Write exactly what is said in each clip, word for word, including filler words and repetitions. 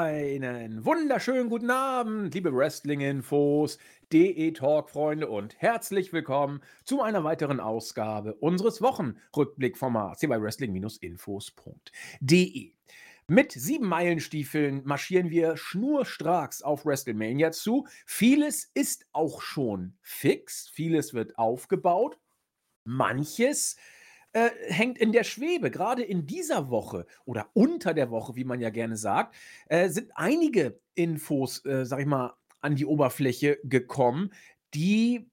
Einen wunderschönen guten Abend, liebe Wrestling-Infos, D E-Talk-Freunde und herzlich willkommen zu einer weiteren Ausgabe unseres Wochenrückblickformats hier bei Wrestling-Infos punkt de. Mit sieben Meilenstiefeln marschieren wir schnurstracks auf WrestleMania zu. Vieles ist auch schon fix, vieles wird aufgebaut. Manches äh, hängt in der Schwebe. Gerade in dieser Woche oder unter der Woche, wie man ja gerne sagt, äh, sind einige Infos, äh, sag ich mal, an die Oberfläche gekommen, die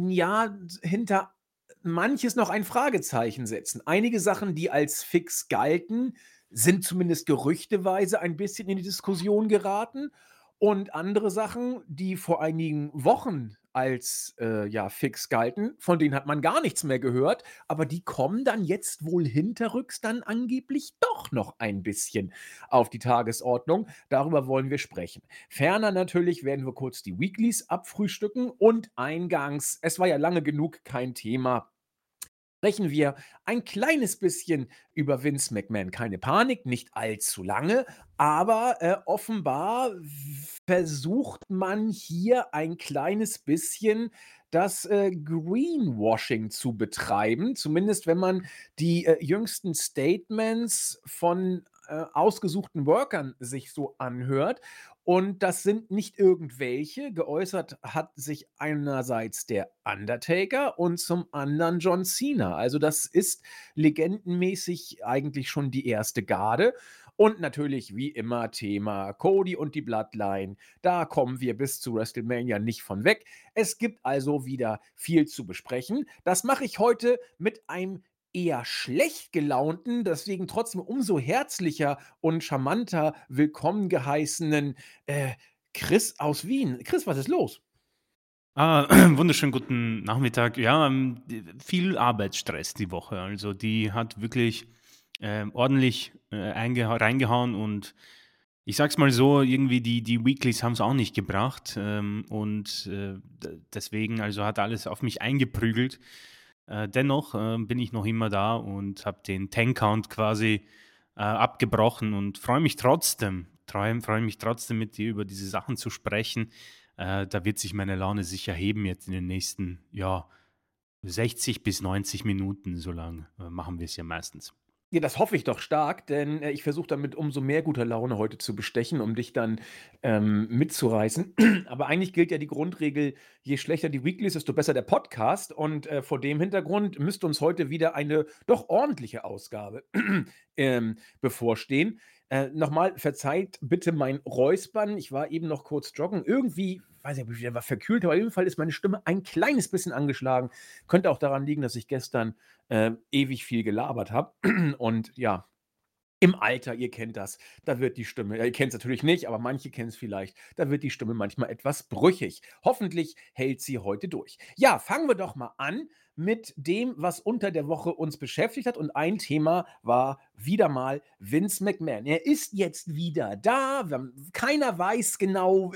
ja hinter manches noch ein Fragezeichen setzen. Einige Sachen, die als fix galten, sind zumindest gerüchteweise ein bisschen in die Diskussion geraten. Und andere Sachen, die vor einigen Wochen als äh, ja, fix galten, von denen hat man gar nichts mehr gehört, aber die kommen dann jetzt wohl hinterrücks dann angeblich doch noch ein bisschen auf die Tagesordnung. Darüber wollen wir sprechen. Ferner natürlich werden wir kurz die Weeklies abfrühstücken und eingangs, es war ja lange genug kein Thema, sprechen wir ein kleines bisschen über Vince McMahon. Keine Panik, nicht allzu lange, aber äh, offenbar versucht man hier ein kleines bisschen das äh, Greenwashing zu betreiben. Zumindest wenn man die äh, jüngsten Statements von äh, ausgesuchten Workern sich so anhört. Und das sind nicht irgendwelche. Geäußert hat sich einerseits der Undertaker und zum anderen John Cena. Also das ist legendenmäßig eigentlich schon die erste Garde. Und natürlich wie immer Thema Cody und die Bloodline. Da kommen wir bis zu WrestleMania nicht von weg. Es gibt also wieder viel zu besprechen. Das mache ich heute mit einem eher schlecht gelaunten, deswegen trotzdem umso herzlicher und charmanter willkommen geheißenen äh, Chris aus Wien. Chris, was ist los? Ah, wunderschönen guten Nachmittag. Ja, ähm, d- viel Arbeitsstress die Woche. Also die hat wirklich ähm, ordentlich äh, eingeha reingehauen und ich sag's mal so, irgendwie die, die Weeklies haben es auch nicht gebracht ähm, und äh, d- deswegen also hat alles auf mich eingeprügelt. Äh, dennoch äh, bin ich noch immer da und habe den Ten-Count quasi äh, abgebrochen und freue mich trotzdem, freue freu mich trotzdem mit dir über diese Sachen zu sprechen. Äh, da wird sich meine Laune sicher heben jetzt in den nächsten, ja, sechzig bis neunzig Minuten, so lang äh, machen wir es ja meistens. Ja, das hoffe ich doch stark, denn äh, ich versuche damit umso mehr guter Laune heute zu bestechen, um dich dann ähm, mitzureißen. Aber eigentlich gilt ja die Grundregel, je schlechter die Weeklies, desto besser der Podcast. Und äh, vor dem Hintergrund müsste uns heute wieder eine doch ordentliche Ausgabe ähm, bevorstehen. Äh, nochmal, verzeiht bitte mein Räuspern. Ich war eben noch kurz joggen. Irgendwie, weiß ich nicht, ob ich wieder war verkühlt, aber auf jeden Fall ist meine Stimme ein kleines bisschen angeschlagen. Könnte auch daran liegen, dass ich gestern äh, ewig viel gelabert habe. Und ja, im Alter, ihr kennt das, da wird die Stimme, ja, ihr kennt es natürlich nicht, aber manche kennen es vielleicht, da wird die Stimme manchmal etwas brüchig. Hoffentlich hält sie heute durch. Ja, fangen wir doch mal an mit dem, was unter der Woche uns beschäftigt hat. Und ein Thema war wieder mal Vince McMahon. Er ist jetzt wieder da. Wir haben, keiner weiß genau,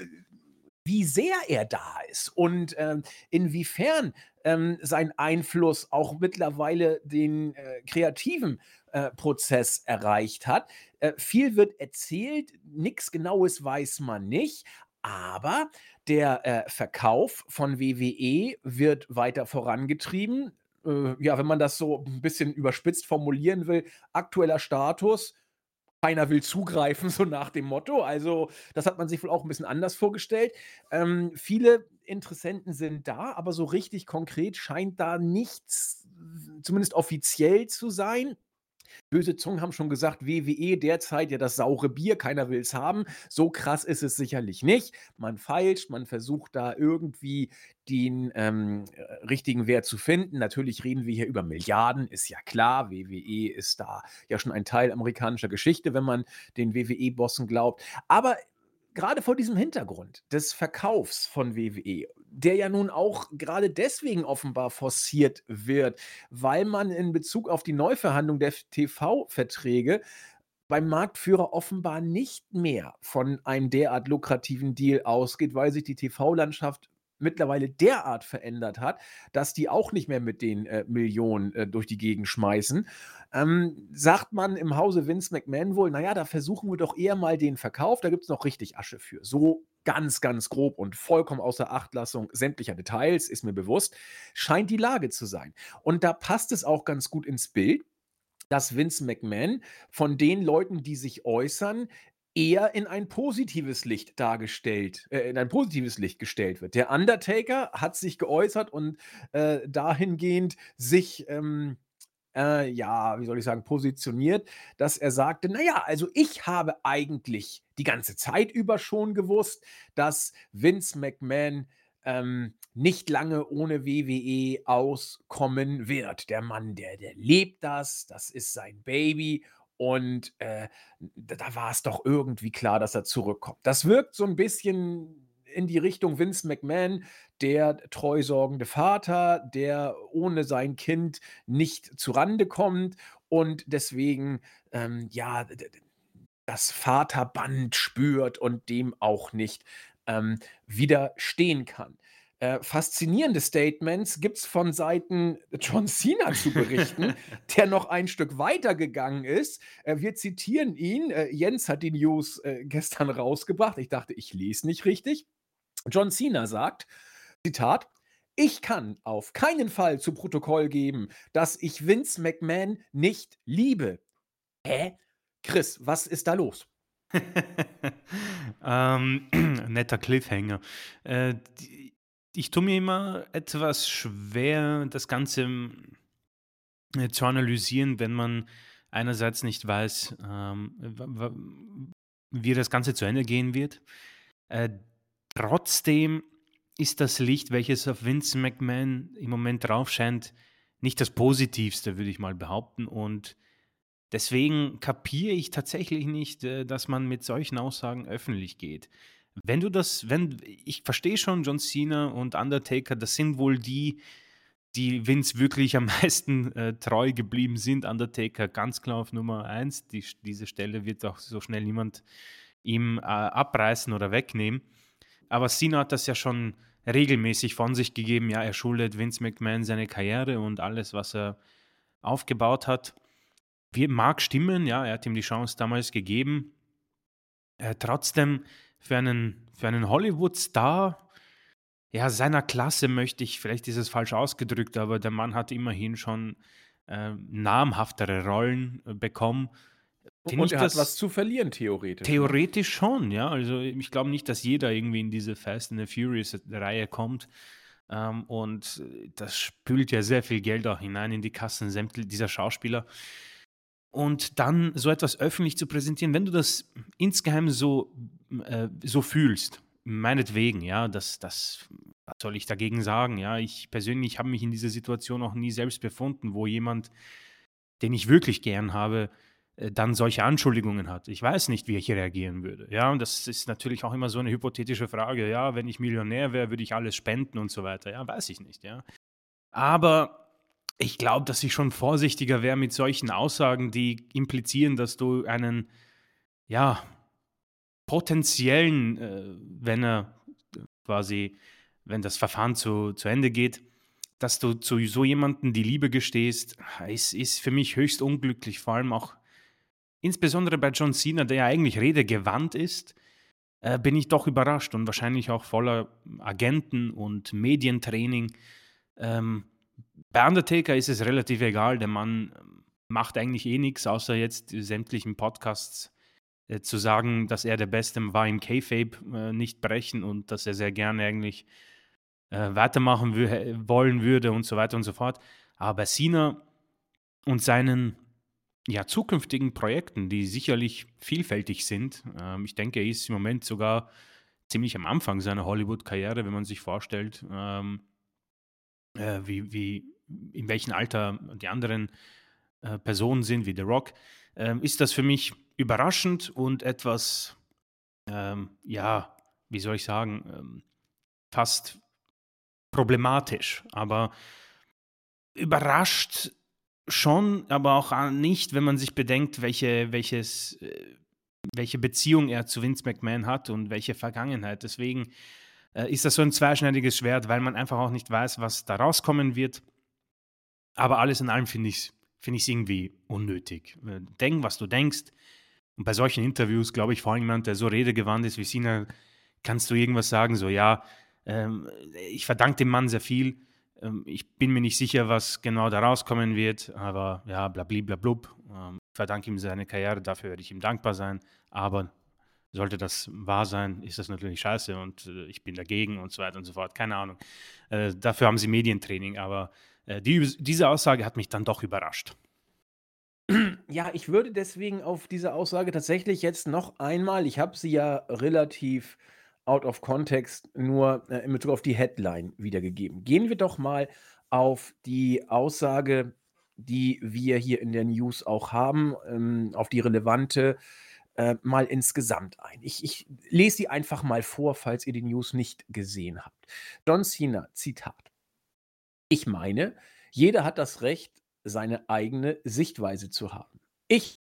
wie sehr er da ist und ähm, inwiefern ähm, sein Einfluss auch mittlerweile den äh, kreativen äh, Prozess erreicht hat. Äh, viel wird erzählt, nichts Genaues weiß man nicht. Aber der äh, Verkauf von W W E wird weiter vorangetrieben. Äh, ja, wenn man das so ein bisschen überspitzt formulieren will, aktueller Status: keiner will zugreifen, so nach dem Motto. Also, das hat man sich wohl auch ein bisschen anders vorgestellt. Ähm, viele Interessenten sind da, aber so richtig konkret scheint da nichts, zumindest offiziell zu sein. Böse Zungen haben schon gesagt, W W E derzeit ja das saure Bier, keiner will es haben. So krass ist es sicherlich nicht. Man feilscht, man versucht da irgendwie den ähm, äh, richtigen Wert zu finden. Natürlich reden wir hier über Milliarden, ist ja klar. W W E ist da ja schon ein Teil amerikanischer Geschichte, wenn man den W W E-Bossen glaubt. Aber gerade vor diesem Hintergrund des Verkaufs von W W E, der ja nun auch gerade deswegen offenbar forciert wird, weil man in Bezug auf die Neuverhandlung der T V-Verträge beim Marktführer offenbar nicht mehr von einem derart lukrativen Deal ausgeht, weil sich die T V-Landschaft mittlerweile derart verändert hat, dass die auch nicht mehr mit den äh, Millionen äh, durch die Gegend schmeißen. Ähm, sagt man im Hause Vince McMahon wohl, naja, da versuchen wir doch eher mal den Verkauf, da gibt es noch richtig Asche für. So ganz, ganz grob und vollkommen außer Achtlassung sämtlicher Details, ist mir bewusst, scheint die Lage zu sein. Und da passt es auch ganz gut ins Bild, dass Vince McMahon von den Leuten, die sich äußern, eher in ein positives Licht dargestellt äh, in ein positives Licht gestellt wird. Der Undertaker hat sich geäußert und, äh, dahingehend sich, ähm, äh, ja, wie soll ich sagen, positioniert, dass er sagte: „Na ja, also ich habe eigentlich die ganze Zeit über schon gewusst, dass Vince McMahon, ähm, nicht lange ohne W W E auskommen wird. Der Mann, der der lebt das, das ist sein Baby und, äh, da da war es doch irgendwie klar, dass er zurückkommt.“ Das wirkt so ein bisschen in die Richtung Vince McMahon, der treusorgende Vater, der ohne sein Kind nicht zurande kommt und deswegen, ähm, ja, d d das Vaterband spürt und dem auch nicht, ähm, widerstehen kann. Äh, faszinierende Statements gibt's von Seiten John Cena zu berichten, der noch ein Stück weiter gegangen ist. Äh, wir zitieren ihn. Äh, Jens hat die News, äh, gestern rausgebracht. Ich dachte, ich lese nicht richtig. John Cena sagt, Zitat: „Ich kann auf keinen Fall zu Protokoll geben, dass ich Vince McMahon nicht liebe.“ Hä? Chris, was ist da los? Ähm, netter Cliffhanger. Äh, die Ich tue mir immer etwas schwer, das Ganze, hm, äh, zu analysieren, wenn man einerseits nicht weiß, ähm, wa wa wie das Ganze zu Ende gehen wird. Äh, Trotzdem ist das Licht, welches auf Vince McMahon im Moment drauf scheint, nicht das Positivste, würde ich mal behaupten. Und deswegen kapiere ich tatsächlich nicht, äh, dass man mit solchen Aussagen öffentlich geht. Wenn du das, wenn, ich verstehe schon, John Cena und Undertaker, das sind wohl die, die Vince wirklich am meisten äh, treu geblieben sind. Undertaker ganz klar auf Nummer eins. Die, diese Stelle wird auch so schnell niemand ihm äh, abreißen oder wegnehmen. Aber Cena hat das ja schon regelmäßig von sich gegeben. Ja, er schuldet Vince McMahon seine Karriere und alles, was er aufgebaut hat. Wie mag stimmen, ja, er hat ihm die Chance damals gegeben. Äh, trotzdem für einen, für einen Hollywood-Star, ja, seiner Klasse möchte ich, vielleicht ist es falsch ausgedrückt, aber der Mann hat immerhin schon äh, namhaftere Rollen äh, bekommen. Finde Und ich er hat was das zu verlieren theoretisch, ne? theoretisch schon, ja. Also ich glaube nicht, dass jeder irgendwie in diese Fast and the Furious-Reihe kommt. Ähm, und äh, das spült ja sehr viel Geld auch hinein in die Kassen sämtl- dieser Schauspieler. Und dann so etwas öffentlich zu präsentieren, wenn du das insgeheim so, äh, so fühlst, meinetwegen, ja, das, das, was soll ich dagegen sagen? Ja, ich persönlich habe mich in dieser Situation auch nie selbst befunden, wo jemand, den ich wirklich gern habe, äh, dann solche Anschuldigungen hat. Ich weiß nicht, wie ich reagieren würde. Ja, und das ist natürlich auch immer so eine hypothetische Frage. Ja, wenn ich Millionär wäre, würde ich alles spenden und so weiter. Ja, weiß ich nicht, ja. Aber ich glaube, dass ich schon vorsichtiger wäre mit solchen Aussagen, die implizieren, dass du einen, ja, potenziellen, äh, wenn er quasi, wenn das Verfahren zu, zu Ende geht, dass du zu so jemandem die Liebe gestehst, ist, ist für mich höchst unglücklich. Vor allem auch, insbesondere bei John Cena, der ja eigentlich redegewandt ist, äh, bin ich doch überrascht und wahrscheinlich auch voller Agenten und Medientraining. Ähm, Bei Undertaker ist es relativ egal. Der Mann ähm, macht eigentlich eh nichts, außer jetzt die sämtlichen Podcasts äh, zu sagen, dass er der Beste war im Kayfabe, äh, nicht brechen und dass er sehr gerne eigentlich äh, weitermachen wü wollen würde und so weiter und so fort. Aber bei Cena und seinen, ja, zukünftigen Projekten, die sicherlich vielfältig sind, ähm, ich denke, er ist im Moment sogar ziemlich am Anfang seiner Hollywood-Karriere, wenn man sich vorstellt, ähm, äh, wie, wie, in welchem Alter die anderen äh, Personen sind, wie The Rock, ähm, ist das für mich überraschend und etwas, ähm, ja, wie soll ich sagen, ähm, fast problematisch. Aber überrascht schon, aber auch äh, nicht, wenn man sich bedenkt, welche, welches, äh, welche Beziehung er zu Vince McMahon hat und welche Vergangenheit. Deswegen äh, ist das so ein zweischneidiges Schwert, weil man einfach auch nicht weiß, was da rauskommen wird. Aber alles in allem finde ich's finde ich's irgendwie unnötig. Äh, denk, was du denkst. Und bei solchen Interviews, glaube ich, vor allem jemand, der so redegewandt ist wie Sina, kannst du irgendwas sagen, so, ja, ähm, ich verdanke dem Mann sehr viel. Ähm, ich bin mir nicht sicher, was genau da rauskommen wird, aber ja, blablabla. Ähm, ich verdanke ihm seine Karriere, dafür werde ich ihm dankbar sein. Aber sollte das wahr sein, ist das natürlich scheiße und äh, ich bin dagegen und so weiter und so fort. Keine Ahnung. Äh, dafür haben sie Medientraining, aber äh, die, diese Aussage hat mich dann doch überrascht. Ja, ich würde deswegen auf diese Aussage tatsächlich jetzt noch einmal, ich habe sie ja relativ out of context nur, äh, in Bezug auf die Headline wiedergegeben. Gehen wir doch mal auf die Aussage, die wir hier in der News auch haben, ähm, auf die relevante, äh, mal insgesamt ein. Ich ich lese sie einfach mal vor, falls ihr die News nicht gesehen habt. John Cena, Zitat: „Ich meine, jeder hat das Recht, seine eigene Sichtweise zu haben. Ich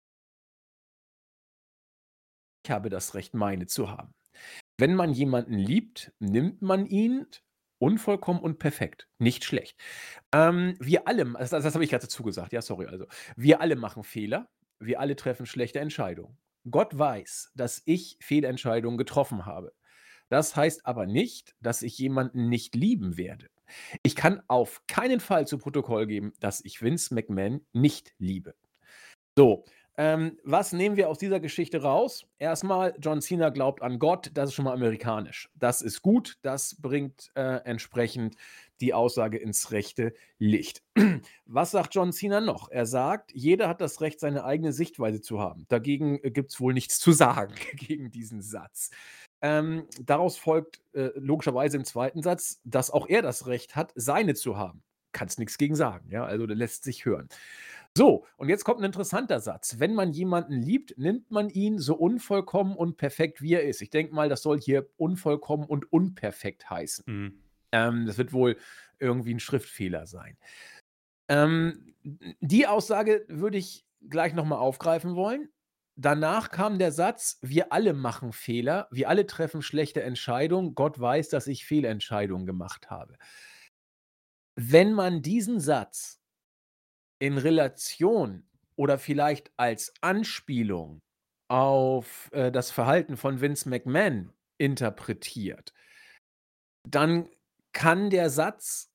habe das Recht, meine zu haben. Wenn man jemanden liebt, nimmt man ihn unvollkommen und perfekt, nicht schlecht. Ähm, wir alle, das, das habe ich gerade dazu gesagt, ja, sorry, also. Wir alle machen Fehler, wir alle treffen schlechte Entscheidungen. Gott weiß, dass ich Fehlentscheidungen getroffen habe. Das heißt aber nicht, dass ich jemanden nicht lieben werde. Ich kann auf keinen Fall zu Protokoll geben, dass ich Vince McMahon nicht liebe. So, ähm, was nehmen wir aus dieser Geschichte raus? Erstmal, John Cena glaubt an Gott, das ist schon mal amerikanisch. Das ist gut, das bringt äh, entsprechend die Aussage ins rechte Licht. Was sagt John Cena noch? Er sagt, jeder hat das Recht, seine eigene Sichtweise zu haben. Dagegen äh, gibt es wohl nichts zu sagen, gegen diesen Satz. Ähm, daraus folgt äh, logischerweise im zweiten Satz, dass auch er das Recht hat, seine zu haben. Kannst nichts gegen sagen, ja, also der lässt sich hören. So, und jetzt kommt ein interessanter Satz. Wenn man jemanden liebt, nimmt man ihn so unvollkommen und perfekt, wie er ist. Ich denke mal, das soll hier unvollkommen und unperfekt heißen. Mhm. Ähm, das wird wohl irgendwie ein Schriftfehler sein. Ähm, die Aussage würde ich gleich noch mal aufgreifen wollen. Danach kam der Satz: „Wir alle machen Fehler, wir alle treffen schlechte Entscheidungen. Gott weiß, dass ich Fehlentscheidungen gemacht habe.“ Wenn man diesen Satz in Relation oder vielleicht als Anspielung auf, äh, das Verhalten von Vince McMahon interpretiert, dann kann der Satz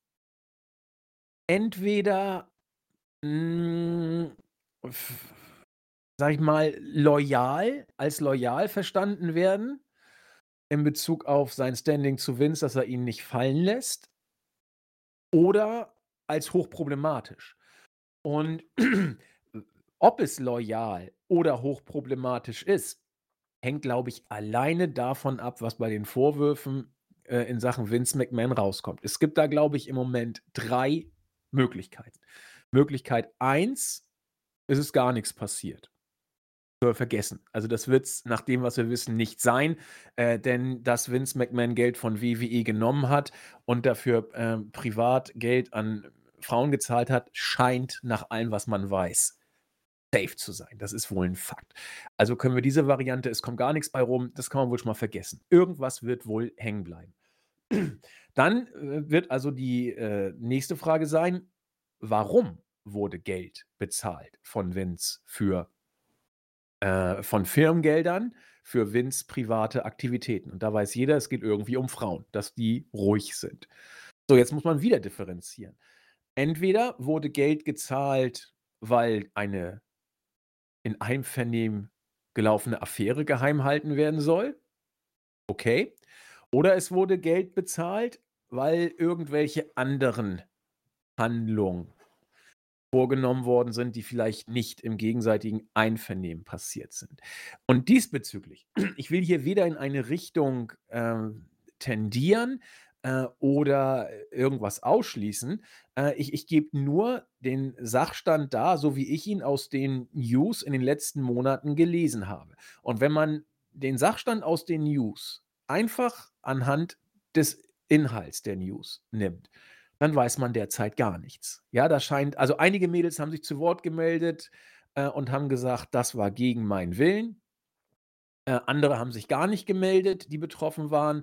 entweder, hm, f sage ich mal, loyal als loyal verstanden werden in Bezug auf sein Standing zu Vince, dass er ihn nicht fallen lässt, oder als hochproblematisch. Und ob es loyal oder hochproblematisch ist, hängt, glaube ich, alleine davon ab, was bei den Vorwürfen, äh, in Sachen Vince McMahon rauskommt. Es gibt da, glaube ich, im Moment drei Möglichkeiten. Möglichkeit eins: Es ist gar nichts passiert. Können wir vergessen. Also, das wird's nach dem, was wir wissen, nicht sein, äh, denn dass Vince McMahon Geld von W W E genommen hat und dafür, ähm, privat Geld an Frauen gezahlt hat, scheint nach allem, was man weiß, safe zu sein. Das ist wohl 'n Fakt. Also, können wir diese Variante, es kommt gar nix bei rum, das kann man wohl schon mal vergessen. Irgendwas wird wohl hängen bleiben. Dann, äh, wird also die, äh, nächste Frage sein: Warum wurde Geld bezahlt von Vince für äh, von Firmengeldern für Vince private Aktivitäten? Und da weiß jeder, es geht irgendwie um Frauen, dass die ruhig sind. So, jetzt muss man wieder differenzieren. Entweder wurde Geld gezahlt, weil eine in Einvernehmen gelaufene Affäre geheim halten werden soll. Okay. Oder es wurde Geld bezahlt, weil irgendwelche anderen Handlungen vorgenommen worden sind, die vielleicht nicht im gegenseitigen Einvernehmen passiert sind. Und diesbezüglich, ich will hier weder in eine Richtung, ähm, tendieren, äh, oder irgendwas ausschließen. Äh, ich ich gebe nur den Sachstand dar, so wie ich ihn aus den News in den letzten Monaten gelesen habe. Und wenn man den Sachstand aus den News einfach anhand des Inhalts der News nimmt, dann weiß man derzeit gar nichts. Ja, da scheint, also einige Mädels haben sich zu Wort gemeldet, äh, und haben gesagt, das war gegen meinen Willen. Äh, andere haben sich gar nicht gemeldet, die betroffen waren.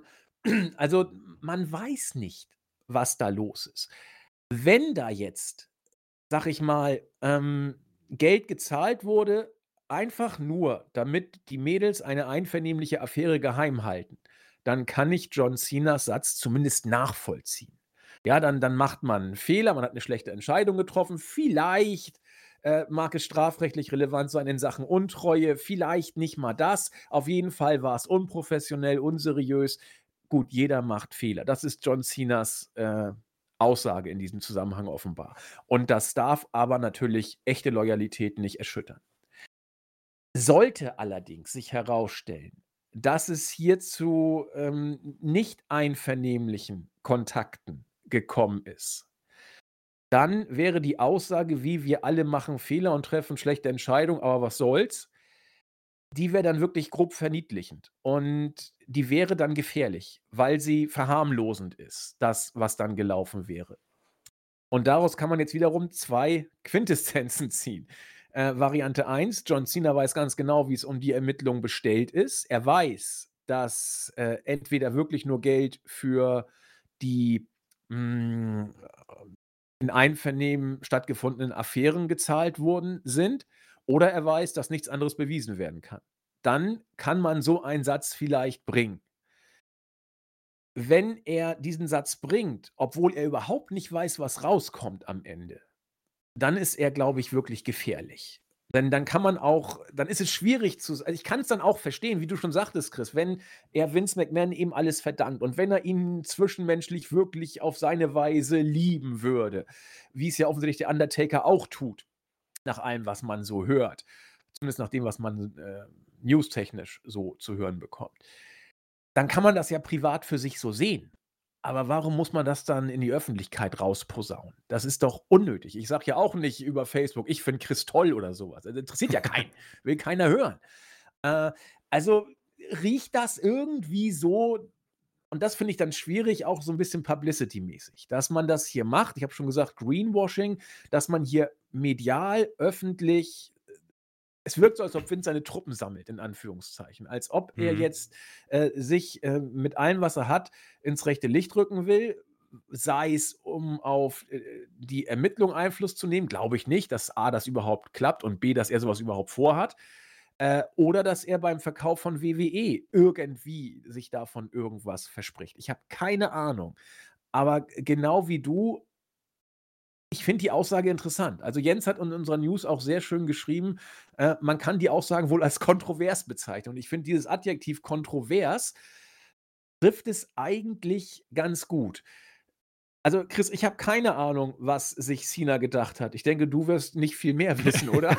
Also, man weiß nicht, was da los ist. Wenn da jetzt, sage ich mal, ähm, Geld gezahlt wurde, einfach nur, damit die Mädels eine einvernehmliche Affäre geheim halten, dann kann ich John Cenas Satz zumindest nachvollziehen. Ja, dann dann macht man 'n Fehler, man hat 'ne schlechte Entscheidung getroffen. Vielleicht, äh, mag es strafrechtlich relevant sein in Sachen Untreue, vielleicht nicht mal das. Auf jeden Fall war's unprofessionell, unseriös. Gut, jeder macht Fehler. Das ist John Cenas, äh, Aussage in diesem Zusammenhang offenbar. Und das darf aber natürlich echte Loyalität nicht erschüttern. Sollte allerdings sich herausstellen, dass es hier zu, ähm, nicht einvernehmlichen Kontakten gekommen ist dann wäre die Aussage, wie: „Wir alle machen Fehler und treffen schlechte Entscheidungen, aber was soll's?“ Die wäre dann wirklich grob verniedlichend und die wäre dann gefährlich, weil sie verharmlosend ist, das, was dann gelaufen wäre. Und daraus kann man jetzt wiederum zwei Quintessenzen ziehen. Äh, Variante eins, John Cena weiß ganz genau, wie's um die Ermittlungen bestellt ist. Er weiß, dass, äh, entweder wirklich nur Geld für die, hm, in Einvernehmen stattgefundenen Affären gezahlt worden sind oder er weiß, dass nichts anderes bewiesen werden kann. Dann kann man so einen Satz vielleicht bringen. Wenn er diesen Satz bringt, obwohl er überhaupt nicht weiß, was rauskommt am Ende, dann ist er, glaube ich, wirklich gefährlich. Denn dann kann man auch dann ist es schwierig zu s also, ich kann's dann auch verstehen, wie du schon sagtest, Chris, wenn er Vince McMahon eben alles verdankt und wenn er ihn zwischenmenschlich wirklich auf seine Weise lieben würde, wie's ja offensichtlich der Undertaker auch tut, nach allem, was man so hört. Zumindest nach dem, was man, äh, newstechnisch so zu hören bekommt. Dann kann man das ja privat für sich so sehen. Aber warum muss man das dann in die Öffentlichkeit rausposaunen? Das ist doch unnötig. Ich sage ja auch nicht über Facebook: „Ich finde Chris toll“ oder so was. Das interessiert ja keinen. Will keiner hören. Äh, also, riecht das irgendwie so und das finde ich dann schwierig, auch so 'n bisschen publicity-mäßig, dass man das hier macht. Ich habe schon gesagt, Greenwashing, dass man hier medial, öffentlich äh, es wirkt so, als ob Vince seine Truppen sammelt in Anführungszeichen, als ob er Mhm. jetzt, äh, sich, äh, mit allem, was er hat, ins rechte Licht rücken will, sei es, um auf, äh, die Ermittlungen Einfluss zu nehmen, glaube ich nicht, dass A, das überhaupt klappt und B, dass er so was überhaupt vorhat, äh, oder dass er beim Verkauf von W W E irgendwie sich davon irgendwas verspricht. Ich habe keine Ahnung. Aber g genau wie du ich finde die Aussage interessant. Also, Jens hat in unserer News auch sehr schön geschrieben, äh, man kann die Aussagen wohl als kontrovers bezeichnen. Und ich finde dieses Adjektiv kontrovers trifft es eigentlich ganz gut. Also, Chris, ich habe keine Ahnung, was sich Cena gedacht hat. Ich denke, du wirst nicht viel mehr wissen, oder?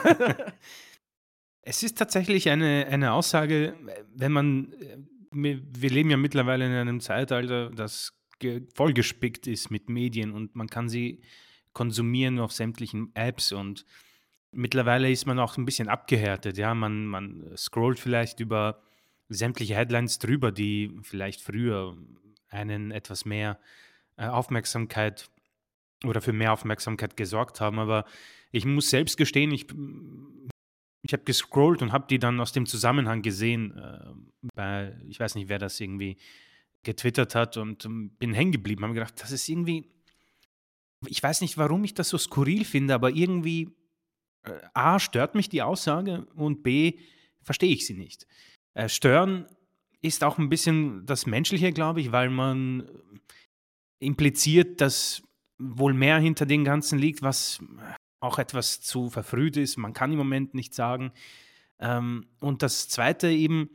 Es ist tatsächlich eine eine Aussage, äh, wenn man, äh wir wir leben ja mittlerweile in einem Zeitalter, das ge vollgespickt ist mit Medien und man kann sie konsumieren auf sämtlichen Apps und mittlerweile ist man auch 'n bisschen abgehärtet, ja? Man man scrollt vielleicht über sämtliche Headlines drüber, die vielleicht früher einen etwas mehr, äh, Aufmerksamkeit oder für mehr Aufmerksamkeit gesorgt haben. Aber ich muss selbst gestehen, ich b ich habe gescrollt und habe die dann aus dem Zusammenhang gesehen, äh, bei ich weiß nicht, wer das irgendwie getwittert hat und, ähm, bin hängen geblieben, habe mir gedacht: „Das ist irgendwie“ ich weiß nicht, warum ich das so skurril finde, aber irgendwie, äh, A, stört mich die Aussage und B, verstehe ich sie nicht. Äh, stören ist auch 'n bisschen das Menschliche, glaube ich, weil man impliziert, dass wohl mehr hinter dem Ganzen liegt, was auch etwas zu verfrüht ist. Man kann im Moment nicht sagen. Ähm, und das Zweite eben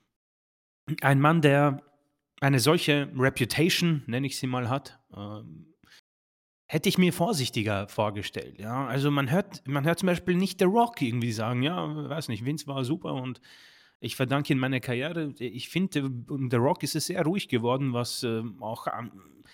ein Mann, der eine solche Reputation, nenne ich sie mal, hat, ähm, hätte ich mir vorsichtiger vorgestellt, ja? Also, man hört man hört zum Beispiel nicht The Rock irgendwie sagen: „Ja, weiß nicht, Vince war super und ich verdanke ihm meine Karriere.“ I ich finde, um The Rock ist es sehr ruhig geworden, was, ähm, auch an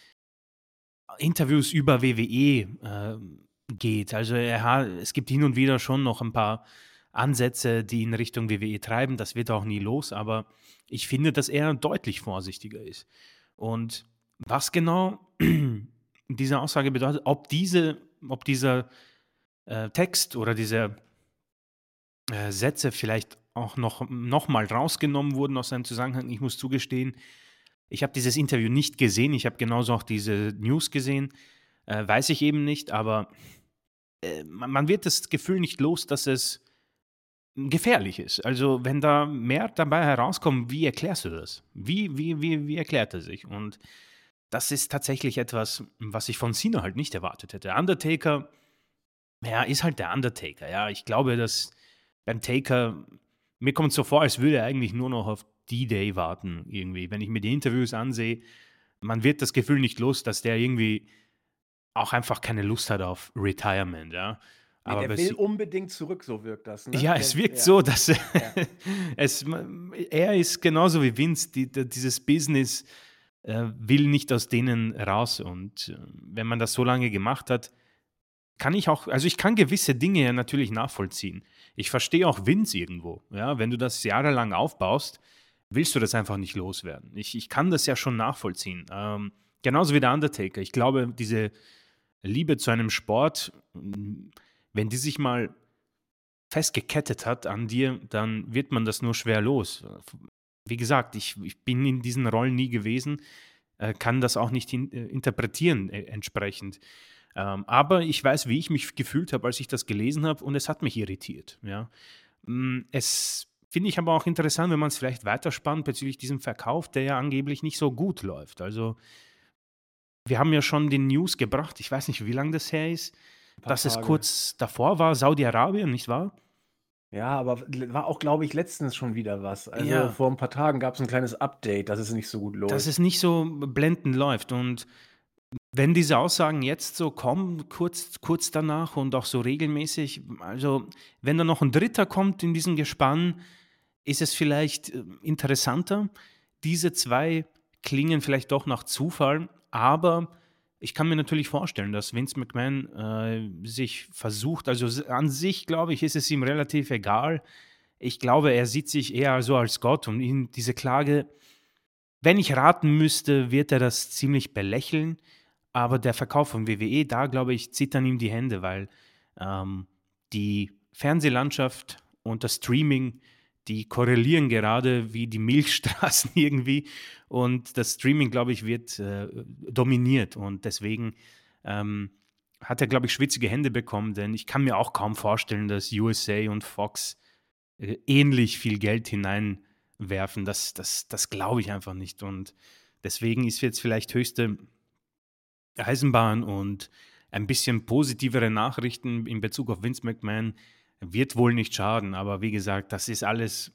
Interviews über W W E, ähm, geht. Also, er ha es gibt hin und wieder schon noch 'n paar Ansätze, die in Richtung W W E treiben. Das wird er auch nie los, aber ich finde, dass er deutlich vorsichtiger ist. Und was genau diese Aussage bedeutet, ob diese ob dieser, äh, Text oder diese äh, Sätze vielleicht auch noch noch mal rausgenommen wurden aus seinem Zusammenhang. Ich muss zugestehen, Ich habe dieses Interview nicht gesehen. Ich habe genauso auch diese News gesehen. Äh, weiß ich eben nicht, aber äh, man, man wird das Gefühl nicht los, dass es gefährlich ist. Also, wenn da mehr dabei herauskommt, wie erklärst du das? Wie, wie, wie, wie erklärt er sich? Und das ist tatsächlich etwas, was ich von Cena halt nicht erwartet hätte. Undertaker, ja, ist halt der Undertaker. Ja, ich glaube, dass beim Taker, mir kommt es so vor, als würde er eigentlich nur noch auf D-Day warten, irgendwie. Wenn ich mir die Interviews ansehe, man wird das Gefühl nicht los, dass der irgendwie auch einfach keine Lust hat auf Retirement, ja. Ne, Aber der bei will Sie unbedingt zurück, so wirkt das, ne? ja, es Der wirkt ja, so, dass ja. es er ist genauso wie Vince, die d dieses Business, äh, will nicht aus denen raus und, äh, wenn man das so lange gemacht hat, kann ich auch also, ich kann gewisse Dinge ja natürlich nachvollziehen. Ich verstehe auch Vince irgendwo, ja? Wenn du das jahrelang aufbaust, willst du das einfach nicht loswerden. Ich ich kann das ja schon nachvollziehen. Ähm, genauso wie der Undertaker. Ich glaube, diese Liebe zu einem Sport, hm, wenn die sich mal festgekettet hat an dir, dann wird man das nur schwer los. Wie gesagt, ich ich bin in diesen Rollen nie gewesen, äh, kann das auch nicht in äh, interpretieren, äh, entsprechend. Ähm, aber ich weiß, wie ich mich gefühlt habe, als ich das gelesen habe, und es hat mich irritiert, ja. Hm, es finde ich aber auch interessant, wenn man es vielleicht weiterspannt bezüglich diesem Verkauf, der ja angeblich nicht so gut läuft. Also, wir haben ja schon die News gebracht, ich weiß nicht, wie lange das her ist, 'N paar dass es Tage. kurz davor war, Saudi-Arabien, nicht wahr? Ja, aber war auch, glaube ich, letztens schon wieder was. Also, Ja, vor 'n paar Tagen gab's 'n kleines Update, dass es nicht so gut dass es läuft. nicht so blendend läuft. Und wenn diese Aussagen jetzt so kommen, kurz kurz danach und auch so regelmäßig, also, wenn da noch ein Dritter kommt in diesem Gespann, ist es vielleicht, ähm, interessanter. Diese zwei klingen vielleicht doch nach Zufall, aber ich kann mir natürlich vorstellen, dass Vince McMahon, äh, sich versucht also, s an sich, glaube ich, ist es ihm relativ egal. Ich glaube, er sieht sich eher so als Gott und ihn diese Klage, wenn ich raten müsste, wird er das ziemlich belächeln, aber der Verkauf von W W E, da glaube ich, zittern ihm die Hände, weil, ähm, die Fernsehlandschaft und das Streaming, die korrelieren gerade wie die Milchstraßen irgendwie und das Streaming, glaube ich, wird, äh, dominiert und deswegen, ähm, hat er, glaube ich, schwitzige Hände bekommen, denn ich kann mir auch kaum vorstellen, dass U S A und Fox, äh, ähnlich viel Geld hineinwerfen. Das das das glaube ich einfach nicht und deswegen ist jetzt vielleicht höchste Eisenbahn und ein bisschen positivere Nachrichten in Bezug auf Vince McMahon wird wohl nicht schaden, aber wie gesagt, das ist alles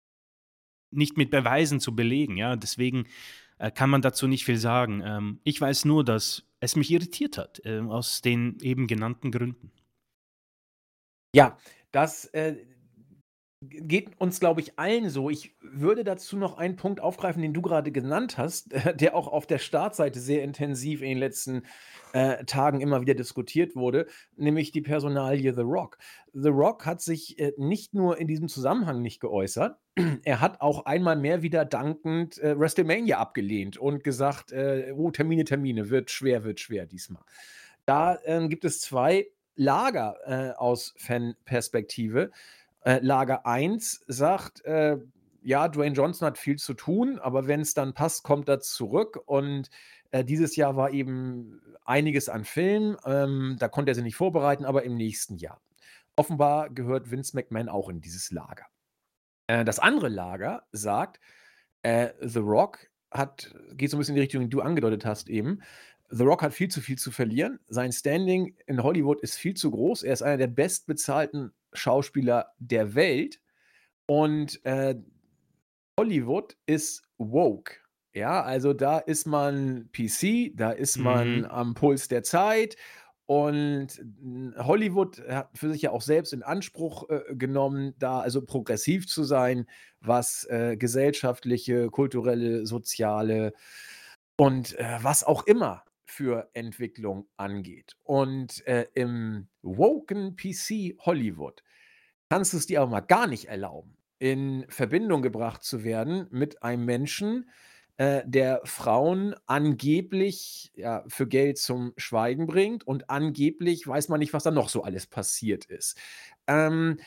nicht mit Beweisen zu belegen, ja? Deswegen, äh, kann man dazu nicht viel sagen. Ähm, ich weiß nur, dass es mich irritiert hat, äh, aus den eben genannten Gründen. Ja, das, äh, g geht uns, glaube ich, allen so. Ich würde dazu noch einen Punkt aufgreifen, den du grade genannt hast, der auch auf der Startseite sehr intensiv in den letzten, äh, Tagen immer wieder diskutiert wurde, nämlich die Personalie The Rock. The Rock hat sich, äh, nicht nur in diesem Zusammenhang nicht geäußert, er hat auch einmal mehr wieder dankend, äh, WrestleMania abgelehnt und gesagt, äh: „Oh, Termine, Termine, wird schwer, wird schwer diesmal.“ Da, ähm, gibt es zwei Lager, äh, aus Fanperspektive. Äh, Lager eins sagt, äh: „Ja, Dwayne Johnson hat viel zu tun, aber wenn's dann passt, kommt er zurück.“ Und, äh, dieses Jahr war eben einiges an Film, ähm, da konnte er sich nicht vorbereiten, aber im nächsten Jahr. Offenbar gehört Vince McMahon auch in dieses Lager. Äh, das andere Lager sagt, äh, The Rock hat geht so 'n bisschen in die Richtung, die du angedeutet hast eben. The Rock hat viel zu viel zu verlieren. Sein Standing in Hollywood ist viel zu groß. Er ist einer der bestbezahlten Schauspieler der Welt und, äh, Hollywood ist woke. Ja, also da ist man P C, da ist man Mhm. am Puls der Zeit und, hm, Hollywood hat für sich ja auch selbst in Anspruch, äh, genommen, da also progressiv zu sein, was, äh, gesellschaftliche, kulturelle, soziale und, äh, was auch immer für Entwicklung angeht. Und, äh, im woken P C Hollywood kannst du's dir aber mal gar nicht erlauben, in Verbindung gebracht zu werden mit einem Menschen, äh, der Frauen angeblich, ja, für Geld zum Schweigen bringt und angeblich weiß man nicht, was da noch so alles passiert ist. Ähm,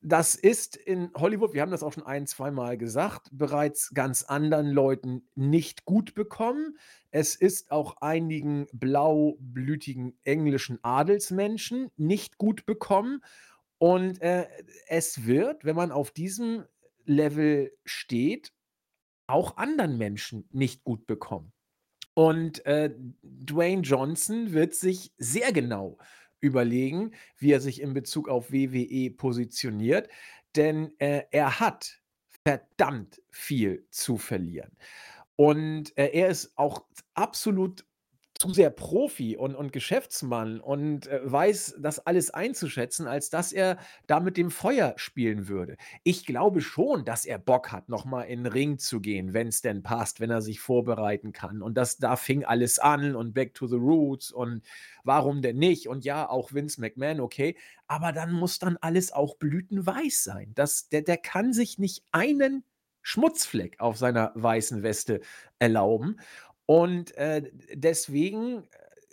das ist in Hollywood, wir haben das auch schon ein, zweimal gesagt, bereits ganz anderen Leuten nicht gut bekommen. Es ist auch einigen blaublütigen englischen Adelsmenschen nicht gut bekommen. Und, äh, es wird, wenn man auf diesem Level steht, auch anderen Menschen nicht gut bekommen. Und, äh, Dwayne Johnson wird sich sehr genau überlegen, wie er sich in Bezug auf W W E positioniert, denn, äh, er hat verdammt viel zu verlieren. Und, äh, er ist auch absolut zu sehr Profi und und Geschäftsmann und, äh, weiß das alles einzuschätzen, als dass er da mit dem Feuer spielen würde. Ich glaube schon, dass er Bock hat, noch mal in 'n Ring zu gehen, wenn's denn passt, wenn er sich vorbereiten kann. Und das da fing alles an und Back to the Roots und warum denn nicht? Und ja, auch Vince McMahon, okay, aber dann muss dann alles auch blütenweiß sein. Das der der kann sich nicht einen Schmutzfleck auf seiner weißen Weste erlauben. Und, äh, deswegen, äh,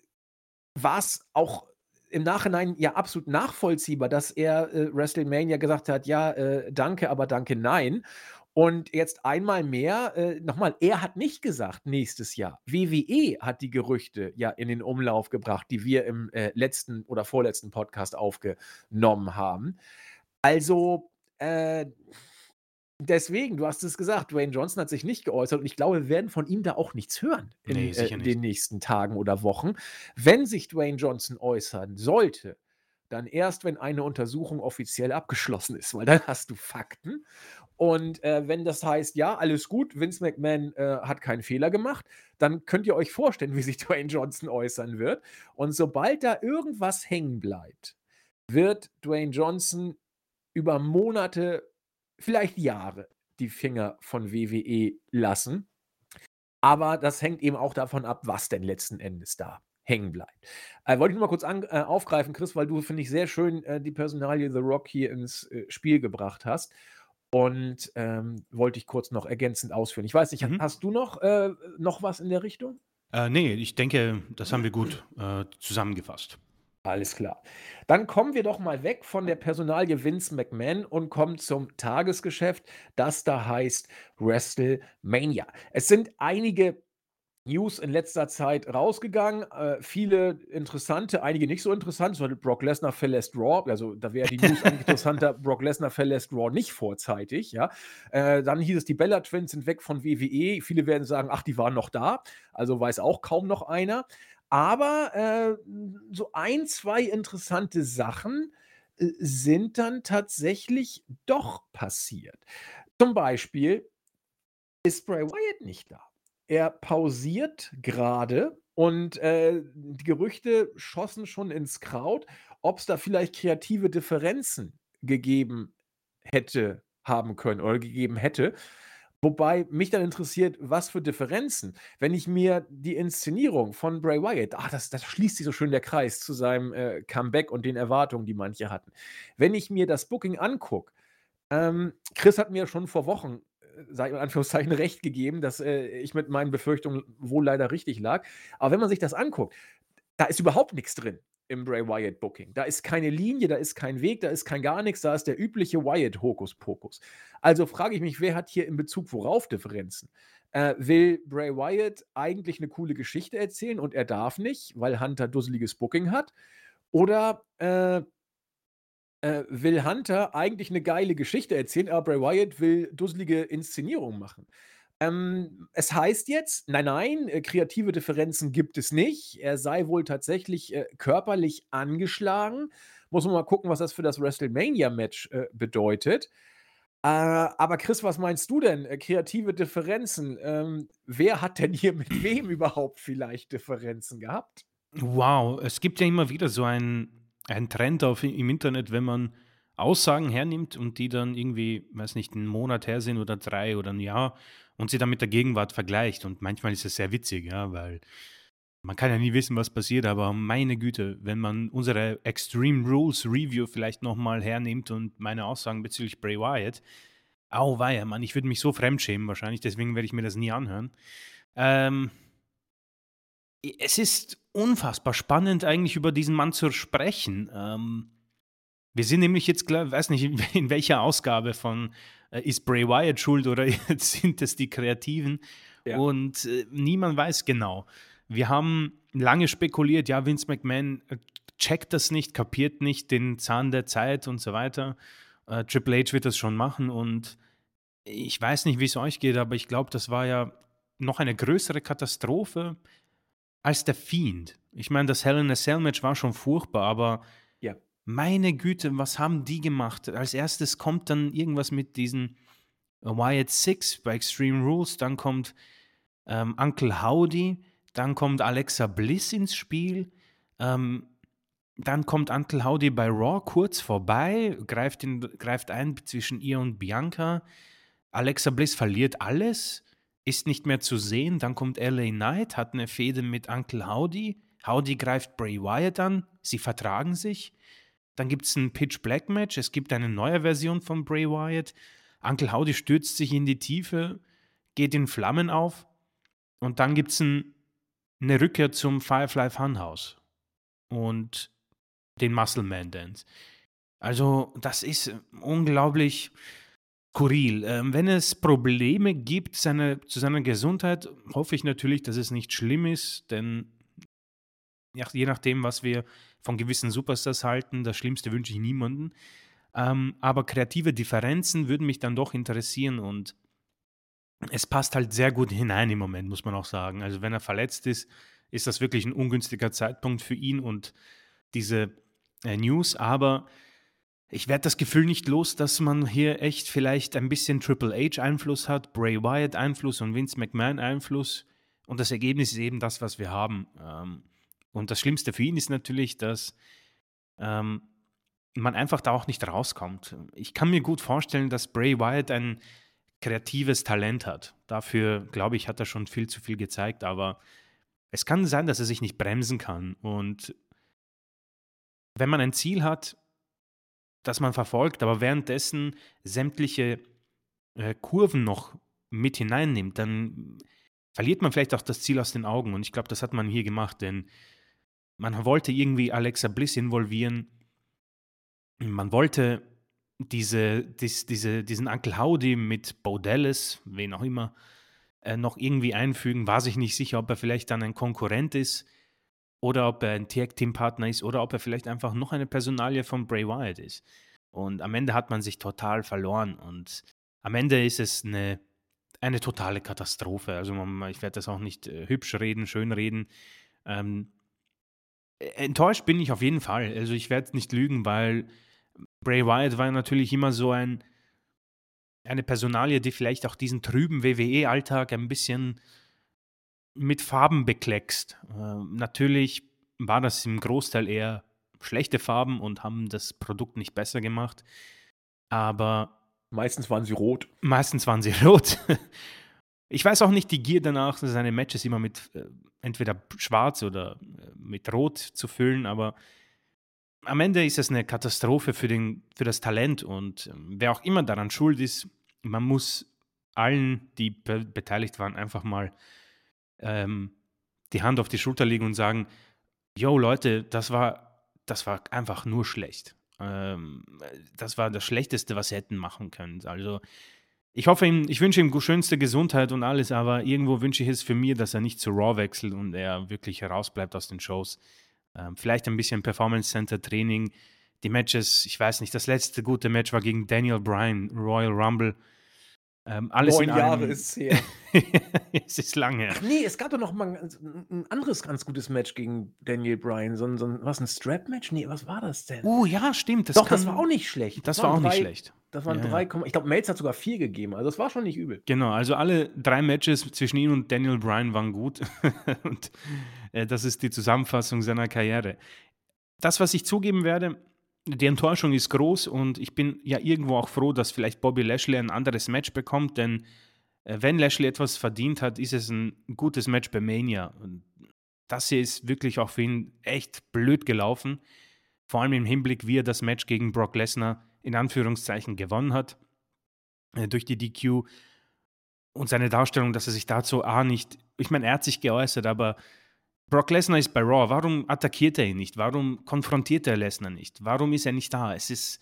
war's auch im Nachhinein ja absolut nachvollziehbar, dass er, äh, WrestleMania gesagt hat: „Ja, äh, danke, aber danke, nein.“ Und jetzt einmal mehr, äh, noch mal, er hat nicht gesagt nächstes Jahr. W W E hat die Gerüchte ja in den Umlauf gebracht, die wir im, äh, letzten oder vorletzten Podcast aufgenommen haben. Also, äh deswegen, du hast es gesagt, Dwayne Johnson hat sich nicht geäußert und ich glaube, wir werden von ihm da auch nichts hören in, Ne, äh, sicher nicht. den nächsten Tagen oder Wochen. Wenn sich Dwayne Johnson äußern sollte, dann erst, wenn eine Untersuchung offiziell abgeschlossen ist, weil dann hast du Fakten. Und, äh, wenn das heißt: „Ja, alles gut, Vince McMahon, äh, hat keinen Fehler gemacht“, dann könnt ihr euch vorstellen, wie sich Dwayne Johnson äußern wird. Und sobald da irgendwas hängen bleibt, wird Dwayne Johnson über Monate, vielleicht Jahre, die Finger von W W E lassen. Aber das hängt eben auch davon ab, was denn letzten Endes da hängen bleibt. Äh, wollte ich nur mal kurz an äh, aufgreifen, Chris, weil du, finde ich, sehr schön, äh, die Personalie The Rock hier ins, äh, Spiel gebracht hast. Und, ähm, wollte ich kurz noch ergänzend ausführen. Ich weiß nicht, ha Mhm. hast du noch, äh, noch was in der Richtung? Äh, ne, ich denke, das haben wir gut, äh, zusammengefasst. Alles klar. Dann kommen wir doch mal weg von der Personalie Vince McMahon und kommen zum Tagesgeschäft, das da heißt WrestleMania. Es sind einige News in letzter Zeit rausgegangen, äh, viele interessante, einige nicht so interessant. Zum Beispiel Brock Lesnar verlässt Raw. Also, da wäre die News eigentlich interessanter, Brock Lesnar verlässt Raw nicht vorzeitig, ja. Äh, dann hieß es, die Bella Twins sind weg von W W E. Viele werden sagen: „Ach, die waren noch da.“ Also, weiß auch kaum noch einer. Aber, äh, so ein, zwei interessante Sachen, äh, sind dann tatsächlich doch passiert. Zum Beispiel ist Bray Wyatt nicht da. Er pausiert gerade und, äh, die Gerüchte schossen schon ins Kraut, ob's da vielleicht kreative Differenzen gegeben hätte haben können oder gegeben hätte. Wobei mich dann interessiert, was für Differenzen. Wenn ich mir die Inszenierung von Bray Wyatt, ah, das das schließt sich so schön der Kreis zu seinem, äh, Comeback und den Erwartungen, die manche hatten. Wenn ich mir das Booking angucke, ähm, Chris hat mir schon vor Wochen, äh, sage ich mal in Anführungszeichen, recht gegeben, dass, äh, ich mit meinen Befürchtungen wohl leider richtig lag. Aber wenn man sich das anguckt, da ist überhaupt nix drin im Bray Wyatt Booking. Da ist keine Linie, da ist kein Weg, da ist kein gar nix, da ist der übliche Wyatt Hokuspokus. Also frage ich mich, wer hat hier in Bezug worauf Differenzen? Äh, will Bray Wyatt eigentlich 'ne coole Geschichte erzählen und er darf nicht, weil Hunter dusseliges Booking hat? Oder, äh äh, will Hunter eigentlich 'ne geile Geschichte erzählen, aber Bray Wyatt will dusselige Inszenierungen machen? Ähm, es heißt jetzt: „Nein, nein, äh, kreative Differenzen gibt es nicht.“ Er sei wohl tatsächlich, äh, körperlich angeschlagen. Muss man mal gucken, was das für das WrestleMania-Match, äh, bedeutet. Äh, aber Chris, was meinst du denn? Äh, kreative Differenzen, ähm, wer hat denn hier mit wem überhaupt vielleicht Differenzen gehabt? Wow, es gibt ja immer wieder so einen einen Trend auf im Internet, wenn man Aussagen hernimmt und die dann irgendwie, weiß nicht, 'n Monat her sind oder drei oder 'n Jahr und sie dann mit der Gegenwart vergleicht. Und manchmal ist es sehr witzig, ja, weil man kann ja nie wissen, was passiert, aber meine Güte, wenn man unsere Extreme Rules Review vielleicht noch mal hernimmt und meine Aussagen bezüglich Bray Wyatt, auweia, Mann, ich würde mich so fremdschämen wahrscheinlich, deswegen werde ich mir das nie anhören. Ähm e es ist unfassbar spannend, eigentlich über diesen Mann zu sprechen. Ähm Wir sind nämlich jetzt, klar, weiß nicht, in, in welcher Ausgabe von äh, ist Bray Wyatt schuld oder sind es die Kreativen? Ja. Und äh, niemand weiß genau. Wir haben lange spekuliert, ja, Vince McMahon äh, checkt das nicht, kapiert nicht den Zahn der Zeit und so weiter. Äh, Triple H wird das schon machen und ich weiß nicht, wie es euch geht, aber ich glaube, das war ja noch eine größere Katastrophe als der Fiend. Ich meine, das Hell in a Cell Match war schon furchtbar, aber Ja. meine Güte, was haben die gemacht? Als erstes kommt dann irgendwas mit diesen Wyatt Six bei Extreme Rules, dann kommt ähm, Uncle Howdy, dann kommt Alexa Bliss ins Spiel, ähm, dann kommt Uncle Howdy bei Raw kurz vorbei, greift, in, greift ein zwischen ihr und Bianca. Alexa Bliss verliert alles, ist nicht mehr zu sehen. Dann kommt L A Knight, hat eine Fehde mit Uncle Howdy. Howdy greift Bray Wyatt an, sie vertragen sich. Dann gibt es ein Pitch Black Match, es gibt eine neue Version von Bray Wyatt. Uncle Howdy stürzt sich in die Tiefe, geht in Flammen auf. Und dann gibt es ein, eine Rückkehr zum Firefly Funhouse und den Muscle Man Dance. Also, das ist unglaublich skurril. Ähm, wenn es Probleme gibt seine, zu seiner Gesundheit, hoffe ich natürlich, dass es nicht schlimm ist, denn ja, je nachdem, was wir von gewissen Superstars halten, das Schlimmste wünsche ich niemandem. Ähm, aber kreative Differenzen würden mich dann doch interessieren und es passt halt sehr gut hinein im Moment, muss man auch sagen. Also wenn er verletzt ist, ist das wirklich ein ungünstiger Zeitpunkt für ihn und diese äh, News, aber ich werde das Gefühl nicht los, dass man hier echt vielleicht ein bisschen Triple H Einfluss hat, Bray Wyatt Einfluss und Vince McMahon Einfluss und das Ergebnis ist eben das, was wir haben. Ähm, und das Schlimmste für ihn ist natürlich, dass ähm, man einfach da auch nicht rauskommt. Ich kann mir gut vorstellen, dass Bray Wyatt ein kreatives Talent hat. Dafür, glaube ich, hat er schon viel zu viel gezeigt, aber es kann sein, dass er sich nicht bremsen kann. Und wenn man ein Ziel hat, das man verfolgt, aber währenddessen sämtliche äh, Kurven noch mit hineinnimmt, dann verliert man vielleicht auch das Ziel aus den Augen. Und ich glaube, das hat man hier gemacht, denn man wollte irgendwie Alexa Bliss involvieren. Man wollte diese, dies, diese, diesen Uncle Howdy mit Bo Dallas, wen auch immer, äh, noch irgendwie einfügen. War sich nicht sicher, ob er vielleicht dann ein Konkurrent ist oder ob er ein Tag-Team-Partner ist oder ob er vielleicht einfach noch eine Personalie von Bray Wyatt ist. Und am Ende hat man sich total verloren und am Ende ist es eine, eine totale Katastrophe. Also man, ich werde das auch nicht äh, hübsch reden, schön reden. Ähm, enttäuscht bin ich auf jeden Fall. Also ich werde nicht lügen, weil Bray Wyatt war natürlich immer so ein, eine Personalie, die vielleicht auch diesen trüben W W E-Alltag ein bisschen mit Farben bekleckst. Äh, natürlich war das im Großteil eher schlechte Farben und haben das Produkt nicht besser gemacht. Aber Meistens waren sie rot. Meistens waren sie rot. Ich weiß auch nicht die Gier danach, seine Matches immer mit äh, entweder schwarz oder äh, mit rot zu füllen, aber am Ende ist es eine Katastrophe für, den, für das Talent und äh, wer auch immer daran schuld ist, man muss allen, die be- beteiligt waren, einfach mal ähm, die Hand auf die Schulter legen und sagen, yo Leute, das war, das war einfach nur schlecht. Ähm, das war das Schlechteste, was sie hätten machen können. Also ich hoffe ihm, ich wünsche ihm schönste Gesundheit und alles, aber irgendwo wünsche ich es für mich, dass er nicht zu Raw wechselt und er wirklich herausbleibt aus den Shows. Ähm, vielleicht ein bisschen Performance Center Training. Die Matches, ich weiß nicht, das letzte gute Match war gegen Daniel Bryan, Royal Rumble. Ähm, alles Neun in Jahre allem, ist es her. es ist lange. Ach nee, es gab doch noch mal ein, ein anderes ganz gutes Match gegen Daniel Bryan. So ein, so ein, was, ein Strap-Match? Nee, was war das denn? Oh ja, stimmt. Das Doch, kann, das war auch nicht schlecht. Das war auch drei, nicht schlecht. Das waren Ja, drei, ja. ich glaube, Meltzer hat sogar vier gegeben. Also, das war schon nicht übel. Genau, also alle drei Matches zwischen ihm und Daniel Bryan waren gut. Und äh, das ist die Zusammenfassung seiner Karriere. Das, was ich zugeben werde, die Enttäuschung ist groß und ich bin ja irgendwo auch froh, dass vielleicht Bobby Lashley ein anderes Match bekommt, denn äh, wenn Lashley etwas verdient hat, ist es ein gutes Match bei Mania. Und das hier ist wirklich auch für ihn echt blöd gelaufen. Vor allem im Hinblick, wie er das Match gegen Brock Lesnar in Anführungszeichen gewonnen hat, äh, durch die D Q. Und seine Darstellung, dass er sich dazu A nicht, ich meine, er hat sich geäußert, aber Brock Lesnar ist bei Raw. Warum attackiert er ihn nicht? Warum konfrontiert er Lesnar nicht? Warum ist er nicht da? Es ist,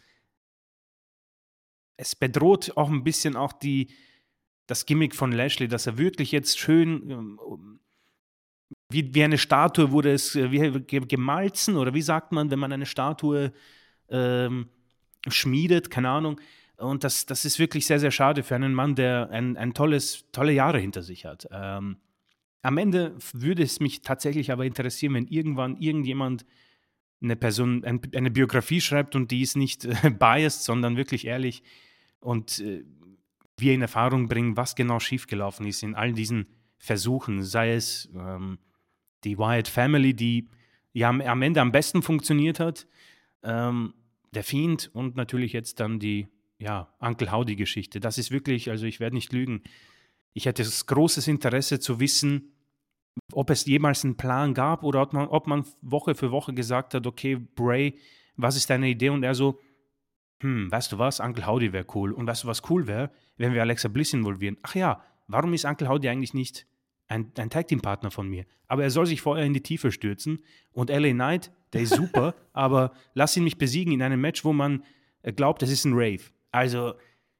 es bedroht auch ein bisschen auch die, das Gimmick von Lashley, dass er wirklich jetzt schön ähm, wie, wie eine Statue wurde es äh, wie, ge- gemalzen oder wie sagt man, wenn man eine Statue ähm, schmiedet, keine Ahnung. Und das, das ist wirklich sehr, sehr schade für einen Mann, der ein, ein tolles, tolle Jahre hinter sich hat. Ähm, am Ende f- würde es mich tatsächlich aber interessieren, wenn irgendwann irgendjemand eine Person, ein, eine Biografie schreibt und die ist nicht äh, biased, sondern wirklich ehrlich und äh, wir in Erfahrung bringen, was genau schiefgelaufen ist in all diesen Versuchen, sei es ähm, die Wyatt Family, die ja am, am Ende am besten funktioniert hat, ähm, der Fiend und natürlich jetzt dann die ja, Uncle Howdy-Geschichte. Das ist wirklich, also ich werde nicht lügen, ich hätte das großes Interesse zu wissen, ob es jemals einen Plan gab oder ob man, ob man Woche für Woche gesagt hat, okay, Bray, was ist deine Idee? Und er so, hm, weißt du was, Uncle Howdy wäre cool. Und weißt du, was cool wäre, wenn wir Alexa Bliss involvieren? Ach ja, warum ist Uncle Howdy eigentlich nicht ein, ein Tag-Team-Partner von mir? Aber er soll sich vorher in die Tiefe stürzen. Und L A Knight, der ist super, aber lass ihn mich besiegen in einem Match, wo man äh, glaubt, es ist ein Rave. Also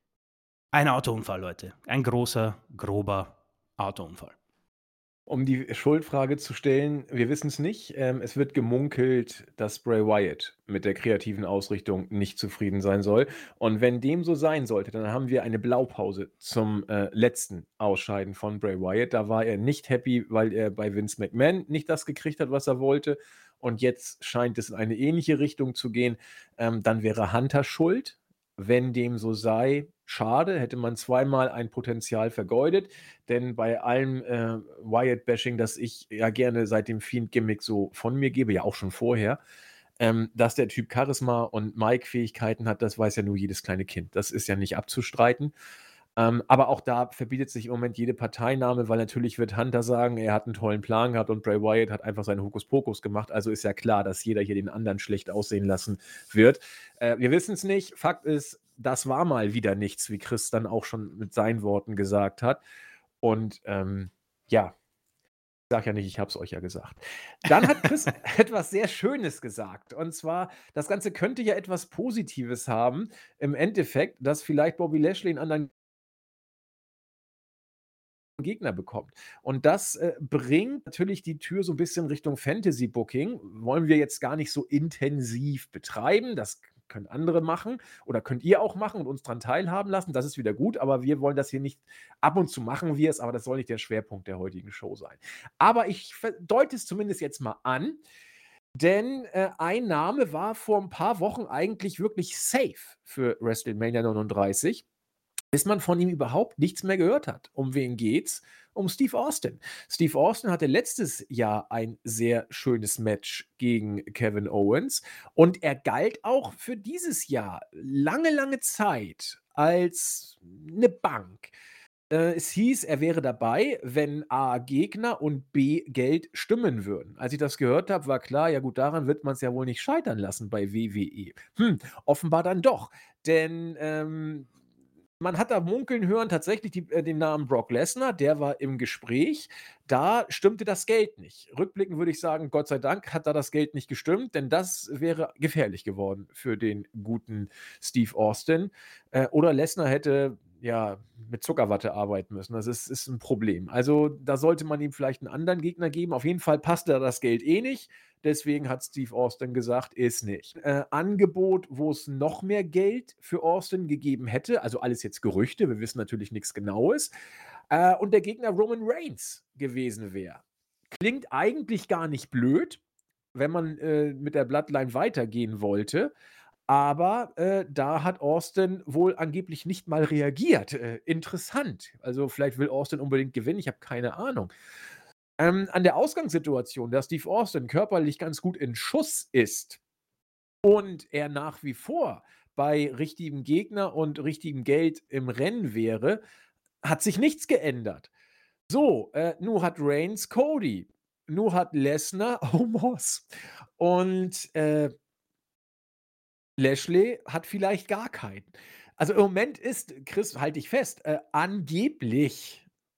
ein Autounfall, Leute. Ein großer, grober Autounfall. Um die Schuldfrage zu stellen, wir wissen es nicht. Ähm, es wird gemunkelt, dass Bray Wyatt mit der kreativen Ausrichtung nicht zufrieden sein soll. Und wenn dem so sein sollte, dann haben wir eine Blaupause zum äh, letzten Ausscheiden von Bray Wyatt. Da war er nicht happy, weil er bei Vince McMahon nicht das gekriegt hat, was er wollte. Und jetzt scheint es in eine ähnliche Richtung zu gehen. Ähm, dann wäre Hunter schuld. Wenn dem so sei, schade, hätte man zweimal ein Potenzial vergeudet. Denn bei allem äh, Wyatt-Bashing, das ich ja gerne seit dem Fiend-Gimmick so von mir gebe, ja auch schon vorher, ähm, dass der Typ Charisma und Mic-Fähigkeiten hat, das weiß ja nur jedes kleine Kind. Das ist ja nicht abzustreiten. Ähm, aber auch da verbietet sich im Moment jede Parteinahme, weil natürlich wird Hunter sagen, er hat einen tollen Plan gehabt und Bray Wyatt hat einfach seinen Hokuspokus gemacht. Also ist ja klar, dass jeder hier den anderen schlecht aussehen lassen wird. Äh, wir wissen es nicht. Fakt ist, das war mal wieder nichts, wie Chris dann auch schon mit seinen Worten gesagt hat. Und ähm, ja, ich sage ja nicht, ich habe es euch ja gesagt. Dann hat Chris etwas sehr Schönes gesagt. Und zwar, das Ganze könnte ja etwas Positives haben. Im Endeffekt, dass vielleicht Bobby Lashley einen anderen Gegner bekommt. Und das äh, bringt natürlich die Tür so ein bisschen Richtung Fantasy-Booking. Wollen wir jetzt gar nicht so intensiv betreiben. Das k- können andere machen oder könnt ihr auch machen und uns daran teilhaben lassen. Das ist wieder gut, aber wir wollen das hier nicht ab und zu machen wir es, aber das soll nicht der Schwerpunkt der heutigen Show sein. Aber ich ver- deute es zumindest jetzt mal an, denn äh, ein Name war vor ein paar Wochen eigentlich wirklich safe für WrestleMania neununddreißig, bis man von ihm überhaupt nichts mehr gehört hat. Um wen geht's? Um Steve Austin. Steve Austin hatte letztes Jahr ein sehr schönes Match gegen Kevin Owens und er galt auch für dieses Jahr lange, lange Zeit als eine Bank. Äh, es hieß, er wäre dabei, wenn A Gegner und B Geld stimmen würden. Als ich das gehört habe, war klar, ja gut, daran wird man es ja wohl nicht scheitern lassen bei W W E. Hm, offenbar dann doch. Denn ähm, man hat da munkeln hören, tatsächlich die, äh, den Namen Brock Lesnar, der war im Gespräch. Da stimmte das Geld nicht. Rückblickend würde ich sagen, Gott sei Dank hat da das Geld nicht gestimmt, denn das wäre gefährlich geworden für den guten Steve Austin. Äh, oder Lesnar hätte ja mit Zuckerwatte arbeiten müssen. Das ist, ist ein Problem. Also da sollte man ihm vielleicht einen anderen Gegner geben. Auf jeden Fall passte da das Geld eh nicht. Deswegen hat Steve Austin gesagt, ist nicht. Äh, Angebot, wo es noch mehr Geld für Austin gegeben hätte, also alles jetzt Gerüchte, wir wissen natürlich nichts Genaues, äh, und der Gegner Roman Reigns gewesen wäre. Klingt eigentlich gar nicht blöd, wenn man äh, mit der Bloodline weitergehen wollte. Aber äh, da hat Austin wohl angeblich nicht mal reagiert. Äh, interessant. Also vielleicht will Austin unbedingt gewinnen, ich habe keine Ahnung. Ähm, an der Ausgangssituation, dass Steve Austin körperlich ganz gut in Schuss ist und er nach wie vor bei richtigem Gegner und richtigem Geld im Rennen wäre, hat sich nichts geändert. So, äh, nun hat Reigns Cody, nun hat Lesnar Omos und äh, Lashley hat vielleicht gar keinen. Also im Moment ist, Chris, halte ich fest, äh, angeblich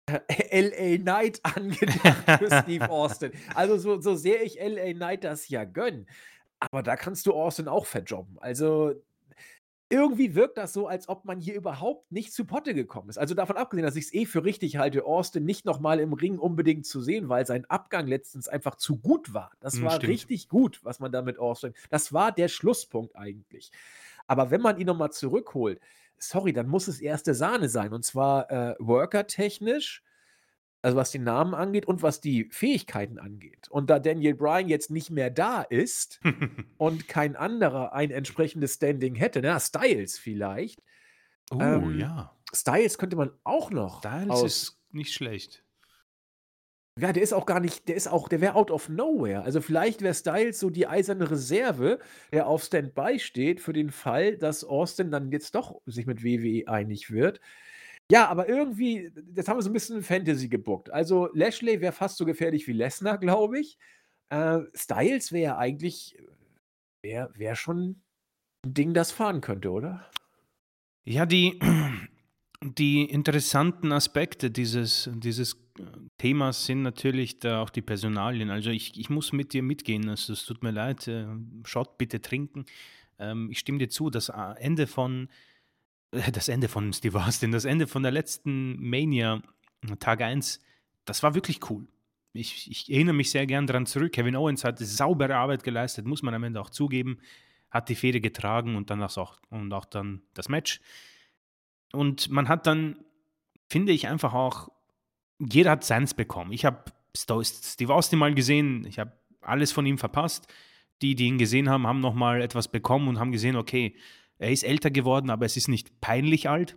L A Knight angedacht für Steve Austin. Also, so so sehr ich L A Knight das ja gönne, aber da kannst du Austin auch verjobben. Also, irgendwie wirkt das so, als ob man hier überhaupt nicht zu Potte gekommen ist. Also, davon abgesehen, dass ich's eh für richtig halte, Austin nicht noch mal im Ring unbedingt zu sehen, weil sein Abgang letztens einfach zu gut war. Das Mhm, war stimmt. richtig gut, was man da mit Austin das war der Schlusspunkt eigentlich. Aber wenn man ihn noch mal zurückholt, sorry, dann muss es erste Sahne sein und zwar, äh, workertechnisch, also, was den Namen angeht und was die Fähigkeiten angeht. Und da Daniel Bryan jetzt nicht mehr da ist und kein anderer ein entsprechendes Standing hätte, na, Styles vielleicht. Oh, Ähm, ja. Styles könnte man auch noch Styles aus ist nicht schlecht. ja, der ist auch gar nicht der ist auch der wäre out of nowhere. Also, vielleicht wäre Styles so die eiserne Reserve, der auf Standby steht für den Fall, dass Austin dann jetzt doch sich mit W W E einig wird. Ja, aber irgendwie jetzt haben wir so 'n bisschen Fantasy gebookt. Also, Lashley wäre fast so gefährlich wie Lesnar, glaube ich. Äh, Styles wäre ja eigentlich wäre wäre schon 'n Ding, das fahren könnte, oder? Ja, die die interessanten Aspekte dieses dieses, äh, Themas sind natürlich da auch die Personalien. Also, ich ich muss mit dir mitgehen. Also, es tut mir leid, äh, Shot bitte trinken. Ähm, ich stimme dir zu, das a Ende von äh, das Ende von Steve Austin, das Ende von der letzten Mania, Tag eins, das war wirklich cool. Ich ich erinnere mich sehr gern dran zurück. Kevin Owens hat saubere Arbeit geleistet, muss man am Ende auch zugeben, hat die Fehde getragen und dann das auch und auch dann das Match. Und man hat dann, finde ich, einfach auch jeder hat seins bekommen. Ich habe Sto Steve Austin mal gesehen, ich habe alles von ihm verpasst. Die, die ihn gesehen haben, haben noch mal etwas bekommen und haben gesehen, okay, er ist älter geworden, aber es ist nicht peinlich alt.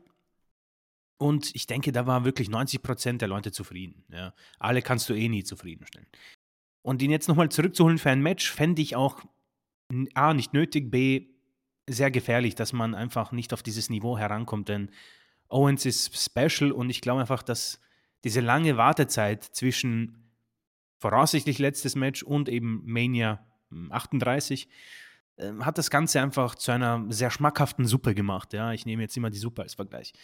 Und ich denke, da war wirklich neunzig Prozent der Leute zufrieden, ja. Alle kannst du eh nie zufriedenstellen. Und ihn jetzt noch mal zurückzuholen für ein Match, fände ich auch n A, nicht nötig, B, sehr gefährlich, dass man einfach nicht auf dieses Niveau herankommt, denn Owens ist special und ich glaube einfach, dass diese lange Wartezeit zwischen voraussichtlich letztes Match und eben Mania hm, achtunddreißig, ähm, hat das Ganze einfach zu einer sehr schmackhaften Suppe gemacht, ja. Ich nehme jetzt immer die Suppe als Vergleich.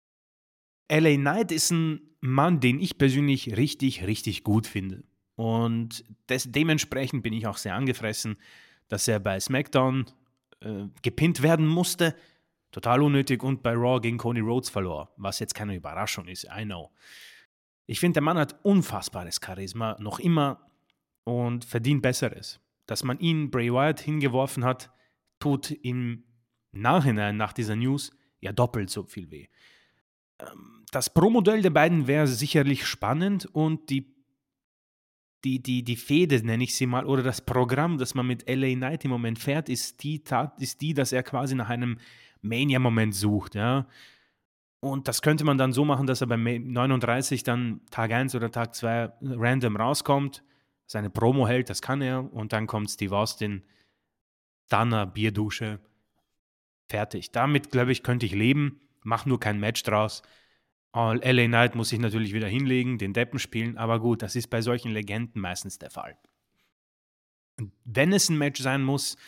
L A Knight ist ein Mann, den ich persönlich richtig, richtig gut finde. Und des dementsprechend bin ich auch sehr angefressen, dass er bei SmackDown, äh, gepinnt werden musste. Total unnötig und bei Raw gegen Cody Rhodes verlor, was jetzt keine Überraschung ist, I know. Ich finde, der Mann hat unfassbares Charisma, noch immer und verdient Besseres. Dass man ihn Bray Wyatt hingeworfen hat, tut im Nachhinein nach dieser News ja doppelt so viel weh. Ähm, das Pro-Modell der beiden wäre sicherlich spannend und die die die die Fehde, nenne ich sie mal, oder das Programm, das man mit L A Knight im Moment fährt, ist die Tat ist die, dass er quasi nach einem Mania-Moment sucht, ja. Und das könnte man dann so machen, dass er bei Ma neununddreißig dann Tag eins oder Tag zwei random rauskommt, seine Promo hält, das kann er, und dann kommt Steve Austin, Stunner, Bierdusche, fertig. Damit, glaube ich, könnte ich leben, mach nur kein Match draus. L A Knight muss sich natürlich wieder hinlegen, den Deppen spielen, aber gut, das ist bei solchen Legenden meistens der Fall. Und wenn es ein Match sein muss,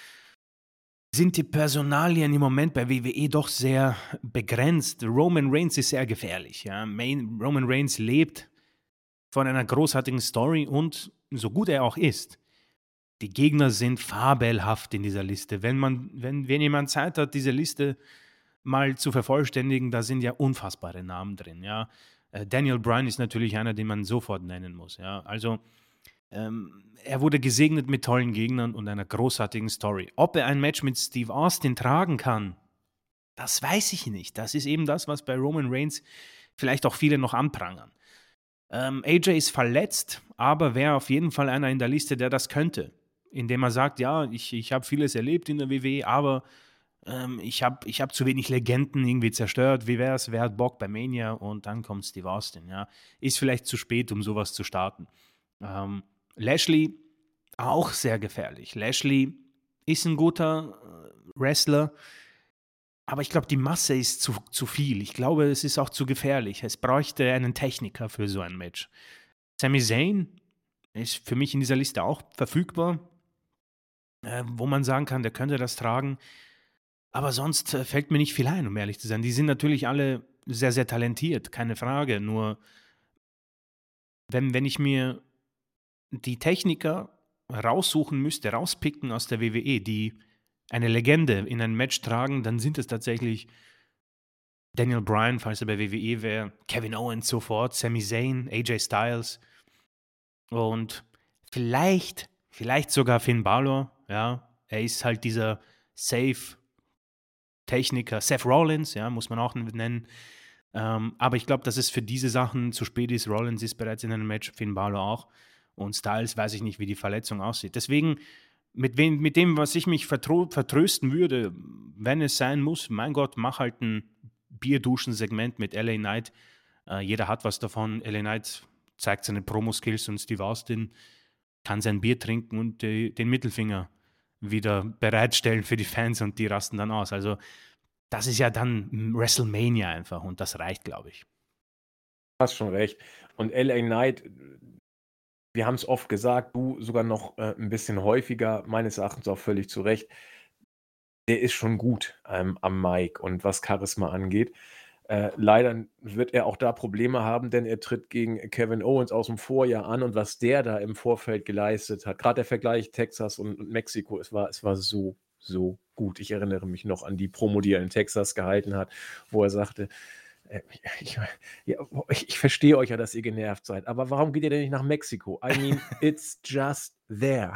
sind die Personalien im Moment bei W W E doch sehr begrenzt. Roman Reigns ist sehr gefährlich, ja. Main Roman Reigns lebt von einer großartigen Story und so gut er auch ist, die Gegner sind fabelhaft in dieser Liste. Wenn man wenn wenn jemand Zeit hat, diese Liste mal zu vervollständigen, da sind ja unfassbare Namen drin, ja. Äh, Daniel Bryan ist natürlich einer, den man sofort nennen muss, ja. Also, ähm, er wurde gesegnet mit tollen Gegnern und einer großartigen Story. Ob er ein Match mit Steve Austin tragen kann, das weiß ich nicht. Das ist eben das, was bei Roman Reigns vielleicht auch viele noch anprangern. Ähm, A J ist verletzt, aber wäre auf jeden Fall einer in der Liste, der das könnte. Indem er sagt, ja, ich, ich habe vieles erlebt in der W W E, aber ähm, ich habe ich hab zu wenig Legenden irgendwie zerstört. Wie wäre es? Wer hat Bock bei Mania? Und dann kommt Steve Austin, ja. Ist vielleicht zu spät, um sowas zu starten. Ähm, Lashley, auch sehr gefährlich. Lashley ist ein guter äh, Wrestler, aber ich glaube, die Masse ist zu, zu viel. Ich glaube, es ist auch zu gefährlich. Es bräuchte einen Techniker für so ein Match. Sami Zayn ist für mich in dieser Liste auch verfügbar, äh, wo man sagen kann, der könnte das tragen. Aber sonst äh, fällt mir nicht viel ein, um ehrlich zu sein. Die sind natürlich alle sehr, sehr talentiert, keine Frage. Nur wenn, wenn ich mir die Techniker raussuchen müsste, rauspicken aus der W W E, die eine Legende in ein Match tragen, dann sind es tatsächlich Daniel Bryan, falls er bei W W E wäre, Kevin Owens sofort, Sami Zayn, A J Styles und vielleicht, vielleicht sogar Finn Balor, ja. Er ist halt dieser Safe-Techniker. Seth Rollins, ja, muss man auch nennen. Ähm, aber ich glaube, dass es für diese Sachen zu spät ist. Rollins ist bereits in einem Match, Finn Balor auch. Und Styles weiß ich nicht, wie die Verletzung aussieht. Deswegen, mit, wen, mit dem, was ich mich vertro- vertrösten würde, wenn es sein muss, mein Gott, mach halt ein Bierduschen-Segment mit L A Knight. Äh, jeder hat was davon. L A Knight zeigt seine Promo-Skills und Steve Austin kann sein Bier trinken und die, den Mittelfinger wieder bereitstellen für die Fans und die rasten dann aus. Also das ist ja dann WrestleMania einfach und das reicht, glaube ich. Hast schon recht. Und L A Knight, wir haben es oft gesagt, du sogar noch äh, ein bisschen häufiger, meines Erachtens auch völlig zu Recht. Der ist schon gut ähm, am Mic und was Charisma angeht. Äh, leider wird er auch da Probleme haben, denn er tritt gegen Kevin Owens aus dem Vorjahr an und was der da im Vorfeld geleistet hat, gerade der Vergleich Texas und, und Mexiko, es war, es war so, so gut. Ich erinnere mich noch an die Promo, die er in Texas gehalten hat, wo er sagte, äh, ich, ja, ich, ich verstehe euch ja, dass ihr genervt seid, aber warum geht ihr denn nicht nach Mexiko? I mean, it's just there.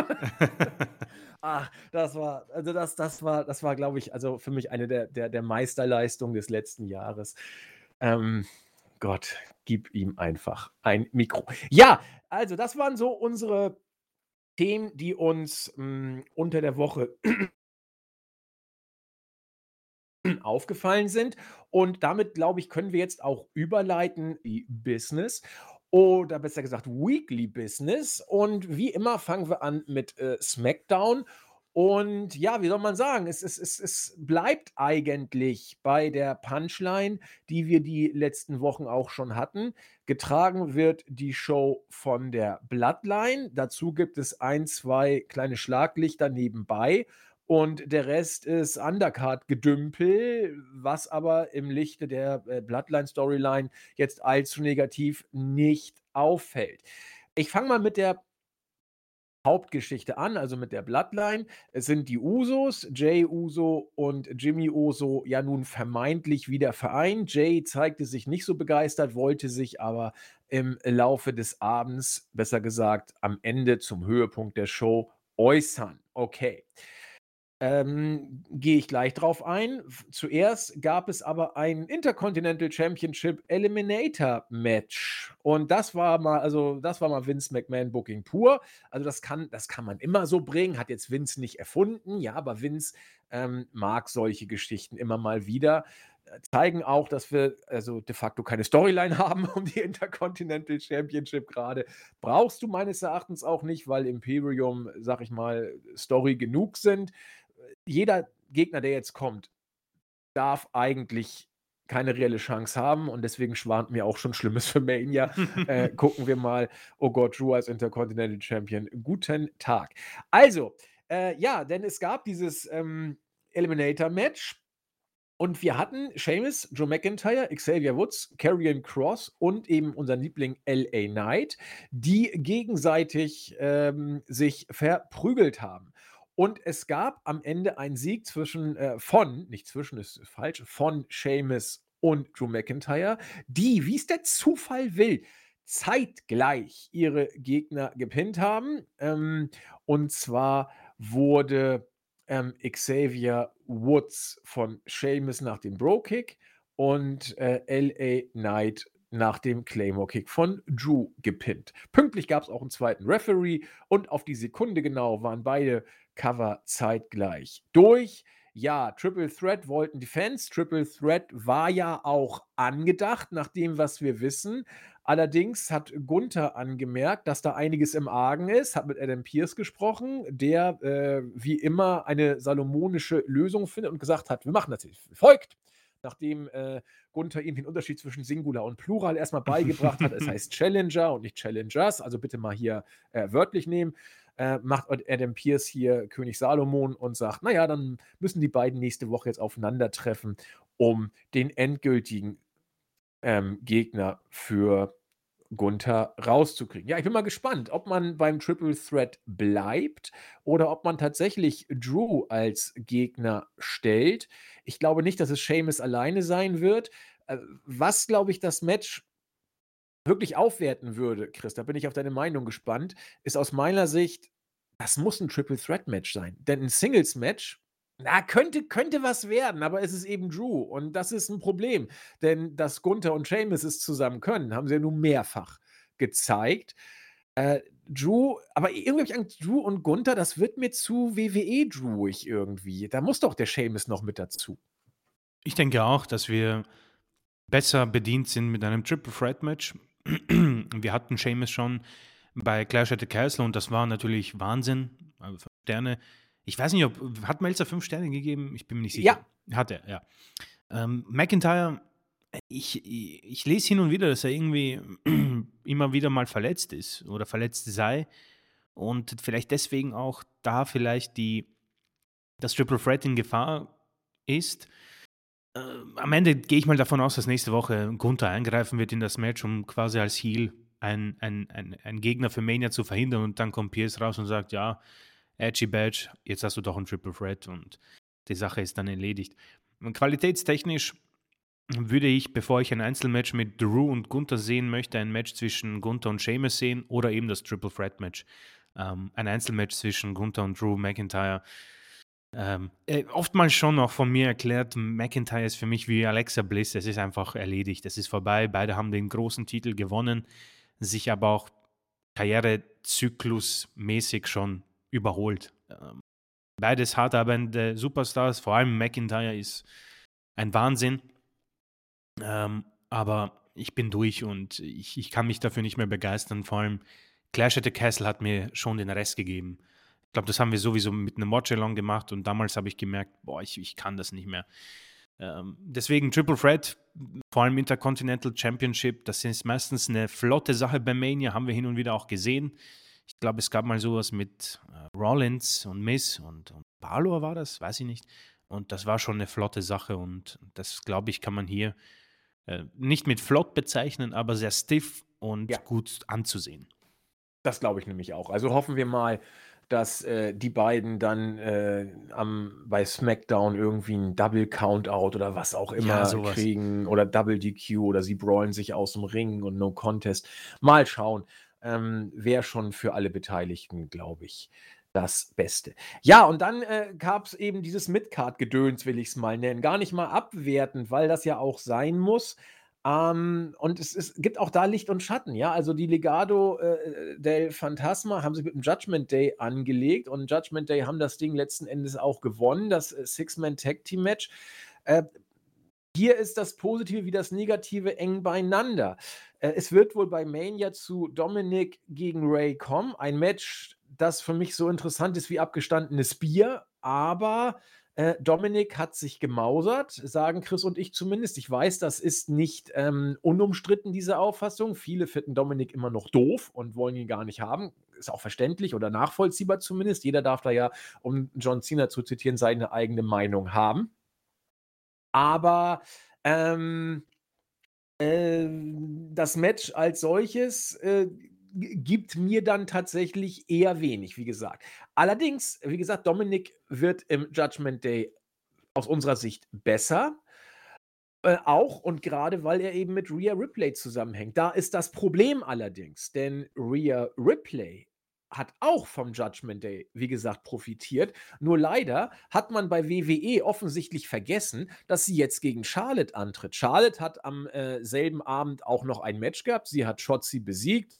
Ach, das war, also das, das war, das war, glaube ich, also für mich eine der, der, der Meisterleistungen des letzten Jahres. Ähm, Gott, gib ihm einfach ein Mikro. Ja, also das waren so unsere Themen, die uns mh, unter der Woche aufgefallen sind. Und damit, glaube ich, können wir jetzt auch überleiten in Business oder besser gesagt Weekly Business. Und wie immer fangen wir an mit äh, SmackDown. Und ja, wie soll man sagen, es, es, es, es bleibt eigentlich bei der Punchline, die wir die letzten Wochen auch schon hatten. Getragen wird die Show von der Bloodline. Dazu gibt es ein, zwei kleine Schlaglichter nebenbei. Und der Rest ist Undercard-Gedümpel, was aber im Lichte der äh, Bloodline-Storyline jetzt allzu negativ nicht auffällt. Ich fange mal mit der Hauptgeschichte an, also mit der Bloodline. Es sind die Usos, Jay Uso und Jimmy Uso, ja nun vermeintlich wieder vereint. Jay zeigte sich nicht so begeistert, wollte sich aber im Laufe des Abends, besser gesagt am Ende zum Höhepunkt der Show, äußern. Okay. Ähm, gehe ich gleich drauf ein. F zuerst gab es aber ein Intercontinental Championship Eliminator Match und das war mal also, das war mal Vince McMahon Booking pur. Also, das kann das kann man immer so bringen, hat jetzt Vince nicht erfunden, ja, aber Vince, ähm, mag solche Geschichten immer mal wieder. Äh, zeigen auch, dass wir also de facto keine Storyline haben um die Intercontinental Championship grade. Brauchst du meines Erachtens auch nicht, weil Imperium, sage ich mal, Story genug sind. Jeder Gegner, der jetzt kommt, darf eigentlich keine reelle Chance haben und deswegen schwant mir auch schon Schlimmes für Mania. Äh, gucken wir mal. Oh Gott, Drew als Intercontinental Champion. Guten Tag. Also, äh, ja, denn es gab dieses ähm, Eliminator-Match und wir hatten Sheamus, Drew McIntyre, Xavier Woods, Karrion Kross und eben unseren Liebling L A Knight, die gegenseitig ähm, sich verprügelt haben. Und es gab am Ende einen Sieg zwischen äh, von, nicht zwischen, ist falsch, von Sheamus und Drew McIntyre, die, wie es der Zufall will, zeitgleich ihre Gegner gepinnt haben. Ähm, und zwar wurde ähm, Xavier Woods von Sheamus nach dem Bro-Kick und äh, L A Knight nach dem Claymore-Kick von Drew gepinnt. Pünktlich gab es auch einen zweiten Referee und auf die Sekunde genau waren beide Cover zeitgleich durch. Ja, Triple Threat wollten die Fans. Triple Threat war ja auch angedacht, nach dem, was wir wissen. Allerdings hat Gunther angemerkt, dass da einiges im Argen ist, hat mit Adam Pearce gesprochen, der äh, wie immer eine salomonische Lösung findet und gesagt hat, wir machen das jetzt wie folgt. Nachdem äh, Gunther ihm den Unterschied zwischen Singular und Plural erstmal beigebracht hat, es heißt Challenger und nicht Challengers, also bitte mal hier äh, wörtlich nehmen, äh, macht Adam Pearce hier König Salomon und sagt, naja, dann müssen die beiden nächste Woche jetzt aufeinandertreffen, um den endgültigen ähm, Gegner für Gunther rauszukriegen. Ja, ich bin mal gespannt, ob man beim Triple Threat bleibt oder ob man tatsächlich Drew als Gegner stellt. Ich glaube nicht, dass es Sheamus alleine sein wird. Äh, was, glaube ich, das Match wirklich aufwerten würde, Chris, da bin ich auf deine Meinung gespannt, ist aus meiner Sicht, das muss ein Triple Threat Match sein. Denn ein Singles Match, na, könnte, könnte was werden, aber es ist eben Drew. Und das ist ein Problem. Denn dass Gunther und Sheamus es zusammen können, haben sie ja nun mehrfach gezeigt. Äh, Drew, aber irgendwie habe ich Angst, Drew und Gunther, das wird mir zu W W E-Drewig irgendwie. Da muss doch der Sheamus noch mit dazu. Ich denke auch, dass wir besser bedient sind mit einem Triple Threat Match. Wir hatten Sheamus schon bei Clash at the Castle und das war natürlich Wahnsinn. Also fünf Sterne. Ich weiß nicht, ob hat Melzer fünf Sterne gegeben? Ich bin mir nicht sicher. Ja. Hat er, ja. Ähm, McIntyre, ich, ich, ich lese hin und wieder, dass er irgendwie immer wieder mal verletzt ist oder verletzt sei und vielleicht deswegen auch da vielleicht die, das Triple Threat in Gefahr ist. Äh, am Ende gehe ich mal davon aus, dass nächste Woche Gunther eingreifen wird in das Match, um quasi als Heel einen ein, ein Gegner für Mania zu verhindern und dann kommt Pierce raus und sagt, ja, Edgy Badge, jetzt hast du doch ein Triple Threat und die Sache ist dann erledigt. Und qualitätstechnisch würde ich, bevor ich ein Einzelmatch mit Drew und Gunther sehen möchte, ein Match zwischen Gunther und Sheamus sehen oder eben das Triple Threat Match. Ähm, ein Einzelmatch zwischen Gunther und Drew McIntyre. Ähm, äh, oftmals schon auch von mir erklärt, McIntyre ist für mich wie Alexa Bliss, es ist einfach erledigt, es ist vorbei, beide haben den großen Titel gewonnen, sich aber auch karrierezyklusmäßig schon überholt. Ähm, beides hart arbeitende Superstars, vor allem McIntyre ist ein Wahnsinn, ähm, aber ich bin durch und ich, ich kann mich dafür nicht mehr begeistern, vor allem Clash at the Castle hat mir schon den Rest gegeben. Ich glaube, das haben wir sowieso mit einem Watch-Along gemacht und damals habe ich gemerkt, boah, ich, ich kann das nicht mehr. Ähm, deswegen Triple Threat, vor allem Intercontinental Championship, das ist meistens eine flotte Sache bei Mania, haben wir hin und wieder auch gesehen. Ich glaube, es gab mal sowas mit äh, Rollins und Miz und, und Balor war das, weiß ich nicht. Und das war schon eine flotte Sache und das, glaube ich, kann man hier äh, nicht mit flott bezeichnen, aber sehr stiff und Ja. gut anzusehen. Das glaube ich nämlich auch. Also hoffen wir mal, dass äh, die beiden dann äh, am, bei SmackDown irgendwie ein Double Countout oder was auch immer Ja, sowas. kriegen oder Double D Q oder sie brawlen sich aus dem Ring und No Contest. Mal schauen. Ähm, Wäre schon für alle Beteiligten, glaube ich, das Beste. Ja, und dann äh, gab es eben dieses Midcard-Gedöns, will ich es mal nennen. Gar nicht mal abwertend, weil das ja auch sein muss. Ähm, und es es gibt auch da Licht und Schatten, ja? Also, die Legado, äh, del Fantasma haben sich mit dem Judgment Day angelegt und Judgment Day haben das Ding letzten Endes auch gewonnen, das, äh, Six-Man-Tag-Team-Match. Äh, hier ist das Positive wie das Negative eng beieinander. Äh, es wird wohl bei Mania zu Dominic gegen Ray kommen. Ein Match, das für mich so interessant ist wie abgestandenes Bier, aber äh, Dominic hat sich gemausert, sagen Chris und ich zumindest. Ich weiß, das ist nicht ähm, unumstritten, diese Auffassung. Viele finden Dominic immer noch doof und wollen ihn gar nicht haben. Ist auch verständlich oder nachvollziehbar zumindest. Jeder darf da ja, um John Cena zu zitieren, seine eigene Meinung haben. Aber ähm, ähm, das Match als solches äh, g- gibt mir dann tatsächlich eher wenig, wie gesagt. Allerdings, wie gesagt, Dominik wird im Judgment Day aus unserer Sicht besser. Äh, auch und gerade weil er eben mit Rhea Ripley zusammenhängt. Da ist das Problem allerdings, denn Rhea Ripley hat auch vom Judgment Day, wie gesagt, profitiert. Nur leider hat man bei W W E offensichtlich vergessen, dass sie jetzt gegen Charlotte antritt. Charlotte hat am äh, selben Abend auch noch ein Match gehabt. Sie hat Shotzi besiegt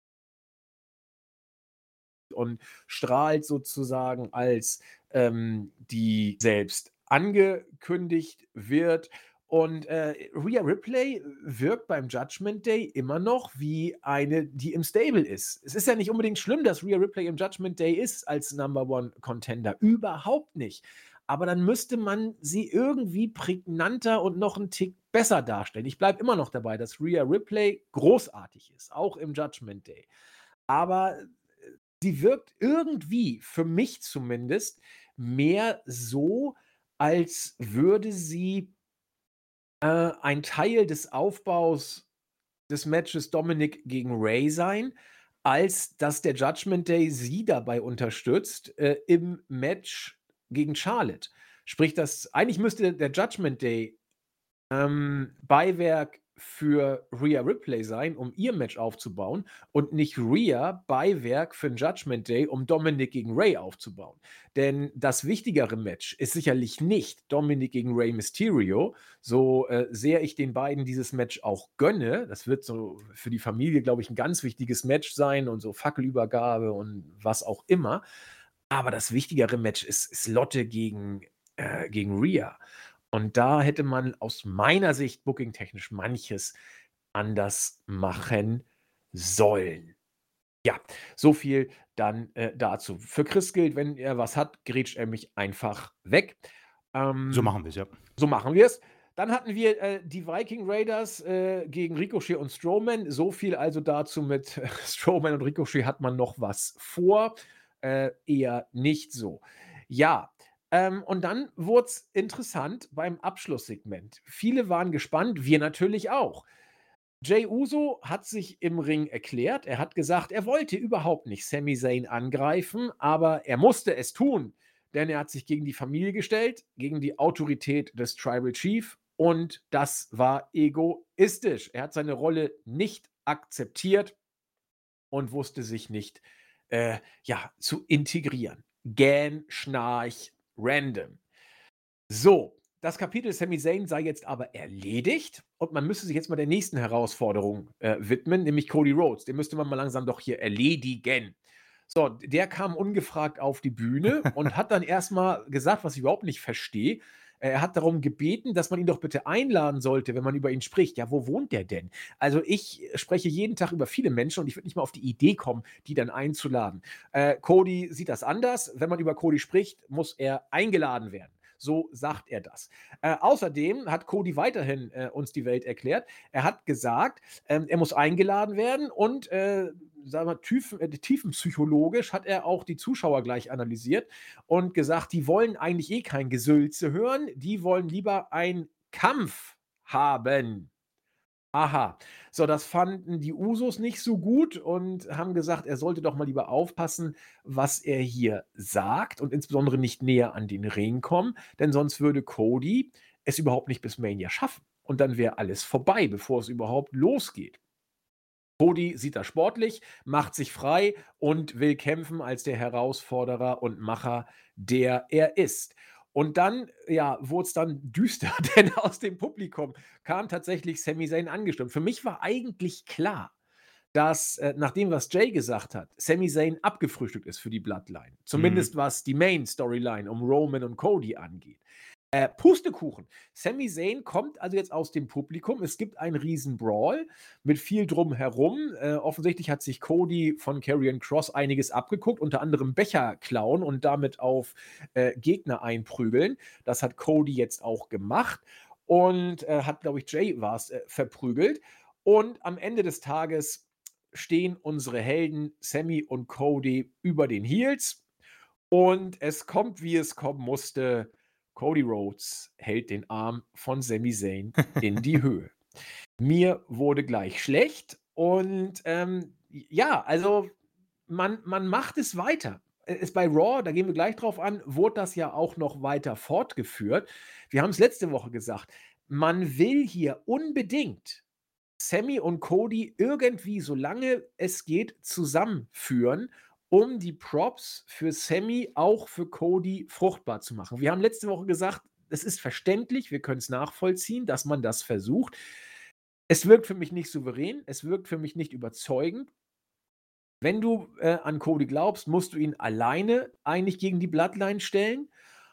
und strahlt sozusagen als ähm, die selbst angekündigt wird. Und äh, Rhea Ripley wirkt beim Judgment Day immer noch wie eine, die im Stable ist. Es ist ja nicht unbedingt schlimm, dass Rhea Ripley im Judgment Day ist als Number One Contender. Überhaupt nicht. Aber dann müsste man sie irgendwie prägnanter und noch einen Tick besser darstellen. Ich bleibe immer noch dabei, dass Rhea Ripley großartig ist, auch im Judgment Day. Aber sie wirkt irgendwie, für mich zumindest, mehr so, als würde sie äh, ein Teil des Aufbaus des Matches Dominic gegen Ray sein, als dass der Judgment Day sie dabei unterstützt, äh, im Match gegen Charlotte. Sprich, das eigentlich müsste der Judgment Day ähm, Beiwerk für Rhea Ripley sein, um ihr Match aufzubauen und nicht Rhea Beiwerk für 'n Judgment Day, um Dominic gegen Ray aufzubauen. Denn das wichtigere Match ist sicherlich nicht Dominic gegen Rey Mysterio, so, äh, sehr ich den beiden dieses Match auch gönne. Das wird so für die Familie, glaube ich, 'n ganz wichtiges Match sein und so Fackelübergabe und was auch immer. Aber das wichtigere Match ist ist Lotte gegen äh, gegen Rhea. Und da hätte man aus meiner Sicht bookingtechnisch manches anders machen sollen. Ja, so viel dann, äh, dazu. Für Chris gilt, wenn er was hat, grätscht er mich einfach weg. So Ähm, machen wir's, ja. so machen wir's. Dann hatten wir, äh, die Viking Raiders, äh, gegen Ricochet und Strowman. So viel also dazu mit Strowman und Ricochet hat man noch was vor. Äh, eher nicht so. Ja, ähm, und dann wurd's interessant beim Abschlusssegment. Viele waren gespannt, wir natürlich auch. Jey Uso hat sich im Ring erklärt. Er hat gesagt, er wollte überhaupt nicht Sami Zayn angreifen, aber er musste es tun, denn er hat sich gegen die Familie gestellt, gegen die Autorität des Tribal Chief und das war egoistisch. Er hat seine Rolle nicht akzeptiert und wusste sich nicht, äh, ja, zu integrieren. Gähn, Schnarch, random. So, das Kapitel Sami Zayn sei jetzt aber erledigt und man müsste sich jetzt mal der nächsten Herausforderung, äh, widmen, nämlich Cody Rhodes. Den müsste man mal langsam doch hier erledigen. So, der kam ungefragt auf die Bühne und hat dann erst mal gesagt, was ich überhaupt nicht verstehe. Er hat darum gebeten, dass man ihn doch bitte einladen sollte, wenn man über ihn spricht. Ja, wo wohnt der denn? Also, ich spreche jeden Tag über viele Menschen und ich würde nicht mal auf die Idee kommen, die dann einzuladen. Äh, Cody sieht das anders. Wenn man über Cody spricht, muss er eingeladen werden. So sagt er das. Äh, außerdem hat Cody weiterhin äh, uns die Welt erklärt. Er hat gesagt, ähm, er muss eingeladen werden und äh, sagen wir, tief, äh, tiefenpsychologisch hat er auch die Zuschauer gleich analysiert und gesagt, die wollen eigentlich eh kein Gesülze hören, die wollen lieber einen Kampf haben. Aha. So, das fanden die Usos nicht so gut und haben gesagt, er sollte doch mal lieber aufpassen, was er hier sagt und insbesondere nicht näher an den Ring kommen, denn sonst würde Cody es überhaupt nicht bis Mania schaffen. Und dann wäre alles vorbei, bevor es überhaupt losgeht. Cody sieht das sportlich, macht sich frei und will kämpfen als der Herausforderer und Macher, der er ist. Und dann, ja, wurde es dann düster, denn aus dem Publikum kam tatsächlich Sami Zayn angestürmt. Für mich war eigentlich klar, dass, äh, nach dem, was Jay gesagt hat, Sami Zayn abgefrühstückt ist für die Bloodline. Mhm. Zumindest was die Main-Storyline um Roman und Cody angeht. Äh, Pustekuchen. Sami Zayn kommt also jetzt aus dem Publikum. Es gibt einen riesen Brawl mit viel Drumherum. Äh, offensichtlich hat sich Cody von Karrion Kross einiges abgeguckt, unter anderem Becher klauen und damit auf äh, Gegner einprügeln. Das hat Cody jetzt auch gemacht und äh, hat, glaube ich, Jay war es, äh, verprügelt. Und am Ende des Tages stehen unsere Helden Sami und Cody über den Heels und es kommt, wie es kommen musste. Cody Rhodes hält den Arm von Sami Zayn in die Höhe. Mir wurde gleich schlecht und, ähm, ja, also man man macht es weiter. Äh, ist bei Raw, da gehen wir gleich drauf an, wurde das ja auch noch weiter fortgeführt. Wir haben's letzte Woche gesagt, man will hier unbedingt Sami und Cody irgendwie, solange es geht, zusammenführen, um die Props für Sami auch für Cody fruchtbar zu machen. Wir haben letzte Woche gesagt, es ist verständlich, wir können's nachvollziehen, dass man das versucht. Es wirkt für mich nicht souverän, es wirkt für mich nicht überzeugend. Wenn du, äh, an Cody glaubst, musst du ihn alleine eigentlich gegen die Bloodline stellen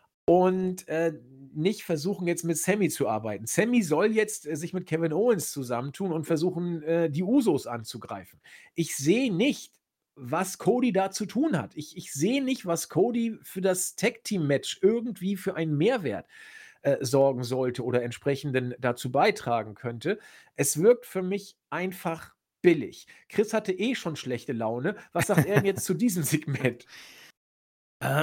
und, äh, nicht versuchen, jetzt mit Sami zu arbeiten. Sami soll jetzt, äh, sich mit Kevin Owens zusammentun und versuchen, äh, die Usos anzugreifen. Ich sehe nicht, was Cody da zu tun hat. Ich ich sehe nicht, was Cody für das Tag-Team-Match irgendwie für einen Mehrwert, äh, sorgen sollte oder entsprechenden dazu beitragen könnte. Es wirkt für mich einfach billig. Chris hatte eh schon schlechte Laune. Was sagt er denn jetzt zu diesem Segment? Äh,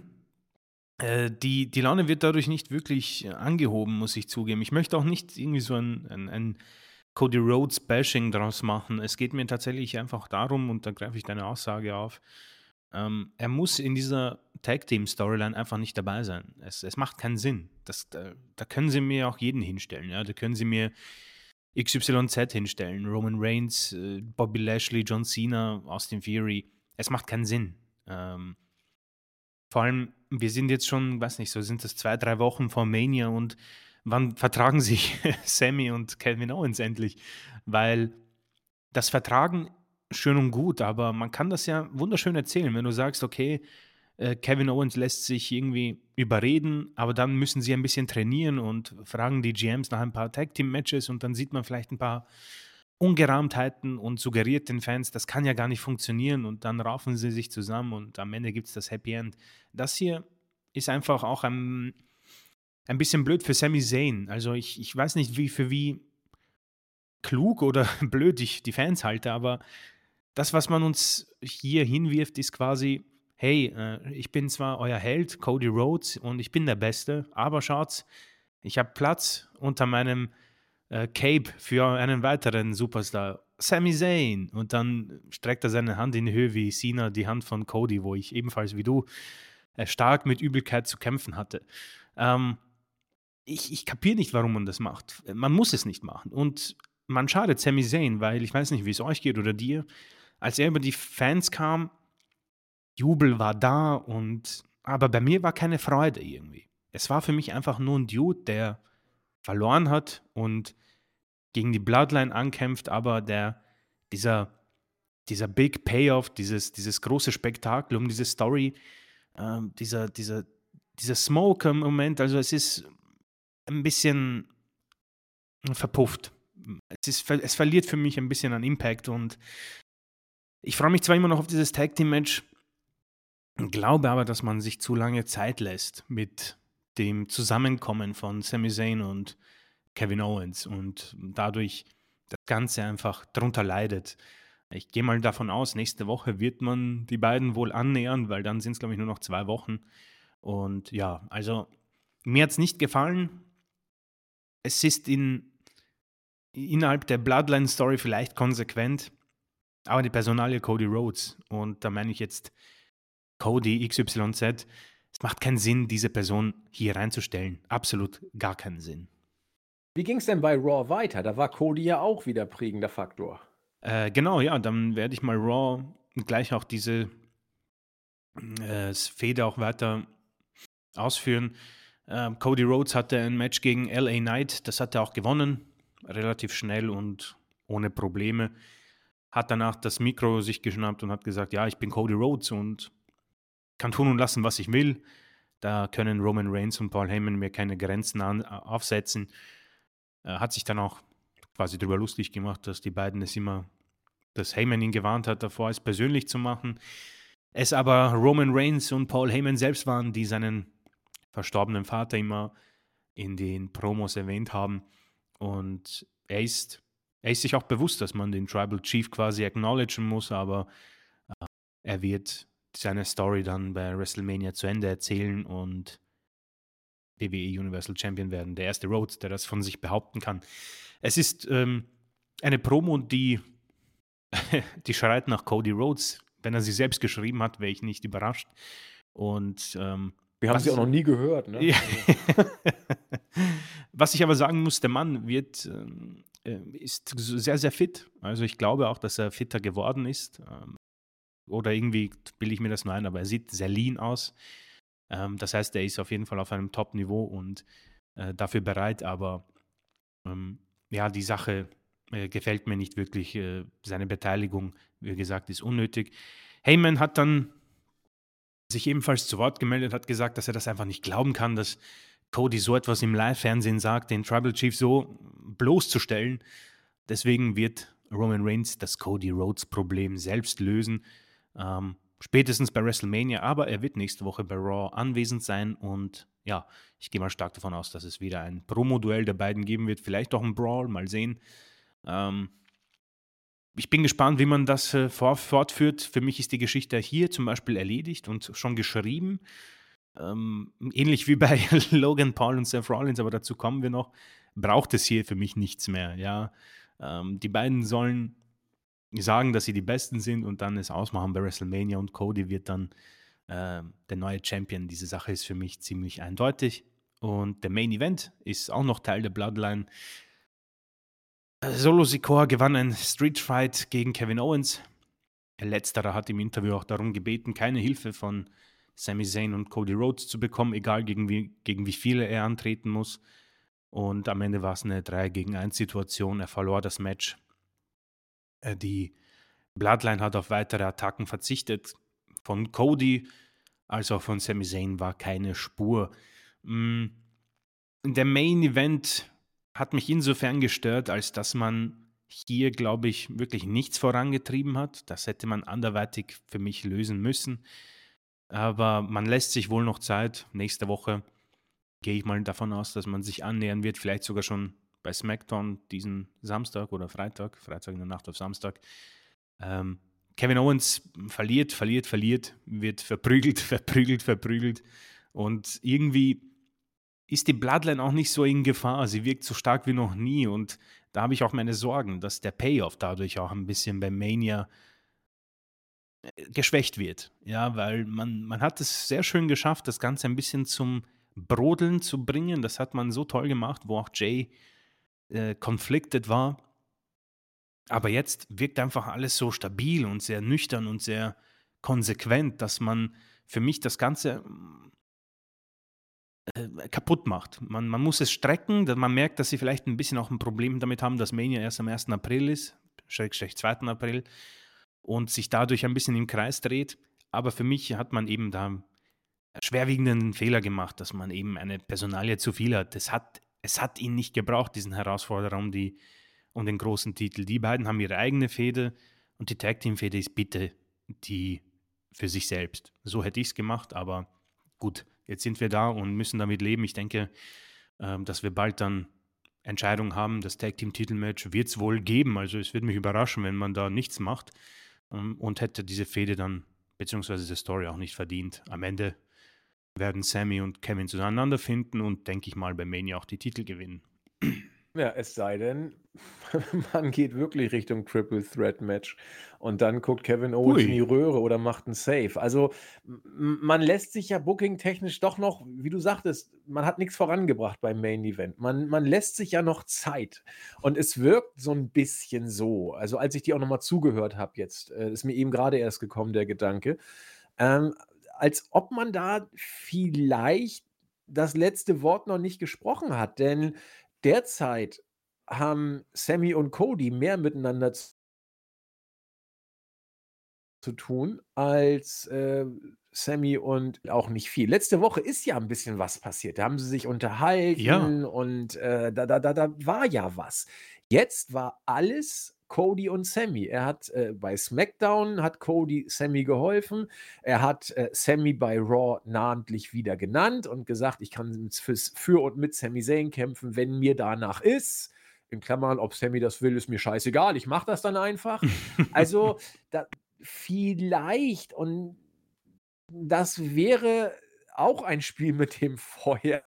äh, die die Laune wird dadurch nicht wirklich äh, angehoben, muss ich zugeben. Ich möchte auch nicht irgendwie so ein ein ein Cody Rhodes Bashing draus machen. Es geht mir tatsächlich einfach darum, und da greife ich deine Aussage auf, ähm, er muss in dieser Tag-Team-Storyline einfach nicht dabei sein. Es, es macht keinen Sinn. Das, da, da können sie mir auch jeden hinstellen. Ja? Da können sie mir X Y Z hinstellen. Roman Reigns, äh, Bobby Lashley, John Cena, Austin Theory. Es macht keinen Sinn. Ähm, vor allem, wir sind jetzt schon, weiß nicht, so sind das zwei, drei Wochen vor Mania und wann vertragen sich Sammy und Kevin Owens endlich? Weil das Vertragen schön und gut, aber man kann das ja wunderschön erzählen, wenn du sagst, okay, äh, Kevin Owens lässt sich irgendwie überreden, aber dann müssen sie ein bisschen trainieren und fragen die G Ms nach ein paar Tag-Team-Matches und dann sieht man vielleicht ein paar Ungereimtheiten und suggeriert den Fans, das kann ja gar nicht funktionieren und dann raufen sie sich zusammen und am Ende gibt es das Happy End. Das hier ist einfach auch ein, ein bisschen blöd für Sami Zayn. Also ich, ich weiß nicht, wie für wie klug oder blöd ich die Fans halte, aber das, was man uns hier hinwirft, ist quasi, hey, äh, ich bin zwar euer Held, Cody Rhodes, und ich bin der Beste, aber schaut's, ich habe Platz unter meinem äh, Cape für einen weiteren Superstar, Sami Zayn. Und dann streckt er seine Hand in die Höhe wie Cena die Hand von Cody, wo ich ebenfalls wie du äh, stark mit Übelkeit zu kämpfen hatte. Ähm, ich ich kapiere nicht, warum man das macht. Man muss es nicht machen. Und man schadet Sami Zayn, weil ich weiß nicht, wie es euch geht oder dir. Als er über die Fans kam, Jubel war da und aber bei mir war keine Freude irgendwie. Es war für mich einfach nur ein Dude, der verloren hat und gegen die Bloodline ankämpft, aber der dieser dieser Big Payoff, dieses dieses große Spektakel um diese Story, ähm, dieser dieser dieser Smoke-Moment, also es ist ein bisschen verpufft. Es ist es verliert für mich ein bisschen an Impact und ich freue mich zwar immer noch auf dieses Tag-Team-Match, glaube aber, dass man sich zu lange Zeit lässt mit dem Zusammenkommen von Sami Zayn und Kevin Owens und dadurch das Ganze einfach drunter leidet. Ich gehe mal davon aus, nächste Woche wird man die beiden wohl annähern, weil dann sind es, glaube ich, nur noch zwei Wochen. Und ja, also mir hat es nicht gefallen. Es ist in, innerhalb der Bloodline-Story vielleicht konsequent, aber die Personalie Cody Rhodes, und da meine ich jetzt Cody X Y Z, es macht keinen Sinn, diese Person hier reinzustellen. Absolut gar keinen Sinn. Wie ging es denn bei Raw weiter? Da war Cody ja auch wieder prägender Faktor. Äh, genau, ja, dann werde ich mal Raw gleich auch diese äh, Fehde auch weiter ausführen. Äh, Cody Rhodes hatte ein Match gegen L A Knight, das hat er auch gewonnen, relativ schnell und ohne Probleme. Hat danach das Mikro sich geschnappt und hat gesagt, ja, ich bin Cody Rhodes und kann tun und lassen, was ich will. Da können Roman Reigns und Paul Heyman mir keine Grenzen an, aufsetzen. Äh, hat sich dann auch quasi darüber lustig gemacht, dass die beiden es immer, dass Heyman ihn gewarnt hat, davor es persönlich zu machen. Es aber Roman Reigns und Paul Heyman selbst waren, die seinen verstorbenen Vater immer in den Promos erwähnt haben. Und er ist, er ist sich auch bewusst, dass man den Tribal Chief quasi acknowledgen muss, aber äh, er wird seine Story dann bei WrestleMania zu Ende erzählen und W W E Universal Champion werden. Der erste Rhodes, der das von sich behaupten kann. Es ist ähm, eine Promo, die, die schreit nach Cody Rhodes. Wenn er sie selbst geschrieben hat, wäre ich nicht überrascht. Und ähm, Wir haben was- sie auch noch nie gehört, ne? Ja. Was ich aber sagen muss, der Mann wird, ähm, äh, ist sehr, sehr fit. Also ich glaube auch, dass er fitter geworden ist. Ähm, oder irgendwie bilde ich mir das nur ein, aber er sieht sehr lean aus. Ähm, das heißt, er ist auf jeden Fall auf einem Top-Niveau und äh, dafür bereit, aber ähm, ja, die Sache äh, gefällt mir nicht wirklich. Äh, seine Beteiligung, wie gesagt, ist unnötig. Heyman hat dann sich ebenfalls zu Wort gemeldet, hat gesagt, dass er das einfach nicht glauben kann, dass Cody so etwas im Live-Fernsehen sagt, den Tribal Chief so bloßzustellen. Deswegen wird Roman Reigns das Cody Rhodes-Problem selbst lösen. Ähm, spätestens bei WrestleMania, aber er wird nächste Woche bei Raw anwesend sein und ja, ich gehe mal stark davon aus, dass es wieder ein Promo-Duell der beiden geben wird, vielleicht auch ein Brawl, mal sehen. Ähm, ich bin gespannt, wie man das äh, vor, fortführt. Für mich ist die Geschichte hier zum Beispiel erledigt und schon geschrieben. Ähm, ähnlich wie bei Logan Paul und Seth Rollins, aber dazu kommen wir noch, braucht es hier für mich nichts mehr. Ja? Ähm, die beiden sollen sagen, dass sie die Besten sind und dann es ausmachen bei WrestleMania und Cody wird dann äh, der neue Champion. Diese Sache ist für mich ziemlich eindeutig. Und der Main Event ist auch noch Teil der Bloodline. Äh, Solo Sikoa gewann ein Street Fight gegen Kevin Owens. Letzterer hat im Interview auch darum gebeten, keine Hilfe von Sami Zayn und Cody Rhodes zu bekommen, egal gegen wie, gegen wie viele er antreten muss. Und am Ende war es eine drei gegen eins Situation. Er verlor das Match. Äh, die Bloodline hat auf weitere Attacken verzichtet. Von Cody als auch von Sami Zayn war keine Spur. Mm, Der Main Event hat mich insofern gestört, als dass man hier, glaube ich, wirklich nichts vorangetrieben hat. Das hätte man anderweitig für mich lösen müssen. Aber man lässt sich wohl noch Zeit. Nächste Woche gehe ich mal davon aus, dass man sich annähern wird. Vielleicht sogar schon bei SmackDown diesen Samstag oder Freitag. Freitag in der Nacht auf Samstag. Ähm, Kevin Owens verliert, verliert, verliert, wird verprügelt, verprügelt, verprügelt. Und irgendwie ist die Bloodline auch nicht so in Gefahr. Sie wirkt so stark wie noch nie. Und da habe ich auch meine Sorgen, dass der Payoff dadurch auch ein bisschen bei Mania äh, geschwächt wird. Ja, weil man, man hat es sehr schön geschafft, das Ganze ein bisschen zum Brodeln zu bringen. Das hat man so toll gemacht, wo auch Jay äh, conflicted war. Aber jetzt wirkt einfach alles so stabil und sehr nüchtern und sehr konsequent, dass man für mich das Ganze äh, kaputt macht. Man, man muss es strecken, da- man merkt, dass sie vielleicht ein bisschen auch ein Problem damit haben, dass Mania erst am ersten April ist, Schrägstrich zweiten April, und sich dadurch ein bisschen im Kreis dreht. Aber für mich hat man eben da einen schwerwiegenden Fehler gemacht, dass man eben eine Personalie zu viel hat. Es hat, es hat ihn nicht gebraucht, diesen Herausforderer um, die, um den großen Titel. Die beiden haben ihre eigene Fehde und die Tag-Team-Fehde ist bitte die für sich selbst. So hätte ich es gemacht, aber gut, jetzt sind wir da und müssen damit leben. Ich denke, ähm, dass wir bald dann Entscheidungen haben. Das Tag-Team-Titelmatch wird es wohl geben. Also es würde mich überraschen, wenn man da nichts macht, ähm, und hätte diese Fehde dann, beziehungsweise diese Story auch nicht verdient. Am Ende werden Sammy und Kevin zueinander finden und, denke ich mal, bei Mania auch die Titel gewinnen. Ja, es sei denn, man geht wirklich Richtung Triple Threat Match und dann guckt Kevin Owens in die Hui. Röhre oder macht einen Save. Also m- man lässt sich ja booking-technisch doch noch, wie du sagtest, man hat nichts vorangebracht beim Main Event. Man, man lässt sich ja noch Zeit. Und es wirkt so ein bisschen so. Also als ich dir auch nochmal zugehört habe jetzt, äh, ist mir eben gerade erst gekommen, der Gedanke, ähm, als ob man da vielleicht das letzte Wort noch nicht gesprochen hat. Denn derzeit haben Sammy und Cody mehr miteinander z zu tun als, äh, Sammy und auch nicht viel. Letzte Woche ist ja ein bisschen was passiert. Da haben sie sich Ja, unterhalten und, äh, da da da da war ja was. Jetzt war alles Cody und Sammy. Er hat, äh, bei SmackDown hat Cody Sammy geholfen. Er hat, äh, Sammy bei Raw namentlich wieder genannt und gesagt: „Ich kann fürs für und mit Sami Zayn kämpfen, wenn mir danach ist.“ In Klammern, ob Sammy das will, ist mir scheißegal. Ich mache das dann einfach. Also, da vielleicht und das wäre auch ein Spiel mit dem Feuer.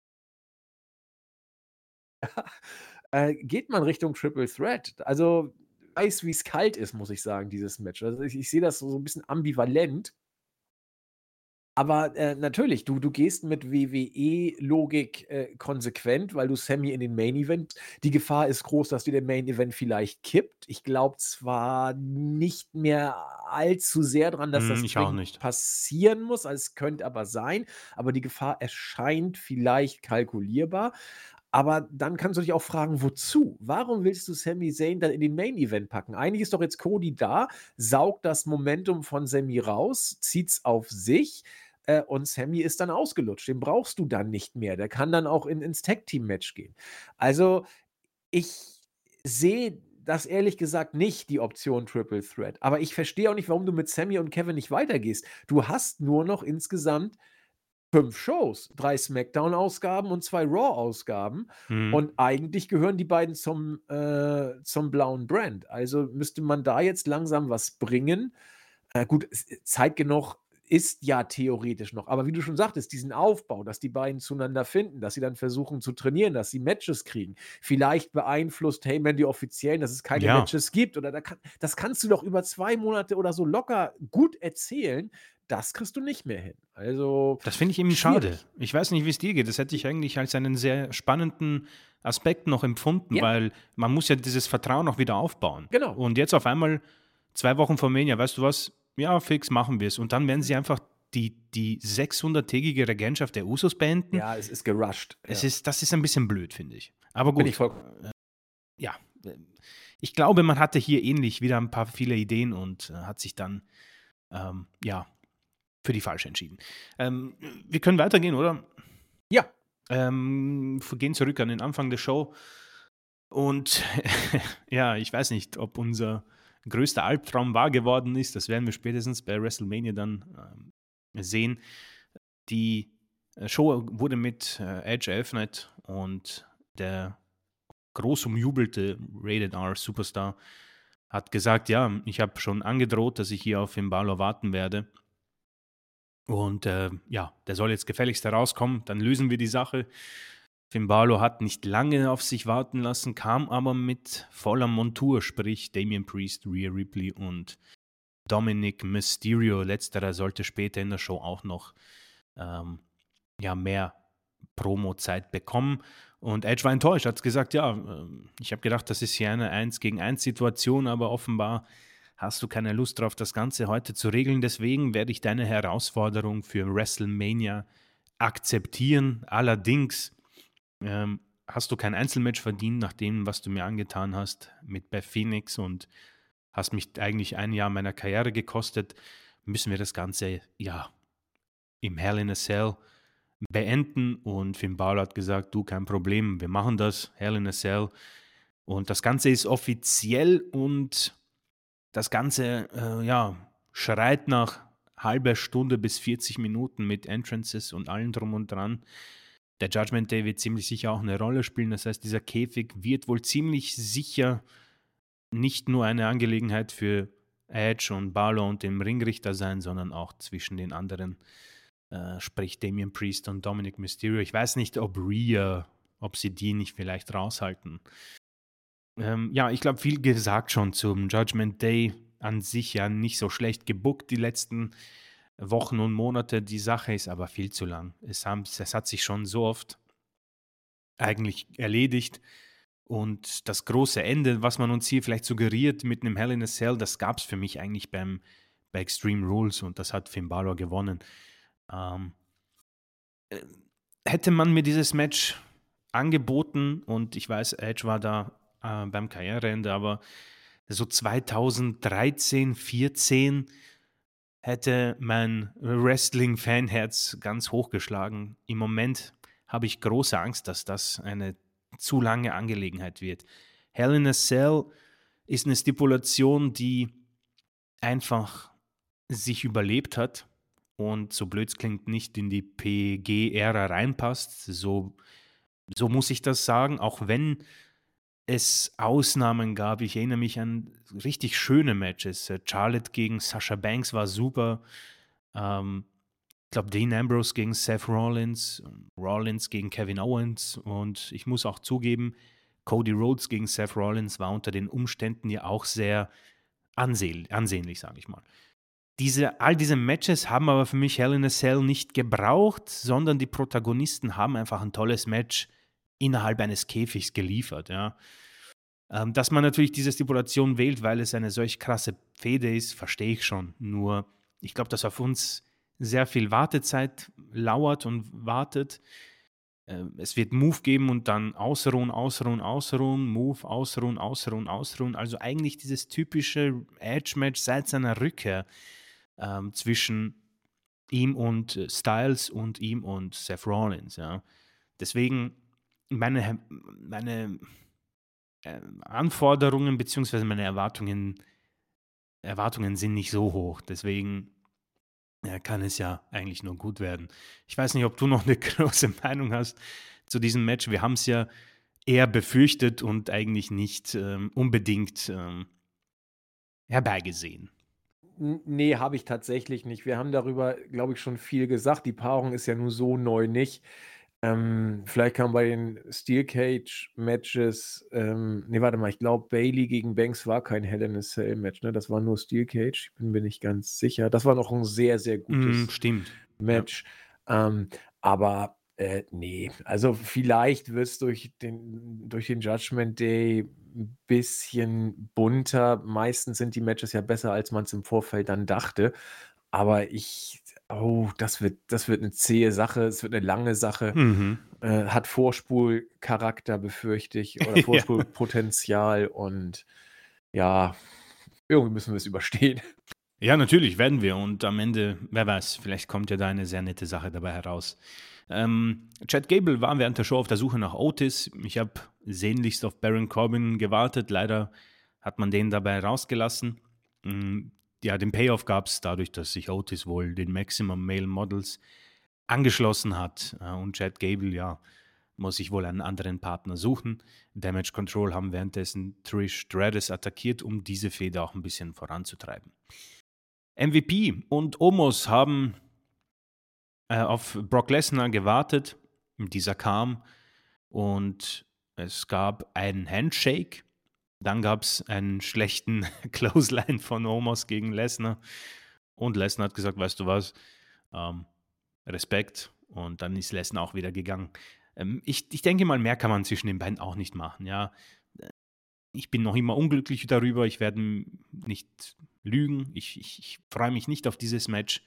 Äh, geht man Richtung Triple Threat? Also, weiß, wie's kalt ist, muss ich sagen, dieses Match. Also, ich ich sehe das so so 'n bisschen ambivalent. Aber, äh, natürlich, du du gehst mit W W E-Logik, äh, konsequent, weil du Sammy in den Main Event die Gefahr ist groß, dass dir der Main Event vielleicht kippt. Ich glaube zwar nicht mehr allzu sehr dran, dass hm, das ich auch zwingend nicht. passieren muss, also, es könnte aber sein, aber die Gefahr erscheint vielleicht kalkulierbar. Aber dann kannst du dich auch fragen, wozu? Warum willst du Sami Zayn dann in den Main Event packen? Eigentlich ist doch jetzt Cody da, saugt das Momentum von Sami raus, zieht's auf sich, äh, und Sami ist dann ausgelutscht. Den brauchst du dann nicht mehr. Der kann dann auch in ins Tag-Team-Match gehen. Also, ich sehe das ehrlich gesagt nicht, die Option Triple Threat. Aber ich verstehe auch nicht, warum du mit Sami und Kevin nicht weitergehst. Du hast nur noch insgesamt fünf Shows, drei SmackDown-Ausgaben und zwei Raw-Ausgaben. Mhm. Und eigentlich gehören die beiden zum, äh zum blauen Brand. Also müsste man da jetzt langsam was bringen. Äh, gut, es Zeit genug ist ja theoretisch noch. Aber wie du schon sagtest, diesen Aufbau, dass die beiden zueinander finden, dass sie dann versuchen zu trainieren, dass sie Matches kriegen. Vielleicht beeinflusst Heyman die Offiziellen, dass es keine Ja. Matches gibt. Oder da kann, das kannst du doch über zwei Monate oder so locker gut erzählen. Das kriegst du nicht mehr hin. Also, Das finde ich eben schwierig. schade. Ich weiß nicht, wie es dir geht. Das hätte ich eigentlich als einen sehr spannenden Aspekt noch empfunden, Ja. weil man muss ja dieses Vertrauen auch wieder aufbauen. Genau. Und jetzt auf einmal, zwei Wochen vor Mania, weißt du was? Ja, fix, machen wir es. Und dann werden sie einfach die, die sechshunderttägige Regentschaft der Usos beenden. Ja, es ist gerusht. Es Ja. ist, das ist ein bisschen blöd, finde ich. Aber Bin ich gut. voll. Ja, äh, ich glaube, man hatte hier ähnlich wieder ein paar viele Ideen und äh, hat sich dann, ähm, ja, für die falsche entschieden. Ähm, wir können weitergehen, oder? Ja. Ähm, wir gehen zurück an den Anfang der Show. Und ja, ich weiß nicht, ob unser größter Albtraum wahr geworden ist. Das werden wir spätestens bei WrestleMania dann ähm, sehen. Die äh, Show wurde mit äh, Edge eröffnet und der groß umjubelte Rated R Superstar hat gesagt, ja, ich habe schon angedroht, dass ich hier auf Finn Balor warten werde. Und äh, ja, der soll jetzt gefälligst herauskommen, dann lösen wir die Sache. Finn Balor hat nicht lange auf sich warten lassen, kam aber mit voller Montur, sprich Damian Priest, Rhea Ripley und Dominic Mysterio. Letzterer sollte später in der Show auch noch ähm, ja, mehr Promo-Zeit bekommen. Und Edge war enttäuscht, hat gesagt, ja, äh, ich habe gedacht, das ist hier eine eins gegen eins Situation, aber offenbar hast du keine Lust drauf, das Ganze heute zu regeln. Deswegen werde ich deine Herausforderung für WrestleMania akzeptieren. Allerdings ähm, hast du kein Einzelmatch verdient, nach dem, was du mir angetan hast mit Beth Phoenix und hast mich eigentlich ein Jahr meiner Karriere gekostet. Müssen wir das Ganze, ja, im Hell in a Cell beenden. Und Finn Balor hat gesagt, du, kein Problem, wir machen das, Hell in a Cell. Und das Ganze ist offiziell und das Ganze, äh, ja, schreit nach halber Stunde bis vierzig Minuten mit Entrances und allem drum und dran. Der Judgment Day wird ziemlich sicher auch eine Rolle spielen. Das heißt, dieser Käfig wird wohl ziemlich sicher nicht nur eine Angelegenheit für Edge und Balor und dem Ringrichter sein, sondern auch zwischen den anderen, äh, sprich Damian Priest und Dominic Mysterio. Ich weiß nicht, ob Rhea, ob sie die nicht vielleicht raushalten. Ähm, ja, ich glaube, viel gesagt schon zum Judgment Day. An sich ja nicht so schlecht gebuckt die letzten Wochen und Monate. Die Sache ist aber viel zu lang. Es, haben, es hat sich schon so oft eigentlich erledigt. Und das große Ende, was man uns hier vielleicht suggeriert mit einem Hell in a Cell, das gab es für mich eigentlich beim, bei Extreme Rules und das hat Finn Balor gewonnen. Ähm, äh, hätte man mir dieses Match angeboten und ich weiß, Edge war da äh, beim Karriereende, aber so zweitausenddreizehn, vierzehn hätte mein Wrestling-Fanherz ganz hochgeschlagen. Im Moment habe ich große Angst, dass das eine zu lange Angelegenheit wird. Hell in a Cell ist eine Stipulation, die einfach sich überlebt hat und so blöd es klingt, nicht in die P G-Ära reinpasst. So, so muss ich das sagen, auch wenn es Ausnahmen gab. Ich erinnere mich an richtig schöne Matches. Charlotte gegen Sasha Banks war super. Ähm, ich glaube, Dean Ambrose gegen Seth Rollins, Rollins gegen Kevin Owens und ich muss auch zugeben, Cody Rhodes gegen Seth Rollins war unter den Umständen ja auch sehr anseh- ansehnlich, sage ich mal. Diese, all diese Matches haben aber für mich Hell in a Cell nicht gebraucht, sondern die Protagonisten haben einfach ein tolles Match innerhalb eines Käfigs geliefert, ja. Ähm, dass man natürlich diese Stipulation wählt, weil es eine solch krasse Fehde ist, verstehe ich schon. Nur, ich glaube, dass auf uns sehr viel Wartezeit lauert und wartet. Äh, es wird Move geben und dann ausruhen, ausruhen, ausruhen, Move, ausruhen, ausruhen, ausruhen. Also eigentlich dieses typische Edge-Match seit seiner Rückkehr ähm, zwischen ihm und äh, Styles und ihm und Seth Rollins, ja. Deswegen meine, meine äh, Anforderungen bzw. meine Erwartungen, Erwartungen sind nicht so hoch. Deswegen ja, kann es ja eigentlich nur gut werden. Ich weiß nicht, ob du noch eine große Meinung hast zu diesem Match. Wir haben es ja eher befürchtet und eigentlich nicht ähm, unbedingt ähm, herbeigesehen. N ne, habe ich tatsächlich nicht. Wir haben darüber, glaube ich, schon viel gesagt. Die Paarung ist ja nun so neu nicht. Ähm, vielleicht kann man bei den Steel Cage Matches, ähm ne, warte mal, ich glaube, Bayley gegen Banks war kein Hell in a Cell Match, ne? Das war nur Steel Cage. Ich bin mir nicht ganz sicher. Das war noch 'n sehr, sehr Mhm, gutes stimmt. Ja. Match. Ähm, aber, äh, ne, also vielleicht wird's durch den durch den Judgment Day 'n bisschen bunter. Meistens sind die Matches ja besser, als man's im Vorfeld dann dachte. Aber ich oh, das wird das wird 'ne zähe Sache. Es wird 'ne lange Sache. Mhm. Äh, hat Vorspulcharakter, befürchte ich, oder Ja. Vorspulpotenzial und ja, irgendwie müssen wir's überstehen. Ja, natürlich werden wir und am Ende, wer weiß, vielleicht kommt ja da eine sehr nette Sache dabei heraus. Ähm, Chad Gable war während der Show auf der Suche nach Otis. Ich habe sehnlichst auf Baron Corbin gewartet. Leider hat man den dabei rausgelassen. Hm, ja, den Payoff gab's dadurch, dass sich Otis wohl den Maximum Male Models angeschlossen hat. Äh, und Chad Gable, ja, muss sich wohl einen anderen Partner suchen. Damage Control haben währenddessen Trish Stratus attackiert, um diese Fehde auch ein bisschen voranzutreiben. M V P und Omos haben äh, auf Brock Lesnar gewartet. Dieser kam und es gab einen Handshake. Dann gab es einen schlechten Clothesline von Omos gegen Lesnar. Und Lesnar hat gesagt, weißt du was, ähm, Respekt. Und dann ist Lesnar auch wieder gegangen. Ähm, ich, ich denke mal, mehr kann man zwischen den beiden auch nicht machen. Ja, ich bin noch immer unglücklich darüber. Ich werde nicht lügen. Ich, ich, ich freue mich nicht auf dieses Match.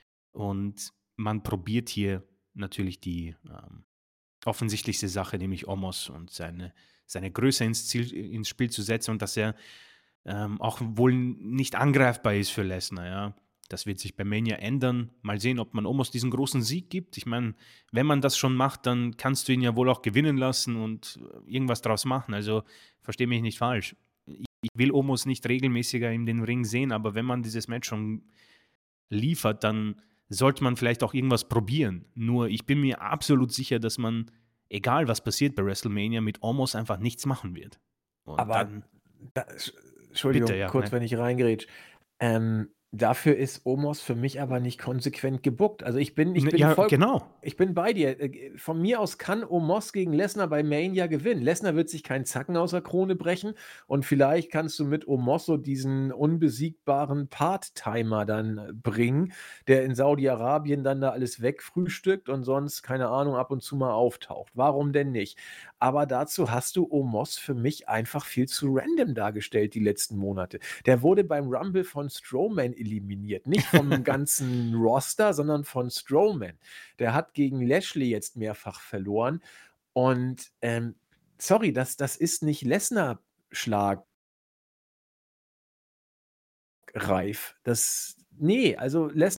Und man probiert hier natürlich die ähm, offensichtlichste Sache, nämlich Omos und seine, seine Größe ins, Ziel, ins Spiel zu setzen und dass er ähm, auch wohl nicht angreifbar ist für Lesnar. Ja. Das wird sich bei Mania ändern. Mal sehen, ob man Omos diesen großen Sieg gibt. Ich meine, wenn man das schon macht, dann kannst du ihn ja wohl auch gewinnen lassen und irgendwas draus machen. Also verstehe mich nicht falsch. Ich, ich will Omos nicht regelmäßiger in den Ring sehen, aber wenn man dieses Match schon liefert, dann sollte man vielleicht auch irgendwas probieren. Nur ich bin mir absolut sicher, dass man, egal was passiert bei WrestleMania, mit Omos einfach nichts machen wird. Und Aber dann, da Entsch bitte, Entschuldigung, ja, kurz, ne? wenn ich reingrätsche. Ähm, dafür ist Omos für mich aber nicht konsequent gebookt. Also, ich bin ich Ne, bin ja, voll genau. ich bin bei dir. Äh, g von mir aus kann Omos gegen Lesnar bei Mania gewinnen. Lesnar wird sich keinen Zacken aus der Krone brechen und vielleicht kannst du mit Omos so diesen unbesiegbaren Part-Timer dann äh, bringen, der in Saudi-Arabien dann da alles wegfrühstückt und sonst, keine Ahnung, ab und zu mal auftaucht. Warum denn nicht? Aber dazu hast du Omos für mich einfach viel zu random dargestellt die letzten Monate. Der wurde beim Rumble von Strowman eliminiert. Nicht vom ganzen Roster, sondern von Strowman. Der hat gegen Lashley jetzt mehrfach verloren und, ähm, sorry, das das ist nicht Lesnar-schlagreif. Das ne, also Les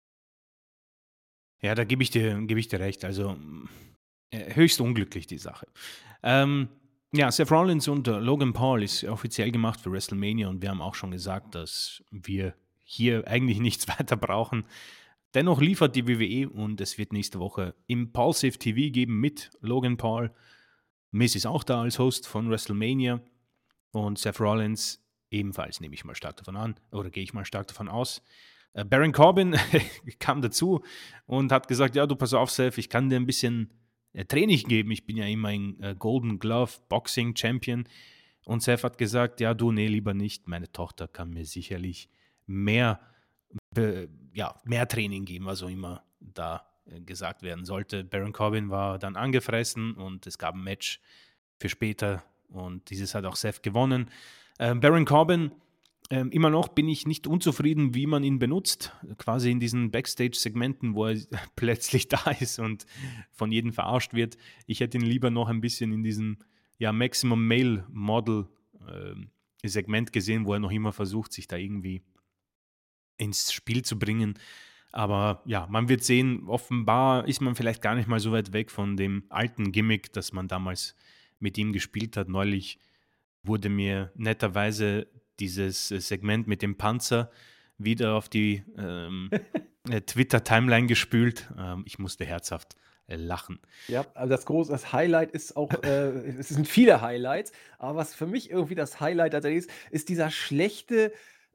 Ja, da gebe ich dir gebe ich dir recht. Also, hm, äh, höchst unglücklich die Sache. Ähm, ja, Seth Rollins und, äh, Logan Paul ist offiziell gemacht für WrestleMania und wir haben auch schon gesagt, dass wir hier eigentlich nichts weiter brauchen. Dennoch liefert die W W E und es wird nächste Woche Impulsive T V geben mit Logan Paul. Miz ist auch da als Host von WrestleMania und Seth Rollins ebenfalls, nehme ich mal stark davon an oder gehe ich mal stark davon aus. Äh, Baron Corbin kam dazu und hat gesagt, ja, du pass auf, Seth, ich kann dir ein bisschen äh, Training geben. Ich bin ja immer ein äh, Golden Glove Boxing Champion. Und Seth hat gesagt, ja, du, nee, lieber nicht. Meine Tochter kann mir sicherlich mehr, be, ja, mehr Training geben, was auch immer da äh, gesagt werden sollte. Baron Corbin war dann angefressen und es gab ein Match für später und dieses hat auch Seth gewonnen. Ähm, Baron Corbin, ähm, immer noch bin ich nicht unzufrieden, wie man ihn benutzt. Quasi in diesen Backstage-Segmenten, wo er plötzlich da ist und von jedem verarscht wird. Ich hätte ihn lieber noch ein bisschen in diesem ja, Maximum Male Model ähm, Segment gesehen, wo er noch immer versucht, sich da irgendwie ins Spiel zu bringen. Aber ja, man wird sehen, offenbar ist man vielleicht gar nicht mal so weit weg von dem alten Gimmick, das man damals mit ihm gespielt hat. Neulich wurde mir netterweise dieses äh, Segment mit dem Panzer wieder auf die ähm, äh, Twitter-Timeline gespült. Ähm, ich musste herzhaft äh, lachen. Ja, also das große das Highlight ist auch äh, es sind viele Highlights, aber was für mich irgendwie das Highlight tatsächlich ist, ist dieser schlechte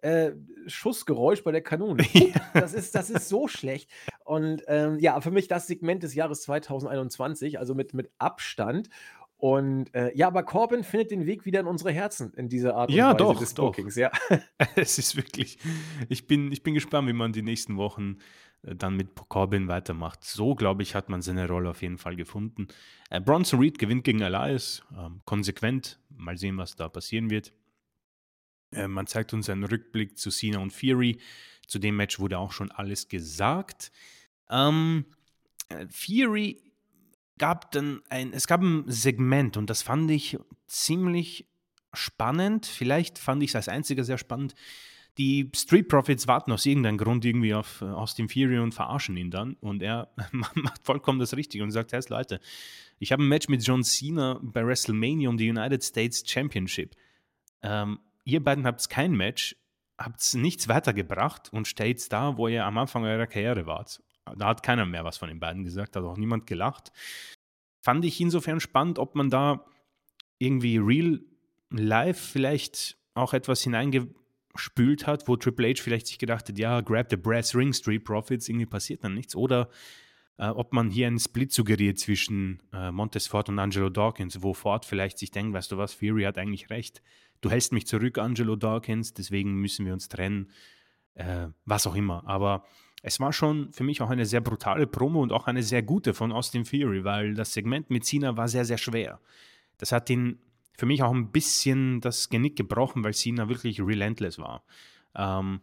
äh, Schussgeräusch bei der Kanone. Pup, das ist das ist so schlecht. Und, ähm, ja, für mich das Segment des Jahres zweitausendeinundzwanzig, also mit mit Abstand. Und, äh, ja, aber Corbin findet den Weg wieder in unsere Herzen in dieser Art und Ja, Weise doch, des doch. Bookings, ja. Es ist wirklich ich bin ich bin gespannt, wie man die nächsten Wochen, äh, dann mit P Corbin weitermacht. So, glaube ich, hat man seine Rolle auf jeden Fall gefunden. Äh, Bronson Reed gewinnt gegen Elias, ähm, konsequent. Mal sehen, was da passieren wird. Äh, man zeigt uns einen Rückblick zu Cena und Fury. Zu dem Match wurde auch schon alles gesagt. Ähm, äh, Fury gab dann ein es gab ein Segment und das fand ich ziemlich spannend. Vielleicht fand ich es als einziger sehr spannend. Die Street Profits warten aus irgendeinem Grund irgendwie auf äh, Austin Fury und verarschen ihn dann. Und er macht vollkommen das Richtige und sagt: Hey Leute, ich habe ein Match mit John Cena bei WrestleMania um die United States Championship. Ähm, ihr beiden habt kein Match, habt nichts weitergebracht und steht da, wo ihr am Anfang eurer Karriere wart. Da hat keiner mehr was von den beiden gesagt, hat auch niemand gelacht. Fand ich insofern spannend, ob man da irgendwie real live vielleicht auch etwas hineingespült hat, wo Triple H vielleicht sich gedacht hat, ja, grab the brass ring, Street Profits, irgendwie passiert dann nichts. Oder äh, ob man hier einen Split suggeriert zwischen äh, Montez Ford und Angelo Dawkins, wo Ford vielleicht sich denkt, weißt du was, Fury hat eigentlich recht. Du hältst mich zurück, Angelo Dawkins, deswegen müssen wir uns trennen. Äh, was auch immer. Aber es war schon für mich auch eine sehr brutale Promo und auch eine sehr gute von Austin Fury, weil das Segment mit Cena war sehr, sehr schwer. Das hat ihn für mich auch ein bisschen das Genick gebrochen, weil Cena wirklich relentless war. Ähm,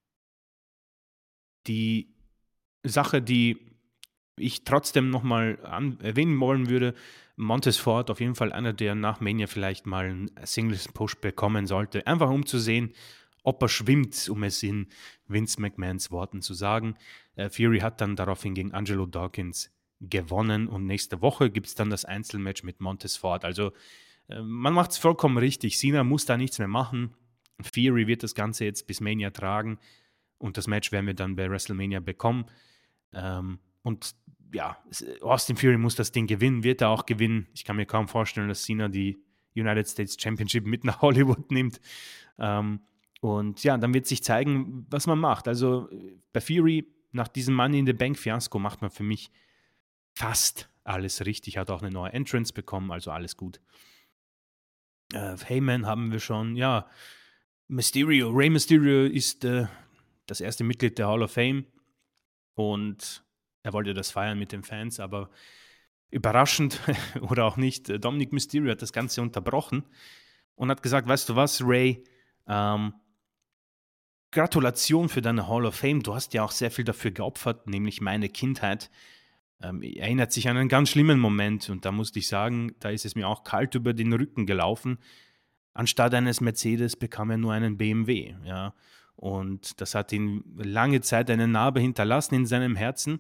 die Sache, die ich trotzdem nochmal erwähnen wollen würde, Montez Ford auf jeden Fall einer, der nach Mania vielleicht mal einen Singles-Push bekommen sollte, einfach um zu sehen, ob er schwimmt, um es in Vince McMahons Worten zu sagen. Äh, Fury hat dann daraufhin gegen Angelo Dawkins gewonnen und nächste Woche gibt es dann das Einzelmatch mit Montez Ford. Also äh, man macht es vollkommen richtig. Cena muss da nichts mehr machen. Fury wird das Ganze jetzt bis Mania tragen und das Match werden wir dann bei WrestleMania bekommen. Ähm, und ja, Austin Fury muss das Ding gewinnen, wird er auch gewinnen. Ich kann mir kaum vorstellen, dass Cena die United States Championship mit nach Hollywood nimmt. Ähm, und ja, dann wird sich zeigen, was man macht. Also bei Fury, nach diesem Money in the Bank Fiasko, macht man für mich fast alles richtig. Hat auch eine neue Entrance bekommen, also alles gut. Äh, Heyman haben wir schon, ja. Mysterio, Rey Mysterio ist äh, das erste Mitglied der Hall of Fame und er wollte das feiern mit den Fans, aber überraschend oder auch nicht, Dominic Mysterio hat das Ganze unterbrochen und hat gesagt, weißt du was, Ray, ähm, Gratulation für deine Hall of Fame, du hast ja auch sehr viel dafür geopfert, nämlich meine Kindheit. Ähm, erinnert sich an einen ganz schlimmen Moment und da musste ich sagen, da ist es mir auch kalt über den Rücken gelaufen. Anstatt eines Mercedes bekam er nur einen B M W, ja. Und das hat ihn lange Zeit eine Narbe hinterlassen in seinem Herzen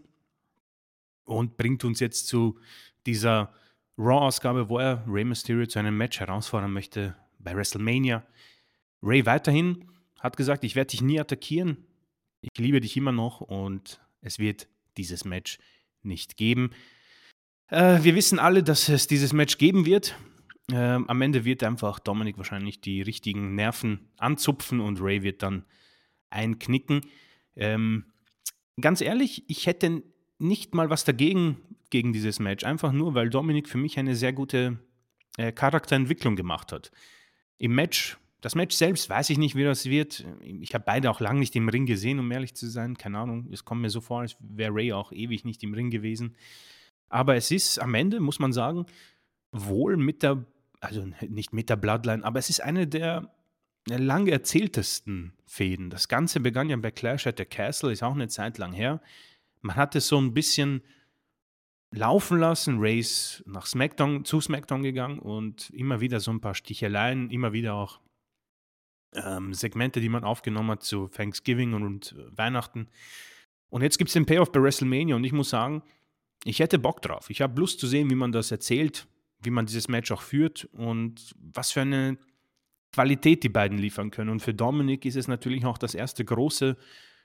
und bringt uns jetzt zu dieser Raw-Ausgabe, wo er Rey Mysterio zu einem Match herausfordern möchte bei WrestleMania. Rey weiterhin hat gesagt, ich werde dich nie attackieren, ich liebe dich immer noch und es wird dieses Match nicht geben. Äh, wir wissen alle, dass es dieses Match geben wird. Ähm, am Ende wird einfach Dominic wahrscheinlich die richtigen Nerven anzupfen und Rey wird dann einknicken. Ähm, ganz ehrlich, ich hätte nicht mal was dagegen gegen dieses Match, einfach nur, weil Dominic für mich eine sehr gute äh, Charakterentwicklung gemacht hat. Im Match, das Match selbst, weiß ich nicht, wie das wird. Ich habe beide auch lange nicht im Ring gesehen, um ehrlich zu sein. Keine Ahnung, es kommt mir so vor, als wäre Rey auch ewig nicht im Ring gewesen. Aber es ist am Ende, muss man sagen, wohl mit der, also nicht mit der Bloodline, aber es ist eine der lang erzähltesten Fäden. Das Ganze begann ja bei Clash at the Castle, ist auch eine Zeit lang her. Man hat es so ein bisschen laufen lassen, Ray ist nach SmackDown, zu SmackDown gegangen und immer wieder so ein paar Sticheleien, immer wieder auch ähm, Segmente, die man aufgenommen hat zu Thanksgiving und, und äh, Weihnachten. Und jetzt gibt es den Payoff bei WrestleMania und ich muss sagen, ich hätte Bock drauf. Ich habe Lust zu sehen, wie man das erzählt, wie man dieses Match auch führt und was für eine Qualität die beiden liefern können. Und für Dominic ist es natürlich auch das erste große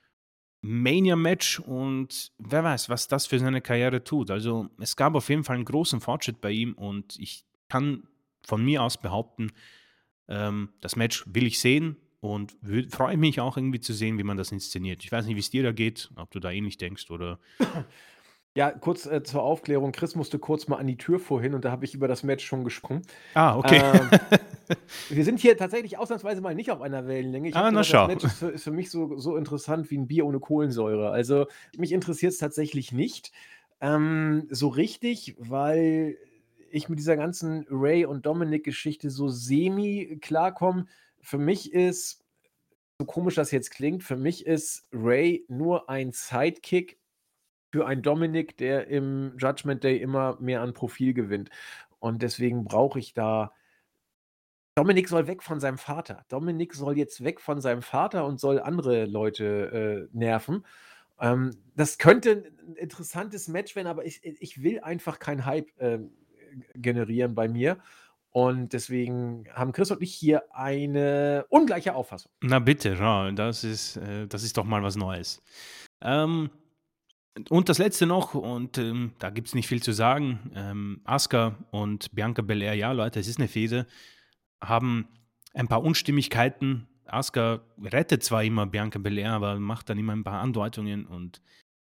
Mania-Match und wer weiß, was das für seine Karriere tut. Also es gab auf jeden Fall einen großen Fortschritt bei ihm und ich kann von mir aus behaupten, ähm, das Match will ich sehen und wür freue mich auch irgendwie zu sehen, wie man das inszeniert. Ich weiß nicht, wie es dir da geht, ob du da ähnlich denkst oder Ja, kurz, äh, zur Aufklärung. Chris musste kurz mal an die Tür vorhin und da habe ich über das Match schon gesprochen. Ah, okay. Ähm, wir sind hier tatsächlich ausnahmsweise mal nicht auf einer Wellenlänge. Ich habe Ah, na gesagt, das schau. Match ist für ist für mich so so interessant wie 'n Bier ohne Kohlensäure. Also, mich interessiert's tatsächlich nicht, ähm, so richtig, weil ich mit dieser ganzen Ray und Dominic-Geschichte so semi klarkomme. Für mich ist, so komisch das jetzt klingt, für mich ist Ray nur ein Sidekick für einen Dominic, der im Judgment Day immer mehr an Profil gewinnt. Und deswegen brauche ich da Dominic soll weg von seinem Vater. Dominic soll jetzt weg von seinem Vater und soll andere Leute, äh, nerven. Ähm, das könnte 'n 'n interessantes Match werden, aber ich ich will einfach keinen Hype, ähm, generieren bei mir. Und deswegen haben Chris und ich hier eine ungleiche Auffassung. Na bitte, schau, das ist äh, das ist doch mal was Neues. Ähm, und das Letzte noch, und, ähm, da gibt's nicht viel zu sagen, ähm, Asuka und Bianca Belair, ja, Leute, es ist 'ne Fehde, haben ein paar Unstimmigkeiten. Asuka rettet zwar immer Bianca Belair, aber macht dann immer ein paar Andeutungen und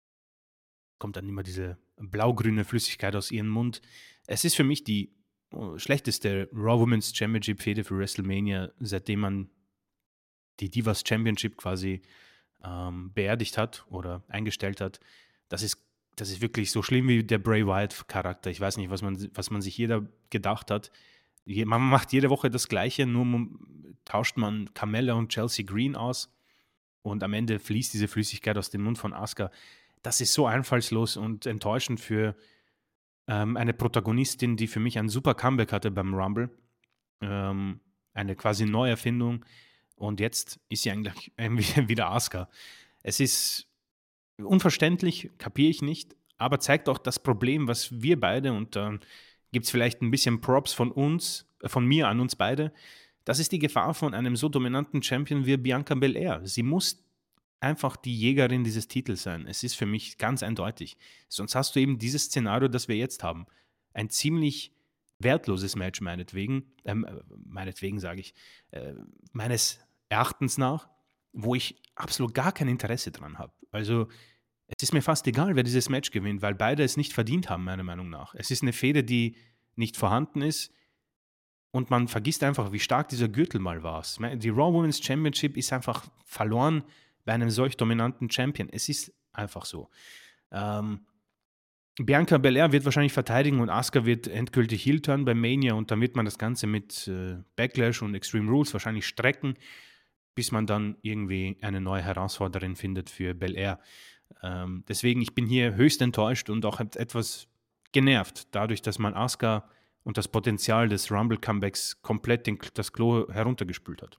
kommt dann immer diese blau-grüne Flüssigkeit aus ihrem Mund. Es ist für mich die, äh, schlechteste Raw Women's Championship Fehde für WrestleMania, seitdem man die Divas Championship quasi, ähm, beerdigt hat oder eingestellt hat. Das ist das ist wirklich so schlimm wie der Bray Wyatt Charakter. Ich weiß nicht, was man si was man sich jeder gedacht hat. Je man macht jede Woche das Gleiche, nur m tauscht man Carmella und Chelsea Green aus und am Ende fließt diese Flüssigkeit aus dem Mund von Asuka. Das ist so einfallslos und enttäuschend für, ähm, eine Protagonistin, die für mich ein super Comeback hatte beim Rumble. Ähm, eine quasi Neuerfindung und jetzt ist sie eigentlich irgendwie wieder Asuka. Es ist unverständlich, kapiere ich nicht, aber zeigt auch das Problem, was wir beide, und dann gibt's vielleicht ein bisschen Props von uns äh, von mir an uns beide. Das ist die Gefahr von einem so dominanten Champion wie Bianca Belair. Sie muss einfach die Jägerin dieses Titels sein. Es ist für mich ganz eindeutig. Sonst hast du eben dieses Szenario, das wir jetzt haben. Ein ziemlich wertloses Match meinetwegen, ähm, äh, meinetwegen sage ich, äh, meines Erachtens nach, wo ich absolut gar kein Interesse dran habe. Also, es ist mir fast egal, wer dieses Match gewinnt, weil beide es nicht verdient haben, meiner Meinung nach. Es ist eine Fehde, die nicht vorhanden ist und man vergisst einfach, wie stark dieser Gürtel mal war. Die Raw Women's Championship ist einfach verloren bei einem solch dominanten Champion. Es ist einfach so. Ähm, Bianca Belair wird wahrscheinlich verteidigen und Asuka wird endgültig Heel turn bei Mania und dann wird man das Ganze mit äh, Backlash und Extreme Rules wahrscheinlich strecken, bis man dann irgendwie eine neue Herausforderin findet für Belair. Ähm, deswegen, ich bin hier höchst enttäuscht und auch et- etwas genervt, dadurch, dass man Asuka und das Potenzial des Rumble-Comebacks komplett den, das Klo heruntergespült hat.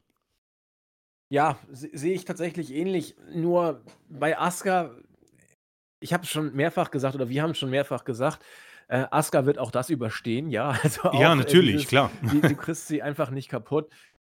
Ja, se sehe ich tatsächlich ähnlich. Nur bei Asuka, ich habe es schon mehrfach gesagt oder wir haben es schon mehrfach gesagt, äh, Asuka wird auch das überstehen, ja. Also Ja, auch äh, natürlich, dieses, klar. die, du kriegst sie einfach nicht kaputt.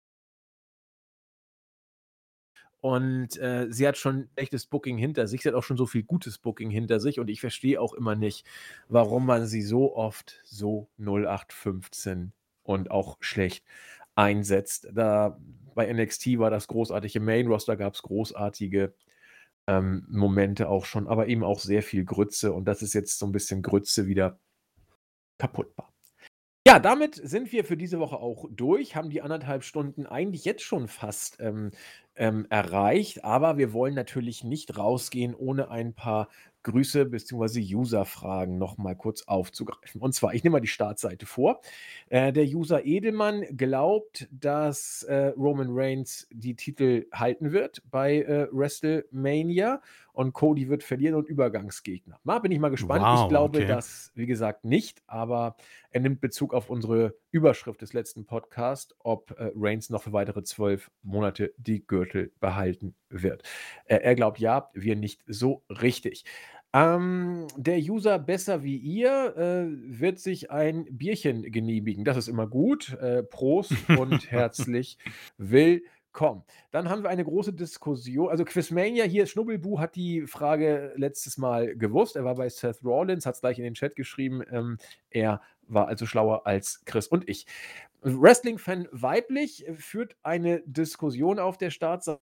Und äh, sie hat schon echtes Booking hinter sich. Sie hat auch schon so viel gutes Booking hinter sich. Und ich verstehe auch immer nicht, warum man sie so oft so null acht fünfzehn und auch schlecht einsetzt. Da bei N X T war das großartige Main Roster, gab es großartige ähm, Momente auch schon, aber eben auch sehr viel Grütze. Und das ist jetzt so ein bisschen Grütze wieder kaputtbar. Ja, damit sind wir für diese Woche auch durch, haben die anderthalb Stunden eigentlich jetzt schon fast ähm, ähm, erreicht, aber wir wollen natürlich nicht rausgehen, ohne ein paar Grüße bzw. User-Fragen noch mal kurz aufzugreifen. Und zwar, ich nehme mal die Startseite vor. Äh, der User Edelmann glaubt, dass äh, Roman Reigns die Titel halten wird bei äh, WrestleMania und Cody wird verlieren und Übergangsgegner. Mal bin ich mal gespannt. Ich Wow, glaube okay. das, wie gesagt, nicht, aber er nimmt Bezug auf unsere Überschrift des letzten Podcasts, ob äh, Reigns noch für weitere zwölf Monate die Gürtel behalten wird. Äh, er glaubt ja, wir nicht so richtig. Ähm, der User besser wie ihr äh, wird sich ein Bierchen genehmigen. Das ist immer gut. Äh, Prost und herzlich willkommen. Komm, dann haben wir eine große Diskussion. Also Quizmania hier, Schnubbelbu hat die Frage letztes Mal gewusst. Er war bei Seth Rollins, hat es gleich in den Chat geschrieben. Ähm, er war also schlauer als Chris und ich. Wrestling-Fan weiblich führt eine Diskussion auf der Startseite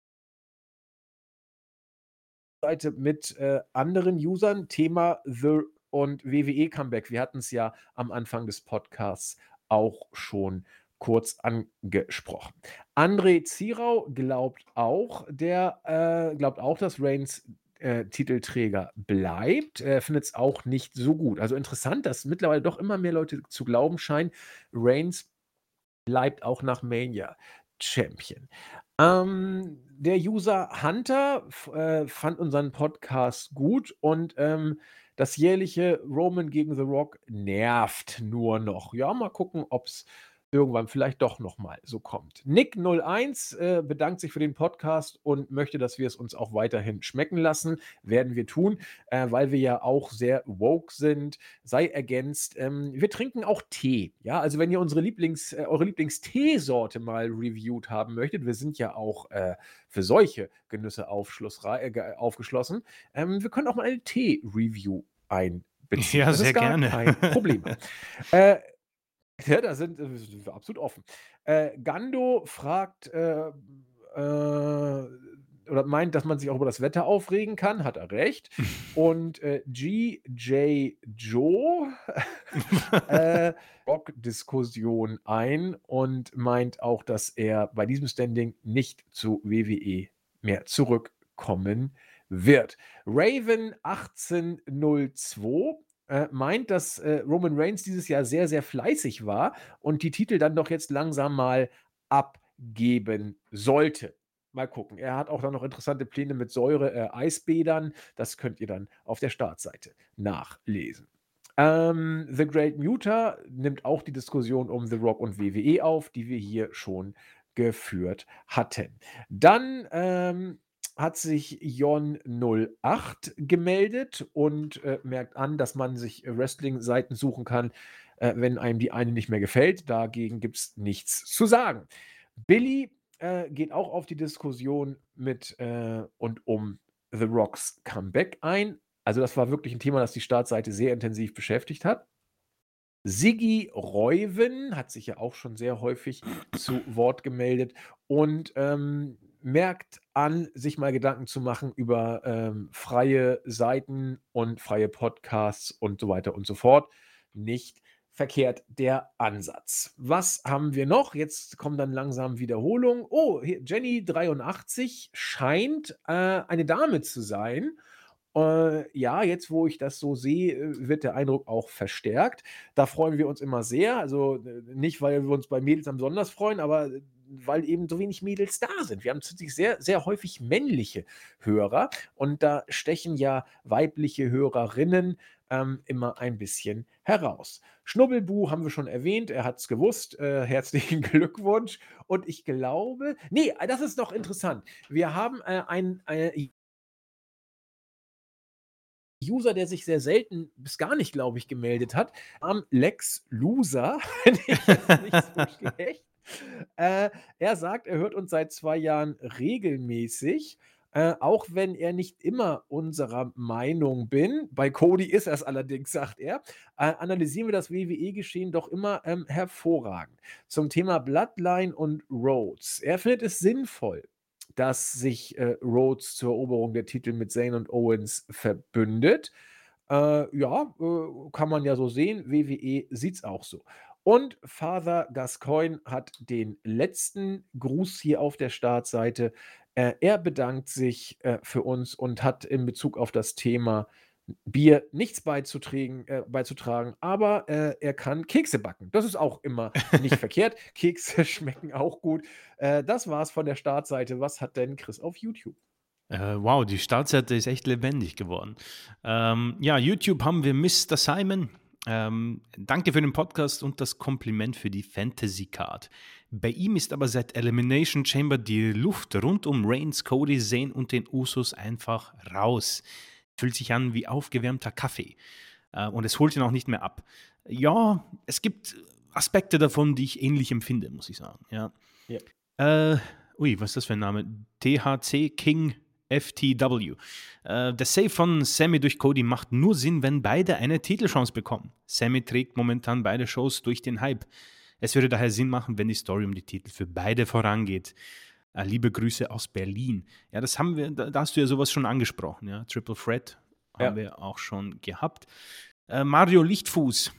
mit äh, anderen Usern. Thema The und W W E-Comeback. Wir hatten es ja am Anfang des Podcasts auch schon kurz angesprochen. André Zierau glaubt auch, der äh, glaubt auch, dass Reigns äh, Titelträger bleibt. Er findet es auch nicht so gut. Also interessant, dass mittlerweile doch immer mehr Leute zu glauben scheinen, Reigns bleibt auch nach Mania Champion. Ähm, der User Hunter f- äh, fand unseren Podcast gut und ähm, das jährliche Roman gegen The Rock nervt nur noch. Ja, mal gucken, ob es irgendwann vielleicht doch noch mal so kommt. Nick null eins äh, bedankt sich für den Podcast und möchte, dass wir es uns auch weiterhin schmecken lassen. Werden wir tun, äh, weil wir ja auch sehr woke sind. Sei ergänzt, ähm, wir trinken auch Tee. Ja, also wenn ihr unsere Lieblings, äh, eure Lieblingsteesorte mal reviewed haben möchtet, wir sind ja auch äh, für solche Genüsse aufschlussrei- äh, ge- aufgeschlossen. Ähm, wir können auch mal eine Tee-Review einbeziehen. Ja, Das ist sehr gar gerne. kein Problem. äh, ja, da sind, äh, sind wir absolut offen. Äh, Gando fragt, äh, äh, oder meint, dass man sich auch über das Wetter aufregen kann, hat er recht. Und äh, G J Joe äh, Rock-Diskussion ein und meint auch, dass er bei diesem Standing nicht zu W W E mehr zurückkommen wird. Raven achtzehn null zwei äh, meint, dass äh, Roman Reigns dieses Jahr sehr, sehr fleißig war und die Titel dann doch jetzt langsam mal abgeben sollte. Mal gucken. Er hat auch dann noch interessante Pläne mit Säure-Eisbädern. Das könnt ihr dann auf der Startseite nachlesen. Ähm, The Great Muta nimmt auch die Diskussion um The Rock und W W E auf, die wir hier schon geführt hatten. Dann ähm, hat sich Jon null acht gemeldet und äh, merkt an, dass man sich Wrestling-Seiten suchen kann, äh, wenn einem die eine nicht mehr gefällt. Dagegen gibt es nichts zu sagen. Billy äh, geht auch auf die Diskussion mit äh, und um The Rocks Comeback ein. Also das war wirklich ein Thema, das die Startseite sehr intensiv beschäftigt hat. Siggi Reuven hat sich ja auch schon sehr häufig zu Wort gemeldet und ähm, merkt an, sich mal Gedanken zu machen über ähm, freie Seiten und freie Podcasts und so weiter und so fort. Nicht verkehrt der Ansatz. Was haben wir noch? Jetzt kommen dann langsam Wiederholungen. Oh, hier, Jenny dreiundachtzig scheint äh, eine Dame zu sein. Äh, ja, jetzt, wo ich das so sehe, äh, wird der Eindruck auch verstärkt. Da freuen wir uns immer sehr. Also äh, nicht, weil wir uns bei Mädels am besonders freuen, aber äh, weil eben so wenig Mädels da sind. Wir haben tatsächlich sehr, sehr häufig männliche Hörer und da stechen ja weibliche Hörerinnen ähm, immer ein bisschen heraus. Schnubbelbu haben wir schon erwähnt, er hat es gewusst. Äh, herzlichen Glückwunsch. Und ich glaube, nee, das ist doch interessant. Wir haben äh, ein, ein User, der sich sehr selten bis gar nicht, glaube ich, gemeldet hat, am Lex Loser, finde ich jetzt nicht so schlecht. Äh, er sagt, er hört uns seit zwei Jahren regelmäßig, äh, auch wenn er nicht immer unserer Meinung bin. Bei Cody ist er es allerdings, sagt er. Äh, analysieren wir das W W E-Geschehen doch immer ähm, hervorragend. Zum Thema Bloodline und Rhodes. Er findet es sinnvoll, dass sich äh, Rhodes zur Eroberung der Titel mit Zayn und Owens verbündet. Äh, ja, äh, kann man ja so sehen. W W E sieht es auch so. Und Father Gascoigne hat den letzten Gruß hier auf der Startseite. Äh, er bedankt sich äh, für uns und hat in Bezug auf das Thema Bier nichts beizutragen, äh, beizutragen, aber äh, er kann Kekse backen. Das ist auch immer nicht verkehrt. Kekse schmecken auch gut. Äh, das war's von der Startseite. Was hat denn Chris auf YouTube? Äh, wow, die Startseite ist echt lebendig geworden. Ähm, ja, YouTube haben wir Mister Simon. Ähm, danke für den Podcast und das Kompliment für die Fantasy Card. Bei ihm ist aber seit Elimination Chamber die Luft rund um Reigns, Cody, Zayn und den Usos einfach raus. Fühlt sich an wie aufgewärmter Kaffee. Äh, und es holt ihn auch nicht mehr ab. Ja, es gibt Aspekte davon, die ich ähnlich empfinde, muss ich sagen. Ja. Ja. Äh, ui, was ist das für ein Name? T H C King F T W. Äh, der Save von Sammy durch Cody macht nur Sinn, wenn beide eine Titelchance bekommen. Sammy trägt momentan beide Shows durch den Hype. Es würde daher Sinn machen, wenn die Story um die Titel für beide vorangeht. Äh, liebe Grüße aus Berlin. Ja, das haben wir, da, da hast du ja sowas schon angesprochen. Ja? Triple Threat haben Ja. wir auch schon gehabt. Äh, Mario Lichtfuß.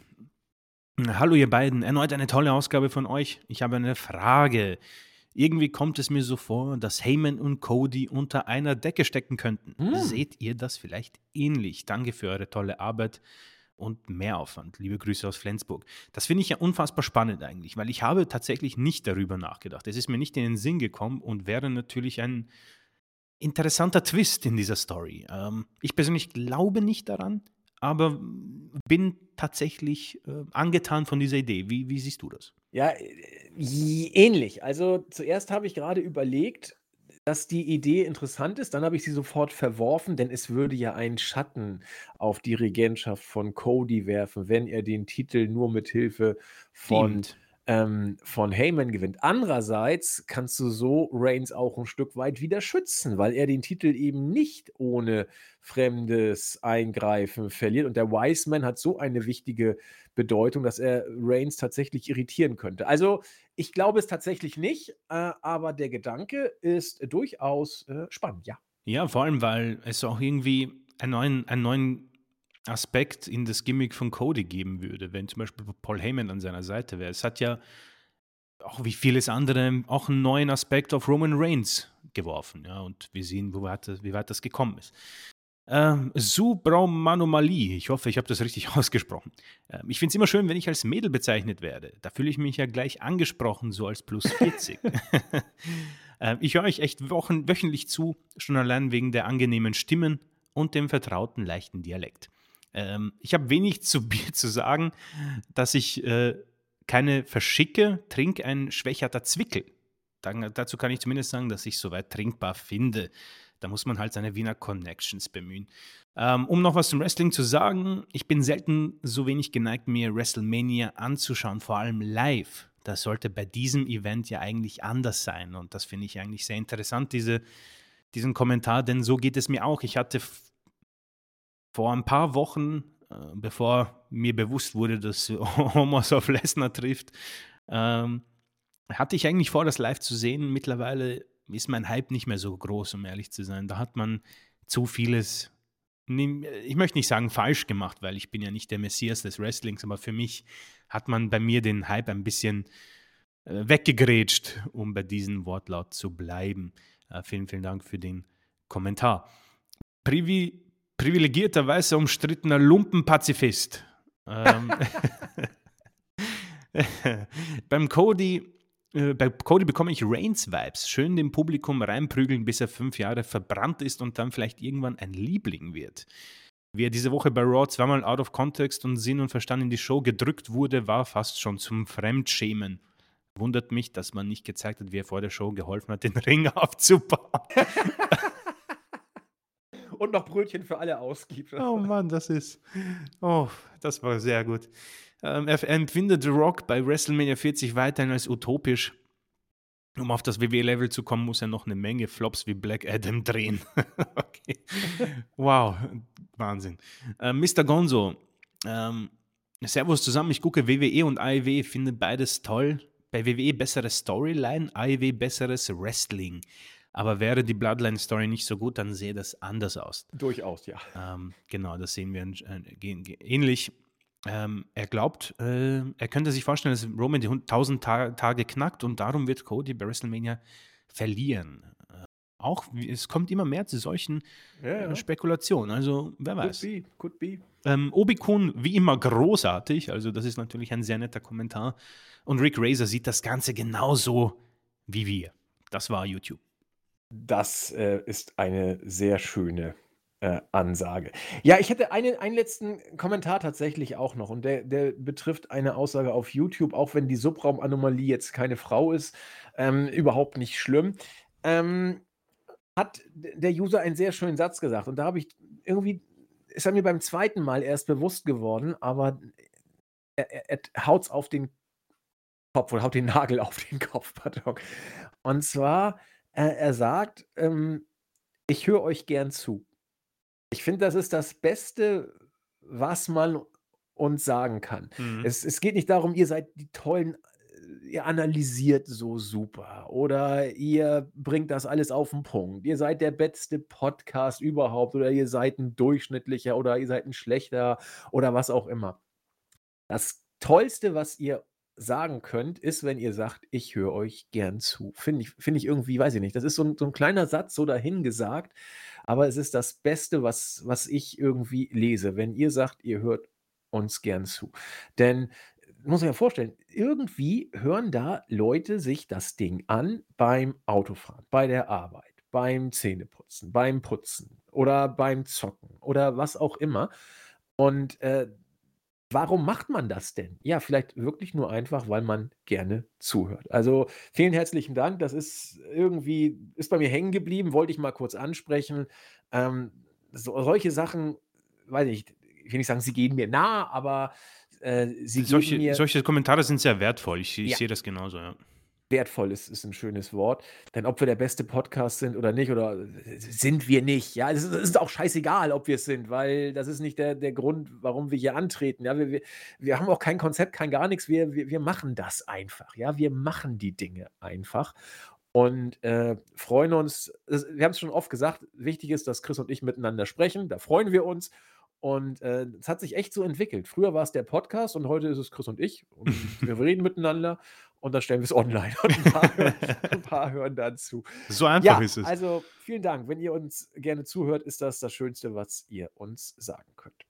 Hallo ihr beiden, erneut eine tolle Ausgabe von euch. Ich habe eine Frage. Irgendwie kommt es mir so vor, dass Heyman und Cody unter einer Decke stecken könnten. Hm. Seht ihr das vielleicht ähnlich? Danke für eure tolle Arbeit und Mehraufwand. Liebe Grüße aus Flensburg. Das finde ich ja unfassbar spannend eigentlich, weil ich habe tatsächlich nicht darüber nachgedacht. Es ist mir nicht in den Sinn gekommen und wäre natürlich ein interessanter Twist in dieser Story. Ähm, ich persönlich glaube nicht daran, aber bin tatsächlich äh, angetan von dieser Idee. Wie, wie siehst du das? Ja, äh, ähnlich. Also zuerst habe ich gerade überlegt, dass die Idee interessant ist, dann habe ich sie sofort verworfen, denn es würde ja einen Schatten auf die Regentschaft von Cody werfen, wenn er den Titel nur mit Hilfe von, Stimmt. ähm, von Heyman gewinnt. Andererseits kannst du so Reigns auch ein Stück weit wieder schützen, weil er den Titel eben nicht ohne fremdes Eingreifen verliert. Und der Wiseman hat so eine wichtige Bedeutung, dass er Reigns tatsächlich irritieren könnte. Also ich glaube es tatsächlich nicht, äh, aber der Gedanke ist durchaus äh, spannend, ja. Ja, vor allem, weil es auch irgendwie einen neuen, einen neuen Aspekt in das Gimmick von Cody geben würde, wenn zum Beispiel Paul Heyman an seiner Seite wäre. Es hat ja auch wie vieles andere auch einen neuen Aspekt auf Roman Reigns geworfen. Ja, und wir sehen, wo weit das, wie weit das gekommen ist. Ähm, Subrahmanomalie, ich hoffe, ich habe das richtig ausgesprochen. Ähm, ich finde es immer schön, wenn ich als Mädel bezeichnet werde. Da fühle ich mich ja gleich angesprochen, so als plus vierzig. ähm, ich höre euch echt wochen, wöchentlich zu, schon allein wegen der angenehmen Stimmen und dem vertrauten, leichten Dialekt. Ähm, ich habe wenig zu Bier zu sagen, dass ich äh, keine verschicke, trink ein schwächerter Zwickel. Dann, dazu kann ich zumindest sagen, dass ich soweit trinkbar finde. Da muss man halt seine Wiener Connections bemühen. Ähm, um noch was zum Wrestling zu sagen, ich bin selten so wenig geneigt, mir WrestleMania anzuschauen, vor allem live. Das sollte bei diesem Event ja eigentlich anders sein. Und das finde ich eigentlich sehr interessant, diese, diesen Kommentar, denn so geht es mir auch. Ich hatte f- vor ein paar Wochen, äh, bevor mir bewusst wurde, dass Homos auf Lesnar trifft, ähm, hatte ich eigentlich vor, das live zu sehen. Mittlerweile ist mein Hype nicht mehr so groß, um ehrlich zu sein. Da hat man zu vieles, ich möchte nicht sagen falsch gemacht, weil ich bin ja nicht der Messias des Wrestlings, aber für mich hat man bei mir den Hype ein bisschen äh, weggegrätscht, um bei diesem Wortlaut zu bleiben. Äh, vielen, vielen Dank für den Kommentar. Privi privilegierter, weißer, umstrittener Lumpenpazifist. Ähm, beim Cody Äh, bei Cody bekomme ich Reigns-Vibes. Schön dem Publikum reinprügeln, bis er fünf Jahre verbrannt ist und dann vielleicht irgendwann ein Liebling wird. Wie er diese Woche bei Raw zweimal out of context und Sinn und Verstand in die Show gedrückt wurde, war fast schon zum Fremdschämen. Wundert mich, dass man nicht gezeigt hat, wie er vor der Show geholfen hat, den Ring aufzubauen. Und noch Brötchen für alle ausgibt. Oh Mann, das ist. Oh, das war sehr gut. Ähm, er empfindet The Rock bei WrestleMania vierzig weiterhin als utopisch. Um auf das W W E-Level zu kommen, muss er noch eine Menge Flops wie Black Adam drehen. Okay. Wow, Wahnsinn. Äh, Mister Gonzo, ähm, Servus zusammen, ich gucke W W E und A E W, finde beides toll. Bei W W E bessere Storyline, A E W besseres Wrestling. Aber wäre die Bloodline-Story nicht so gut, dann sähe das anders aus. Durchaus, ja. Ähm, genau, das sehen wir äh, ähnlich. Ähm, er glaubt, äh, er könnte sich vorstellen, dass Roman die tausend Ta- Tage knackt und darum wird Cody bei WrestleMania verlieren. Äh, auch, es kommt immer mehr zu solchen Ja, äh, ja. Spekulationen. Also, wer Could weiß. be, could be. Ähm, Obi-Kun wie immer großartig, also das ist natürlich ein sehr netter Kommentar. Und Rick Razor sieht das Ganze genauso wie wir. Das war YouTube. Das äh, ist eine sehr schöne äh, Ansage. Ja, ich hätte einen, einen letzten Kommentar tatsächlich auch noch und der, der betrifft eine Aussage auf YouTube, auch wenn die Subraumanomalie jetzt keine Frau ist, ähm, überhaupt nicht schlimm. Ähm, hat der User einen sehr schönen Satz gesagt und da habe ich irgendwie, ist er mir beim zweiten Mal erst bewusst geworden, aber er, er, er haut's auf den Kopf oder haut den Nagel auf den Kopf, pardon. Und zwar Er er sagt, ähm: „Ich höre euch gern zu.“ Ich finde, das ist das Beste, was man uns sagen kann. Mhm. Es es geht nicht darum, ihr seid die tollen äh, ihr analysiert so super oder ihr bringt das alles auf 'n Punkt. Ihr seid der beste Podcast überhaupt oder ihr seid 'n durchschnittlicher oder ihr seid 'n schlechter oder was auch immer. Das Tollste, was ihr sagen könnt, ist, wenn ihr sagt: „Ich höre euch gern zu.“ Finde ich finde ich irgendwie, weiß ich nicht, das ist so 'n so 'n kleiner Satz so dahingesagt, aber es ist das Beste, was was ich irgendwie lese, wenn ihr sagt, ihr hört uns gern zu. Denn muss man ja vorstellen, irgendwie hören da Leute sich das Ding an beim Autofahren, bei der Arbeit, beim Zähneputzen, beim Putzen oder beim Zocken oder was auch immer. Und, äh, warum macht man das denn? Ja, vielleicht wirklich nur einfach, weil man gerne zuhört. Also, vielen herzlichen Dank. Das ist irgendwie ist bei mir hängen geblieben, wollte ich mal kurz ansprechen. Ähm, so solche Sachen, weiß ich nicht, ich will nicht sagen, sie gehen mir nah, aber, äh, sie geben Solche mir solche Kommentare sind sehr wertvoll. Ich ich ja, sehe das genauso, ja. wertvoll ist ist 'n schönes Wort, denn ob wir der beste Podcast sind oder nicht oder äh, sind wir nicht, ja? Es ist es ist auch scheißegal, ob wir's sind, weil das ist nicht der der Grund, warum wir hier antreten, ja? Wir wir wir haben auch kein Konzept, kein gar nix. Wir wir wir machen das einfach, ja? Wir machen die Dinge einfach und, äh, freuen uns es wir haben's schon oft gesagt, wichtig ist, dass Chris und ich miteinander sprechen, da freuen wir uns und, äh, es hat sich echt so entwickelt. Früher war's der Podcast und heute ist es Chris und ich und wir reden miteinander und dann stellen wir's online und 'n paar hören 'n paar hören dann zu. So einfach Ja, ist es. also, vielen Dank. Wenn ihr uns gerne zuhört, ist das das Schönste, was ihr uns sagen könnt.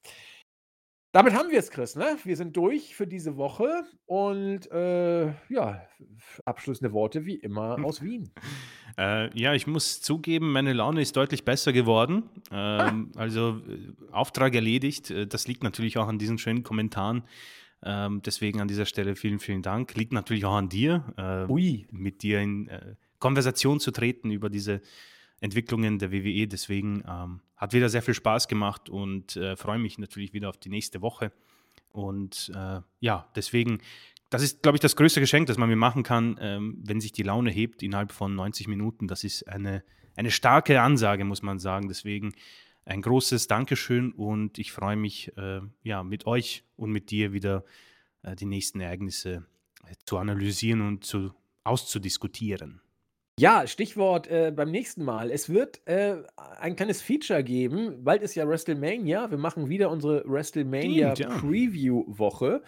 Damit haben wir's, Chris, ne? Wir sind durch für diese Woche und, äh, ja, abschließende Worte wie immer aus Wien. Äh, ja, ich muss zugeben, meine Laune ist deutlich besser geworden. Ah, Ähm, also, äh, Auftrag erledigt. Äh, das liegt natürlich auch an diesen schönen Kommentaren. Ähm, deswegen an dieser Stelle vielen, vielen Dank. Liegt natürlich auch an dir, äh, ui. mit dir in äh, Konversation zu treten über diese Entwicklungen der W W E. Deswegen ähm, hat wieder sehr viel Spaß gemacht und äh, freue mich natürlich wieder auf die nächste Woche. Und äh, ja, deswegen, das ist, glaube ich, das größte Geschenk, das man mir machen kann, ähm, wenn sich die Laune hebt innerhalb von neunzig Minuten. Das ist eine, eine starke Ansage, muss man sagen. Deswegen ein großes Dankeschön und ich freue mich, äh, ja, mit euch und mit dir wieder äh, die nächsten Ereignisse äh, zu analysieren und zu, auszudiskutieren. Ja, Stichwort, äh, beim nächsten Mal. Es wird, äh, ein kleines Feature geben. Bald ist ja WrestleMania. Wir machen wieder unsere WrestleMania Stimmt, ja. Preview-Woche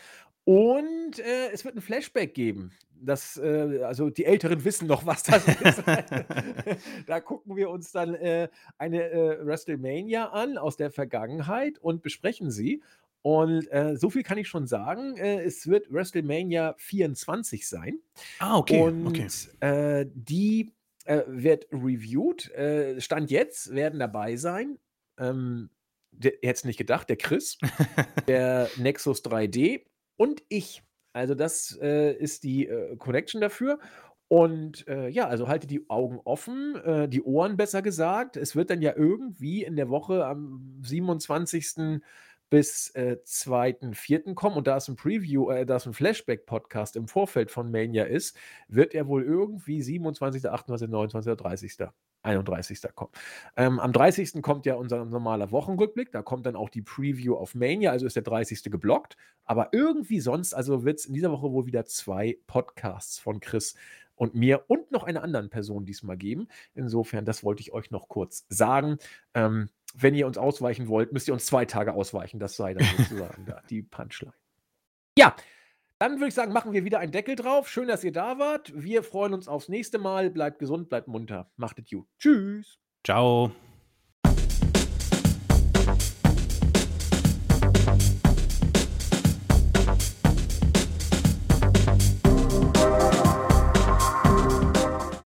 und, äh, es wird 'n Flashback geben. Das, äh also, die Älteren wissen noch, was das ist. Da gucken wir uns dann, äh, eine, äh, WrestleMania an aus der Vergangenheit und besprechen sie. Und, äh, so viel kann ich schon sagen, äh, es wird WrestleMania vierundzwanzig sein. Ah, okay, okay. Und, äh, die, äh, wird reviewed. Äh, Stand jetzt werden dabei sein, ähm, d hättest nicht gedacht, der Chris, der Nexus drei D und ich. Also, das, äh, ist die, äh, Connection dafür. Und, äh, ja, also, haltet die Augen offen, äh, die Ohren besser gesagt. Es wird dann ja irgendwie in der Woche am siebenundzwanzigsten bis, äh, zweiten vierten kommen und da es 'n Preview äh, da es 'n Flashback-Podcast im Vorfeld von Mania ist, wird er wohl irgendwie siebenundzwanzigster, achtundzwanzigster, neunundzwanzigster, dreißigster, einunddreißigster kommen. Ähm, am dreißigsten kommt ja unser normaler Wochenrückblick, da kommt dann auch die Preview auf Mania, also ist der dreißigste geblockt. Aber irgendwie sonst also wird's in dieser Woche wohl wieder zwei Podcasts von Chris und mir und noch einer anderen Person diesmal geben. Insofern, das wollte ich euch noch kurz sagen. Ähm, wenn ihr uns ausweichen wollt, müsst ihr uns zwei Tage ausweichen. Das sei dann sozusagen da die Punchline. Ja, dann würde ich sagen, machen wir wieder einen Deckel drauf. Schön, dass ihr da wart. Wir freuen uns aufs nächste Mal. Bleibt gesund, bleibt munter. Macht es gut. Tschüss. Ciao.